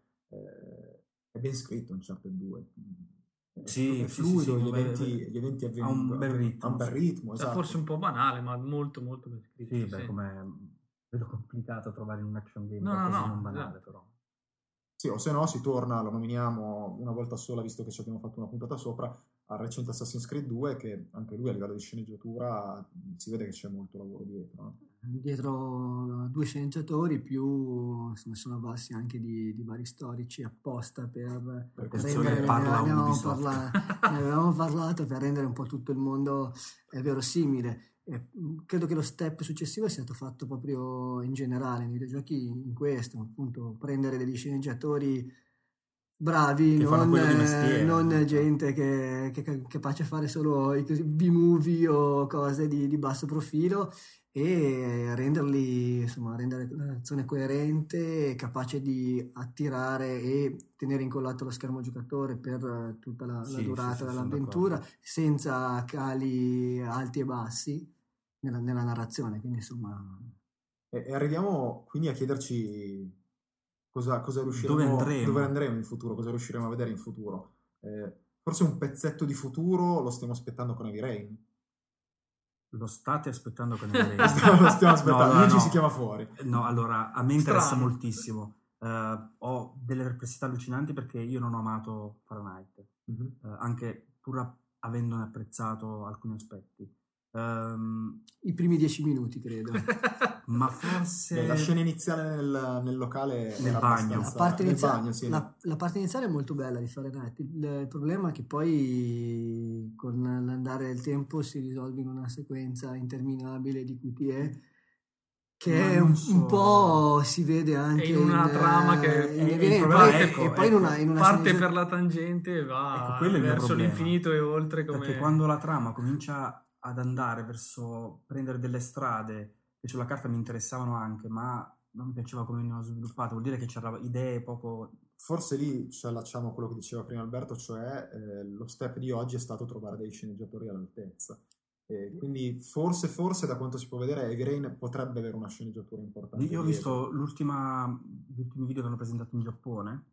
è ben scritto Uncharted 2, è fluido, gli eventi avvengono ha un bel ritmo, esatto. Forse un po' banale, ma molto molto ben scritto. Come vedo complicato trovare in un action game non banale, però sì, o se no si torna, lo nominiamo una volta sola visto che ci abbiamo fatto una puntata sopra, al recente Assassin's Creed 2, che anche lui a livello di sceneggiatura si vede che c'è molto lavoro dietro, no? Dietro 2 sceneggiatori più sono avvalsi anche di vari storici apposta per rendere, ne avevamo parlato, per rendere un po' tutto il mondo verosimile. Credo che lo step successivo sia stato fatto proprio in generale nei videogiochi in questo, appunto prendere degli sceneggiatori bravi, non gente che è capace a fare solo i B-movie o cose di basso profilo, e rendere la narrazione coerente, capace di attirare e tenere incollato lo schermo giocatore per tutta la durata dell'avventura, senza cali alti e bassi nella narrazione. Quindi insomma, e arriviamo quindi a chiederci cosa riusciremo, dove andremo in futuro, cosa riusciremo a vedere in futuro. Forse un pezzetto di futuro lo stiamo aspettando con Heavy Rain. Lo state aspettando con Lo stiamo aspettando, Luigi si chiama fuori. No, allora, a me interessa moltissimo. Ho delle perplessità allucinanti perché io non ho amato Fahrenheit, anche pur avendone apprezzato alcuni aspetti. I primi 10 minuti, credo. Ma forse... la scena iniziale nel locale... Nel bagno. La parte iniziale è molto bella di Fahrenheit. Il problema è che poi con l'andare del tempo si risolve in una sequenza interminabile di QTE che un po' si vede anche in una trama che e poi in una parte per la tangente e va verso l'infinito e oltre, perché quando la trama comincia ad andare verso prendere delle strade che sulla carta mi interessavano anche, ma non mi piaceva come venivano sviluppate, vuol dire che c'erano idee poco... Forse lì ci allacciamo a quello che diceva prima Alberto, cioè lo step di oggi è stato trovare dei sceneggiatori all'altezza. Quindi forse da quanto si può vedere Heavy Rain potrebbe avere una sceneggiatura importante. Io ho visto gli ultimi video che hanno presentato in Giappone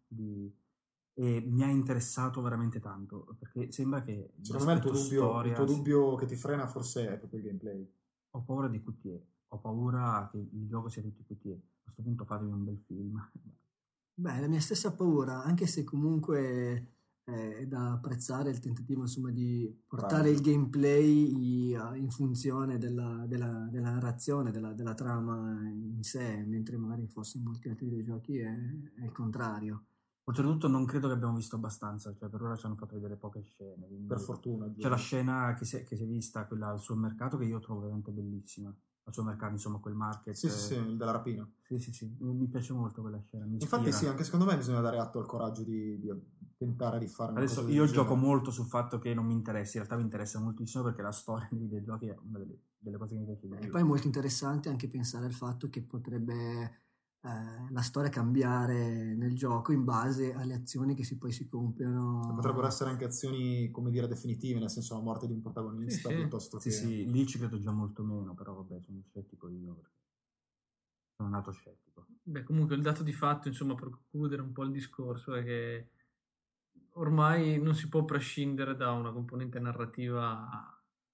e mi ha interessato veramente tanto, perché sembra che secondo me il tuo dubbio che ti frena forse è proprio il gameplay. Ho paura di QTE, ho paura che il gioco sia tutto QTE. A questo punto fatevi un bel film. Beh, la mia stessa paura, anche se comunque è da apprezzare il tentativo, insomma, di portare il gameplay in funzione della narrazione, della trama in sé, mentre magari forse in molti altri videogiochi è il contrario. Oltretutto non credo che abbiamo visto abbastanza, cioè per ora ci hanno fatto vedere poche scene. Per fortuna. C'è la scena che si è vista, quella al supermercato, che io trovo veramente bellissima. Al supermercato, insomma, quel market. Sì, il della rapina. Sì, mi piace molto quella scena. Infatti sì, anche secondo me bisogna dare atto al coraggio di tentare di fare una cosa. Adesso io gioco molto sul fatto che non mi interessi, in realtà mi interessa moltissimo perché la storia dei videogiochi è una delle cose che mi piace di più. E poi è molto interessante anche pensare al fatto che potrebbe la storia cambiare nel gioco in base alle azioni che poi si compiono. Potrebbero essere anche azioni, come dire, definitive, nel senso la morte di un protagonista piuttosto che... Sì, lì ci credo già molto meno, però vabbè, sono scettico io perché sono nato scettico. Beh, comunque il dato di fatto, insomma, per concludere un po' il discorso, è che ormai non si può prescindere da una componente narrativa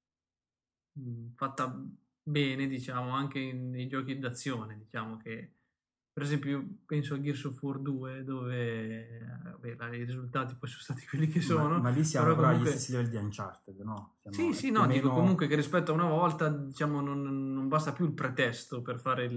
fatta bene, diciamo, anche nei giochi d'azione, diciamo che per esempio io penso a Gears of War 2 dove i risultati poi sono stati quelli che sono, ma lì siamo però agli stessi livelli di Uncharted, no? No, dico comunque che rispetto a una volta, diciamo, non basta più il pretesto per fare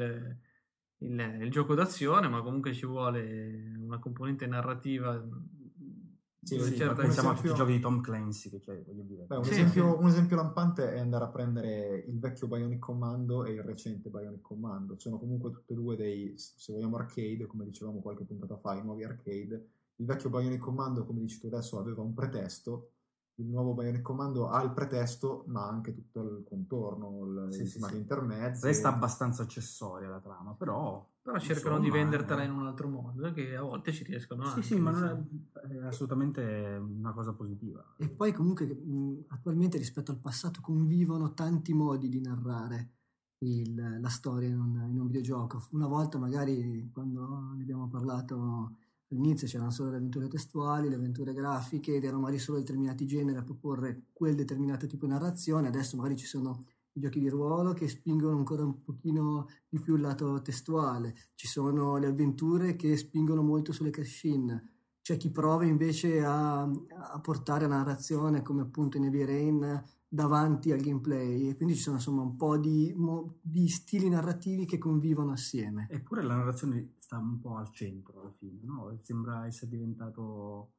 il gioco d'azione, ma comunque ci vuole una componente narrativa. Pensiamo a tutti i giochi di Tom Clancy che c'è, voglio dire. Un esempio lampante è andare a prendere il vecchio Bionic Commando e il recente Bionic Commando. Sono comunque tutte e due dei, se vogliamo, arcade, come dicevamo qualche puntata fa, i nuovi arcade. Il vecchio Bionic Commando, come dici tu adesso, aveva un pretesto. Il nuovo Bionic Commando ha il pretesto, ma anche tutto il contorno, i intermezzi. Resta abbastanza accessoria la trama, però cercano di vendertela in un altro modo, che a volte ci riescono anche. Sì, ma non è assolutamente una cosa positiva. E poi comunque attualmente rispetto al passato convivono tanti modi di narrare la storia in un videogioco. Una volta magari, quando ne abbiamo parlato all'inizio, c'erano solo le avventure testuali, le avventure grafiche, ed erano magari solo determinati generi a proporre quel determinato tipo di narrazione. Adesso magari ci sono i giochi di ruolo che spingono ancora un pochino di più il lato testuale, ci sono le avventure che spingono molto sulle cutscene, c'è chi prova invece a portare la narrazione, come appunto in Heavy Rain, davanti al gameplay, e quindi ci sono insomma un po' di stili narrativi che convivono assieme. Eppure la narrazione sta un po' al centro alla fine, no? Sembra essere diventato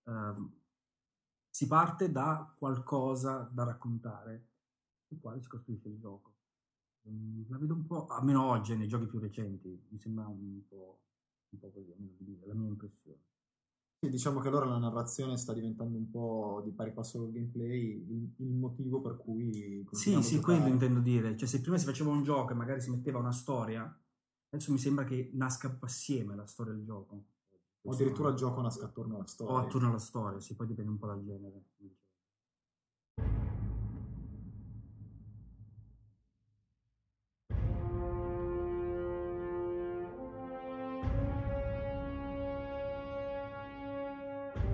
si parte da qualcosa da raccontare, sul quale si costruisce il gioco. La vedo un po', almeno oggi nei giochi più recenti, mi sembra un po' così, la mia impressione. Sì, diciamo che allora la narrazione sta diventando un po' di pari passo col gameplay, il motivo per cui sì, quello intendo dire. Cioè, se prima si faceva un gioco e magari si metteva una storia, adesso mi sembra che nasca assieme la storia del gioco. O addirittura il gioco nasca attorno alla storia. O attorno alla storia, sì, poi dipende un po' dal genere.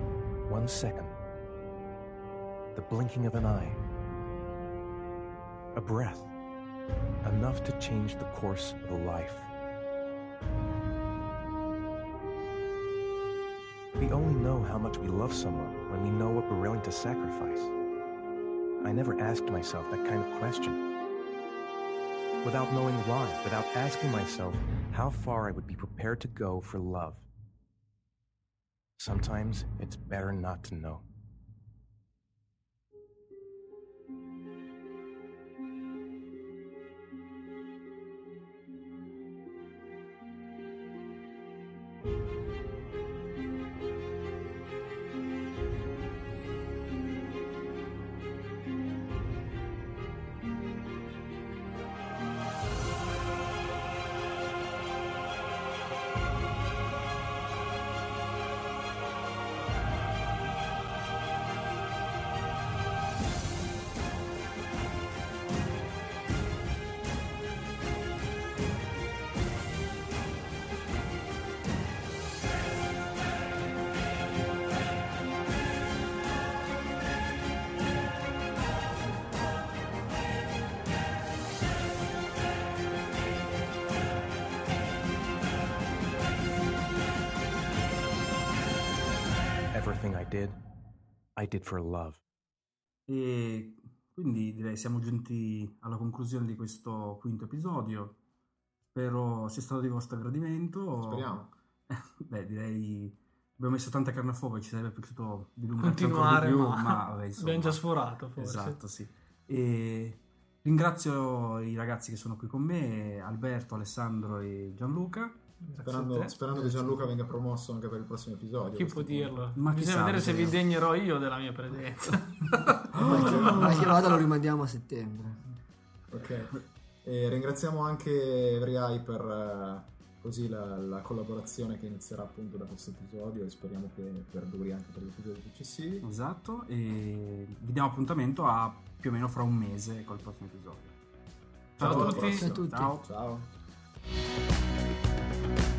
One second. The blinking of an eye. a breath, enough to change the course of a life. We only know how much we love someone when we know what we're willing to sacrifice. I never asked myself that kind of question. Without knowing why, without asking myself how far I would be prepared to go for love. Sometimes it's better not to know. Everything I did for love. E quindi direi siamo giunti alla conclusione di questo quinto episodio. Spero sia stato di vostro gradimento. Speriamo. Beh, direi abbiamo messo tanta carne a fuoco e ci sarebbe piaciuto dilungarci continuare, ancora di più, ma vabbè, insomma, abbiamo già sforato forse. Esatto, sì. E ringrazio i ragazzi che sono qui con me, Alberto, Alessandro e Gianluca. Sperando che Gianluca venga promosso anche per il prossimo episodio. Chi può dirlo? Ma bisogna vedere se vi degnerò io della mia presenza. Ma che vada lo rimandiamo a settembre. Ok. E ringraziamo anche Every per così la collaborazione che inizierà appunto da questo episodio e speriamo che perduri anche per gli episodi successivi. Esatto, e vi diamo appuntamento a più o meno fra un mese col prossimo episodio. Ciao a tutti. Ciao. Ciao.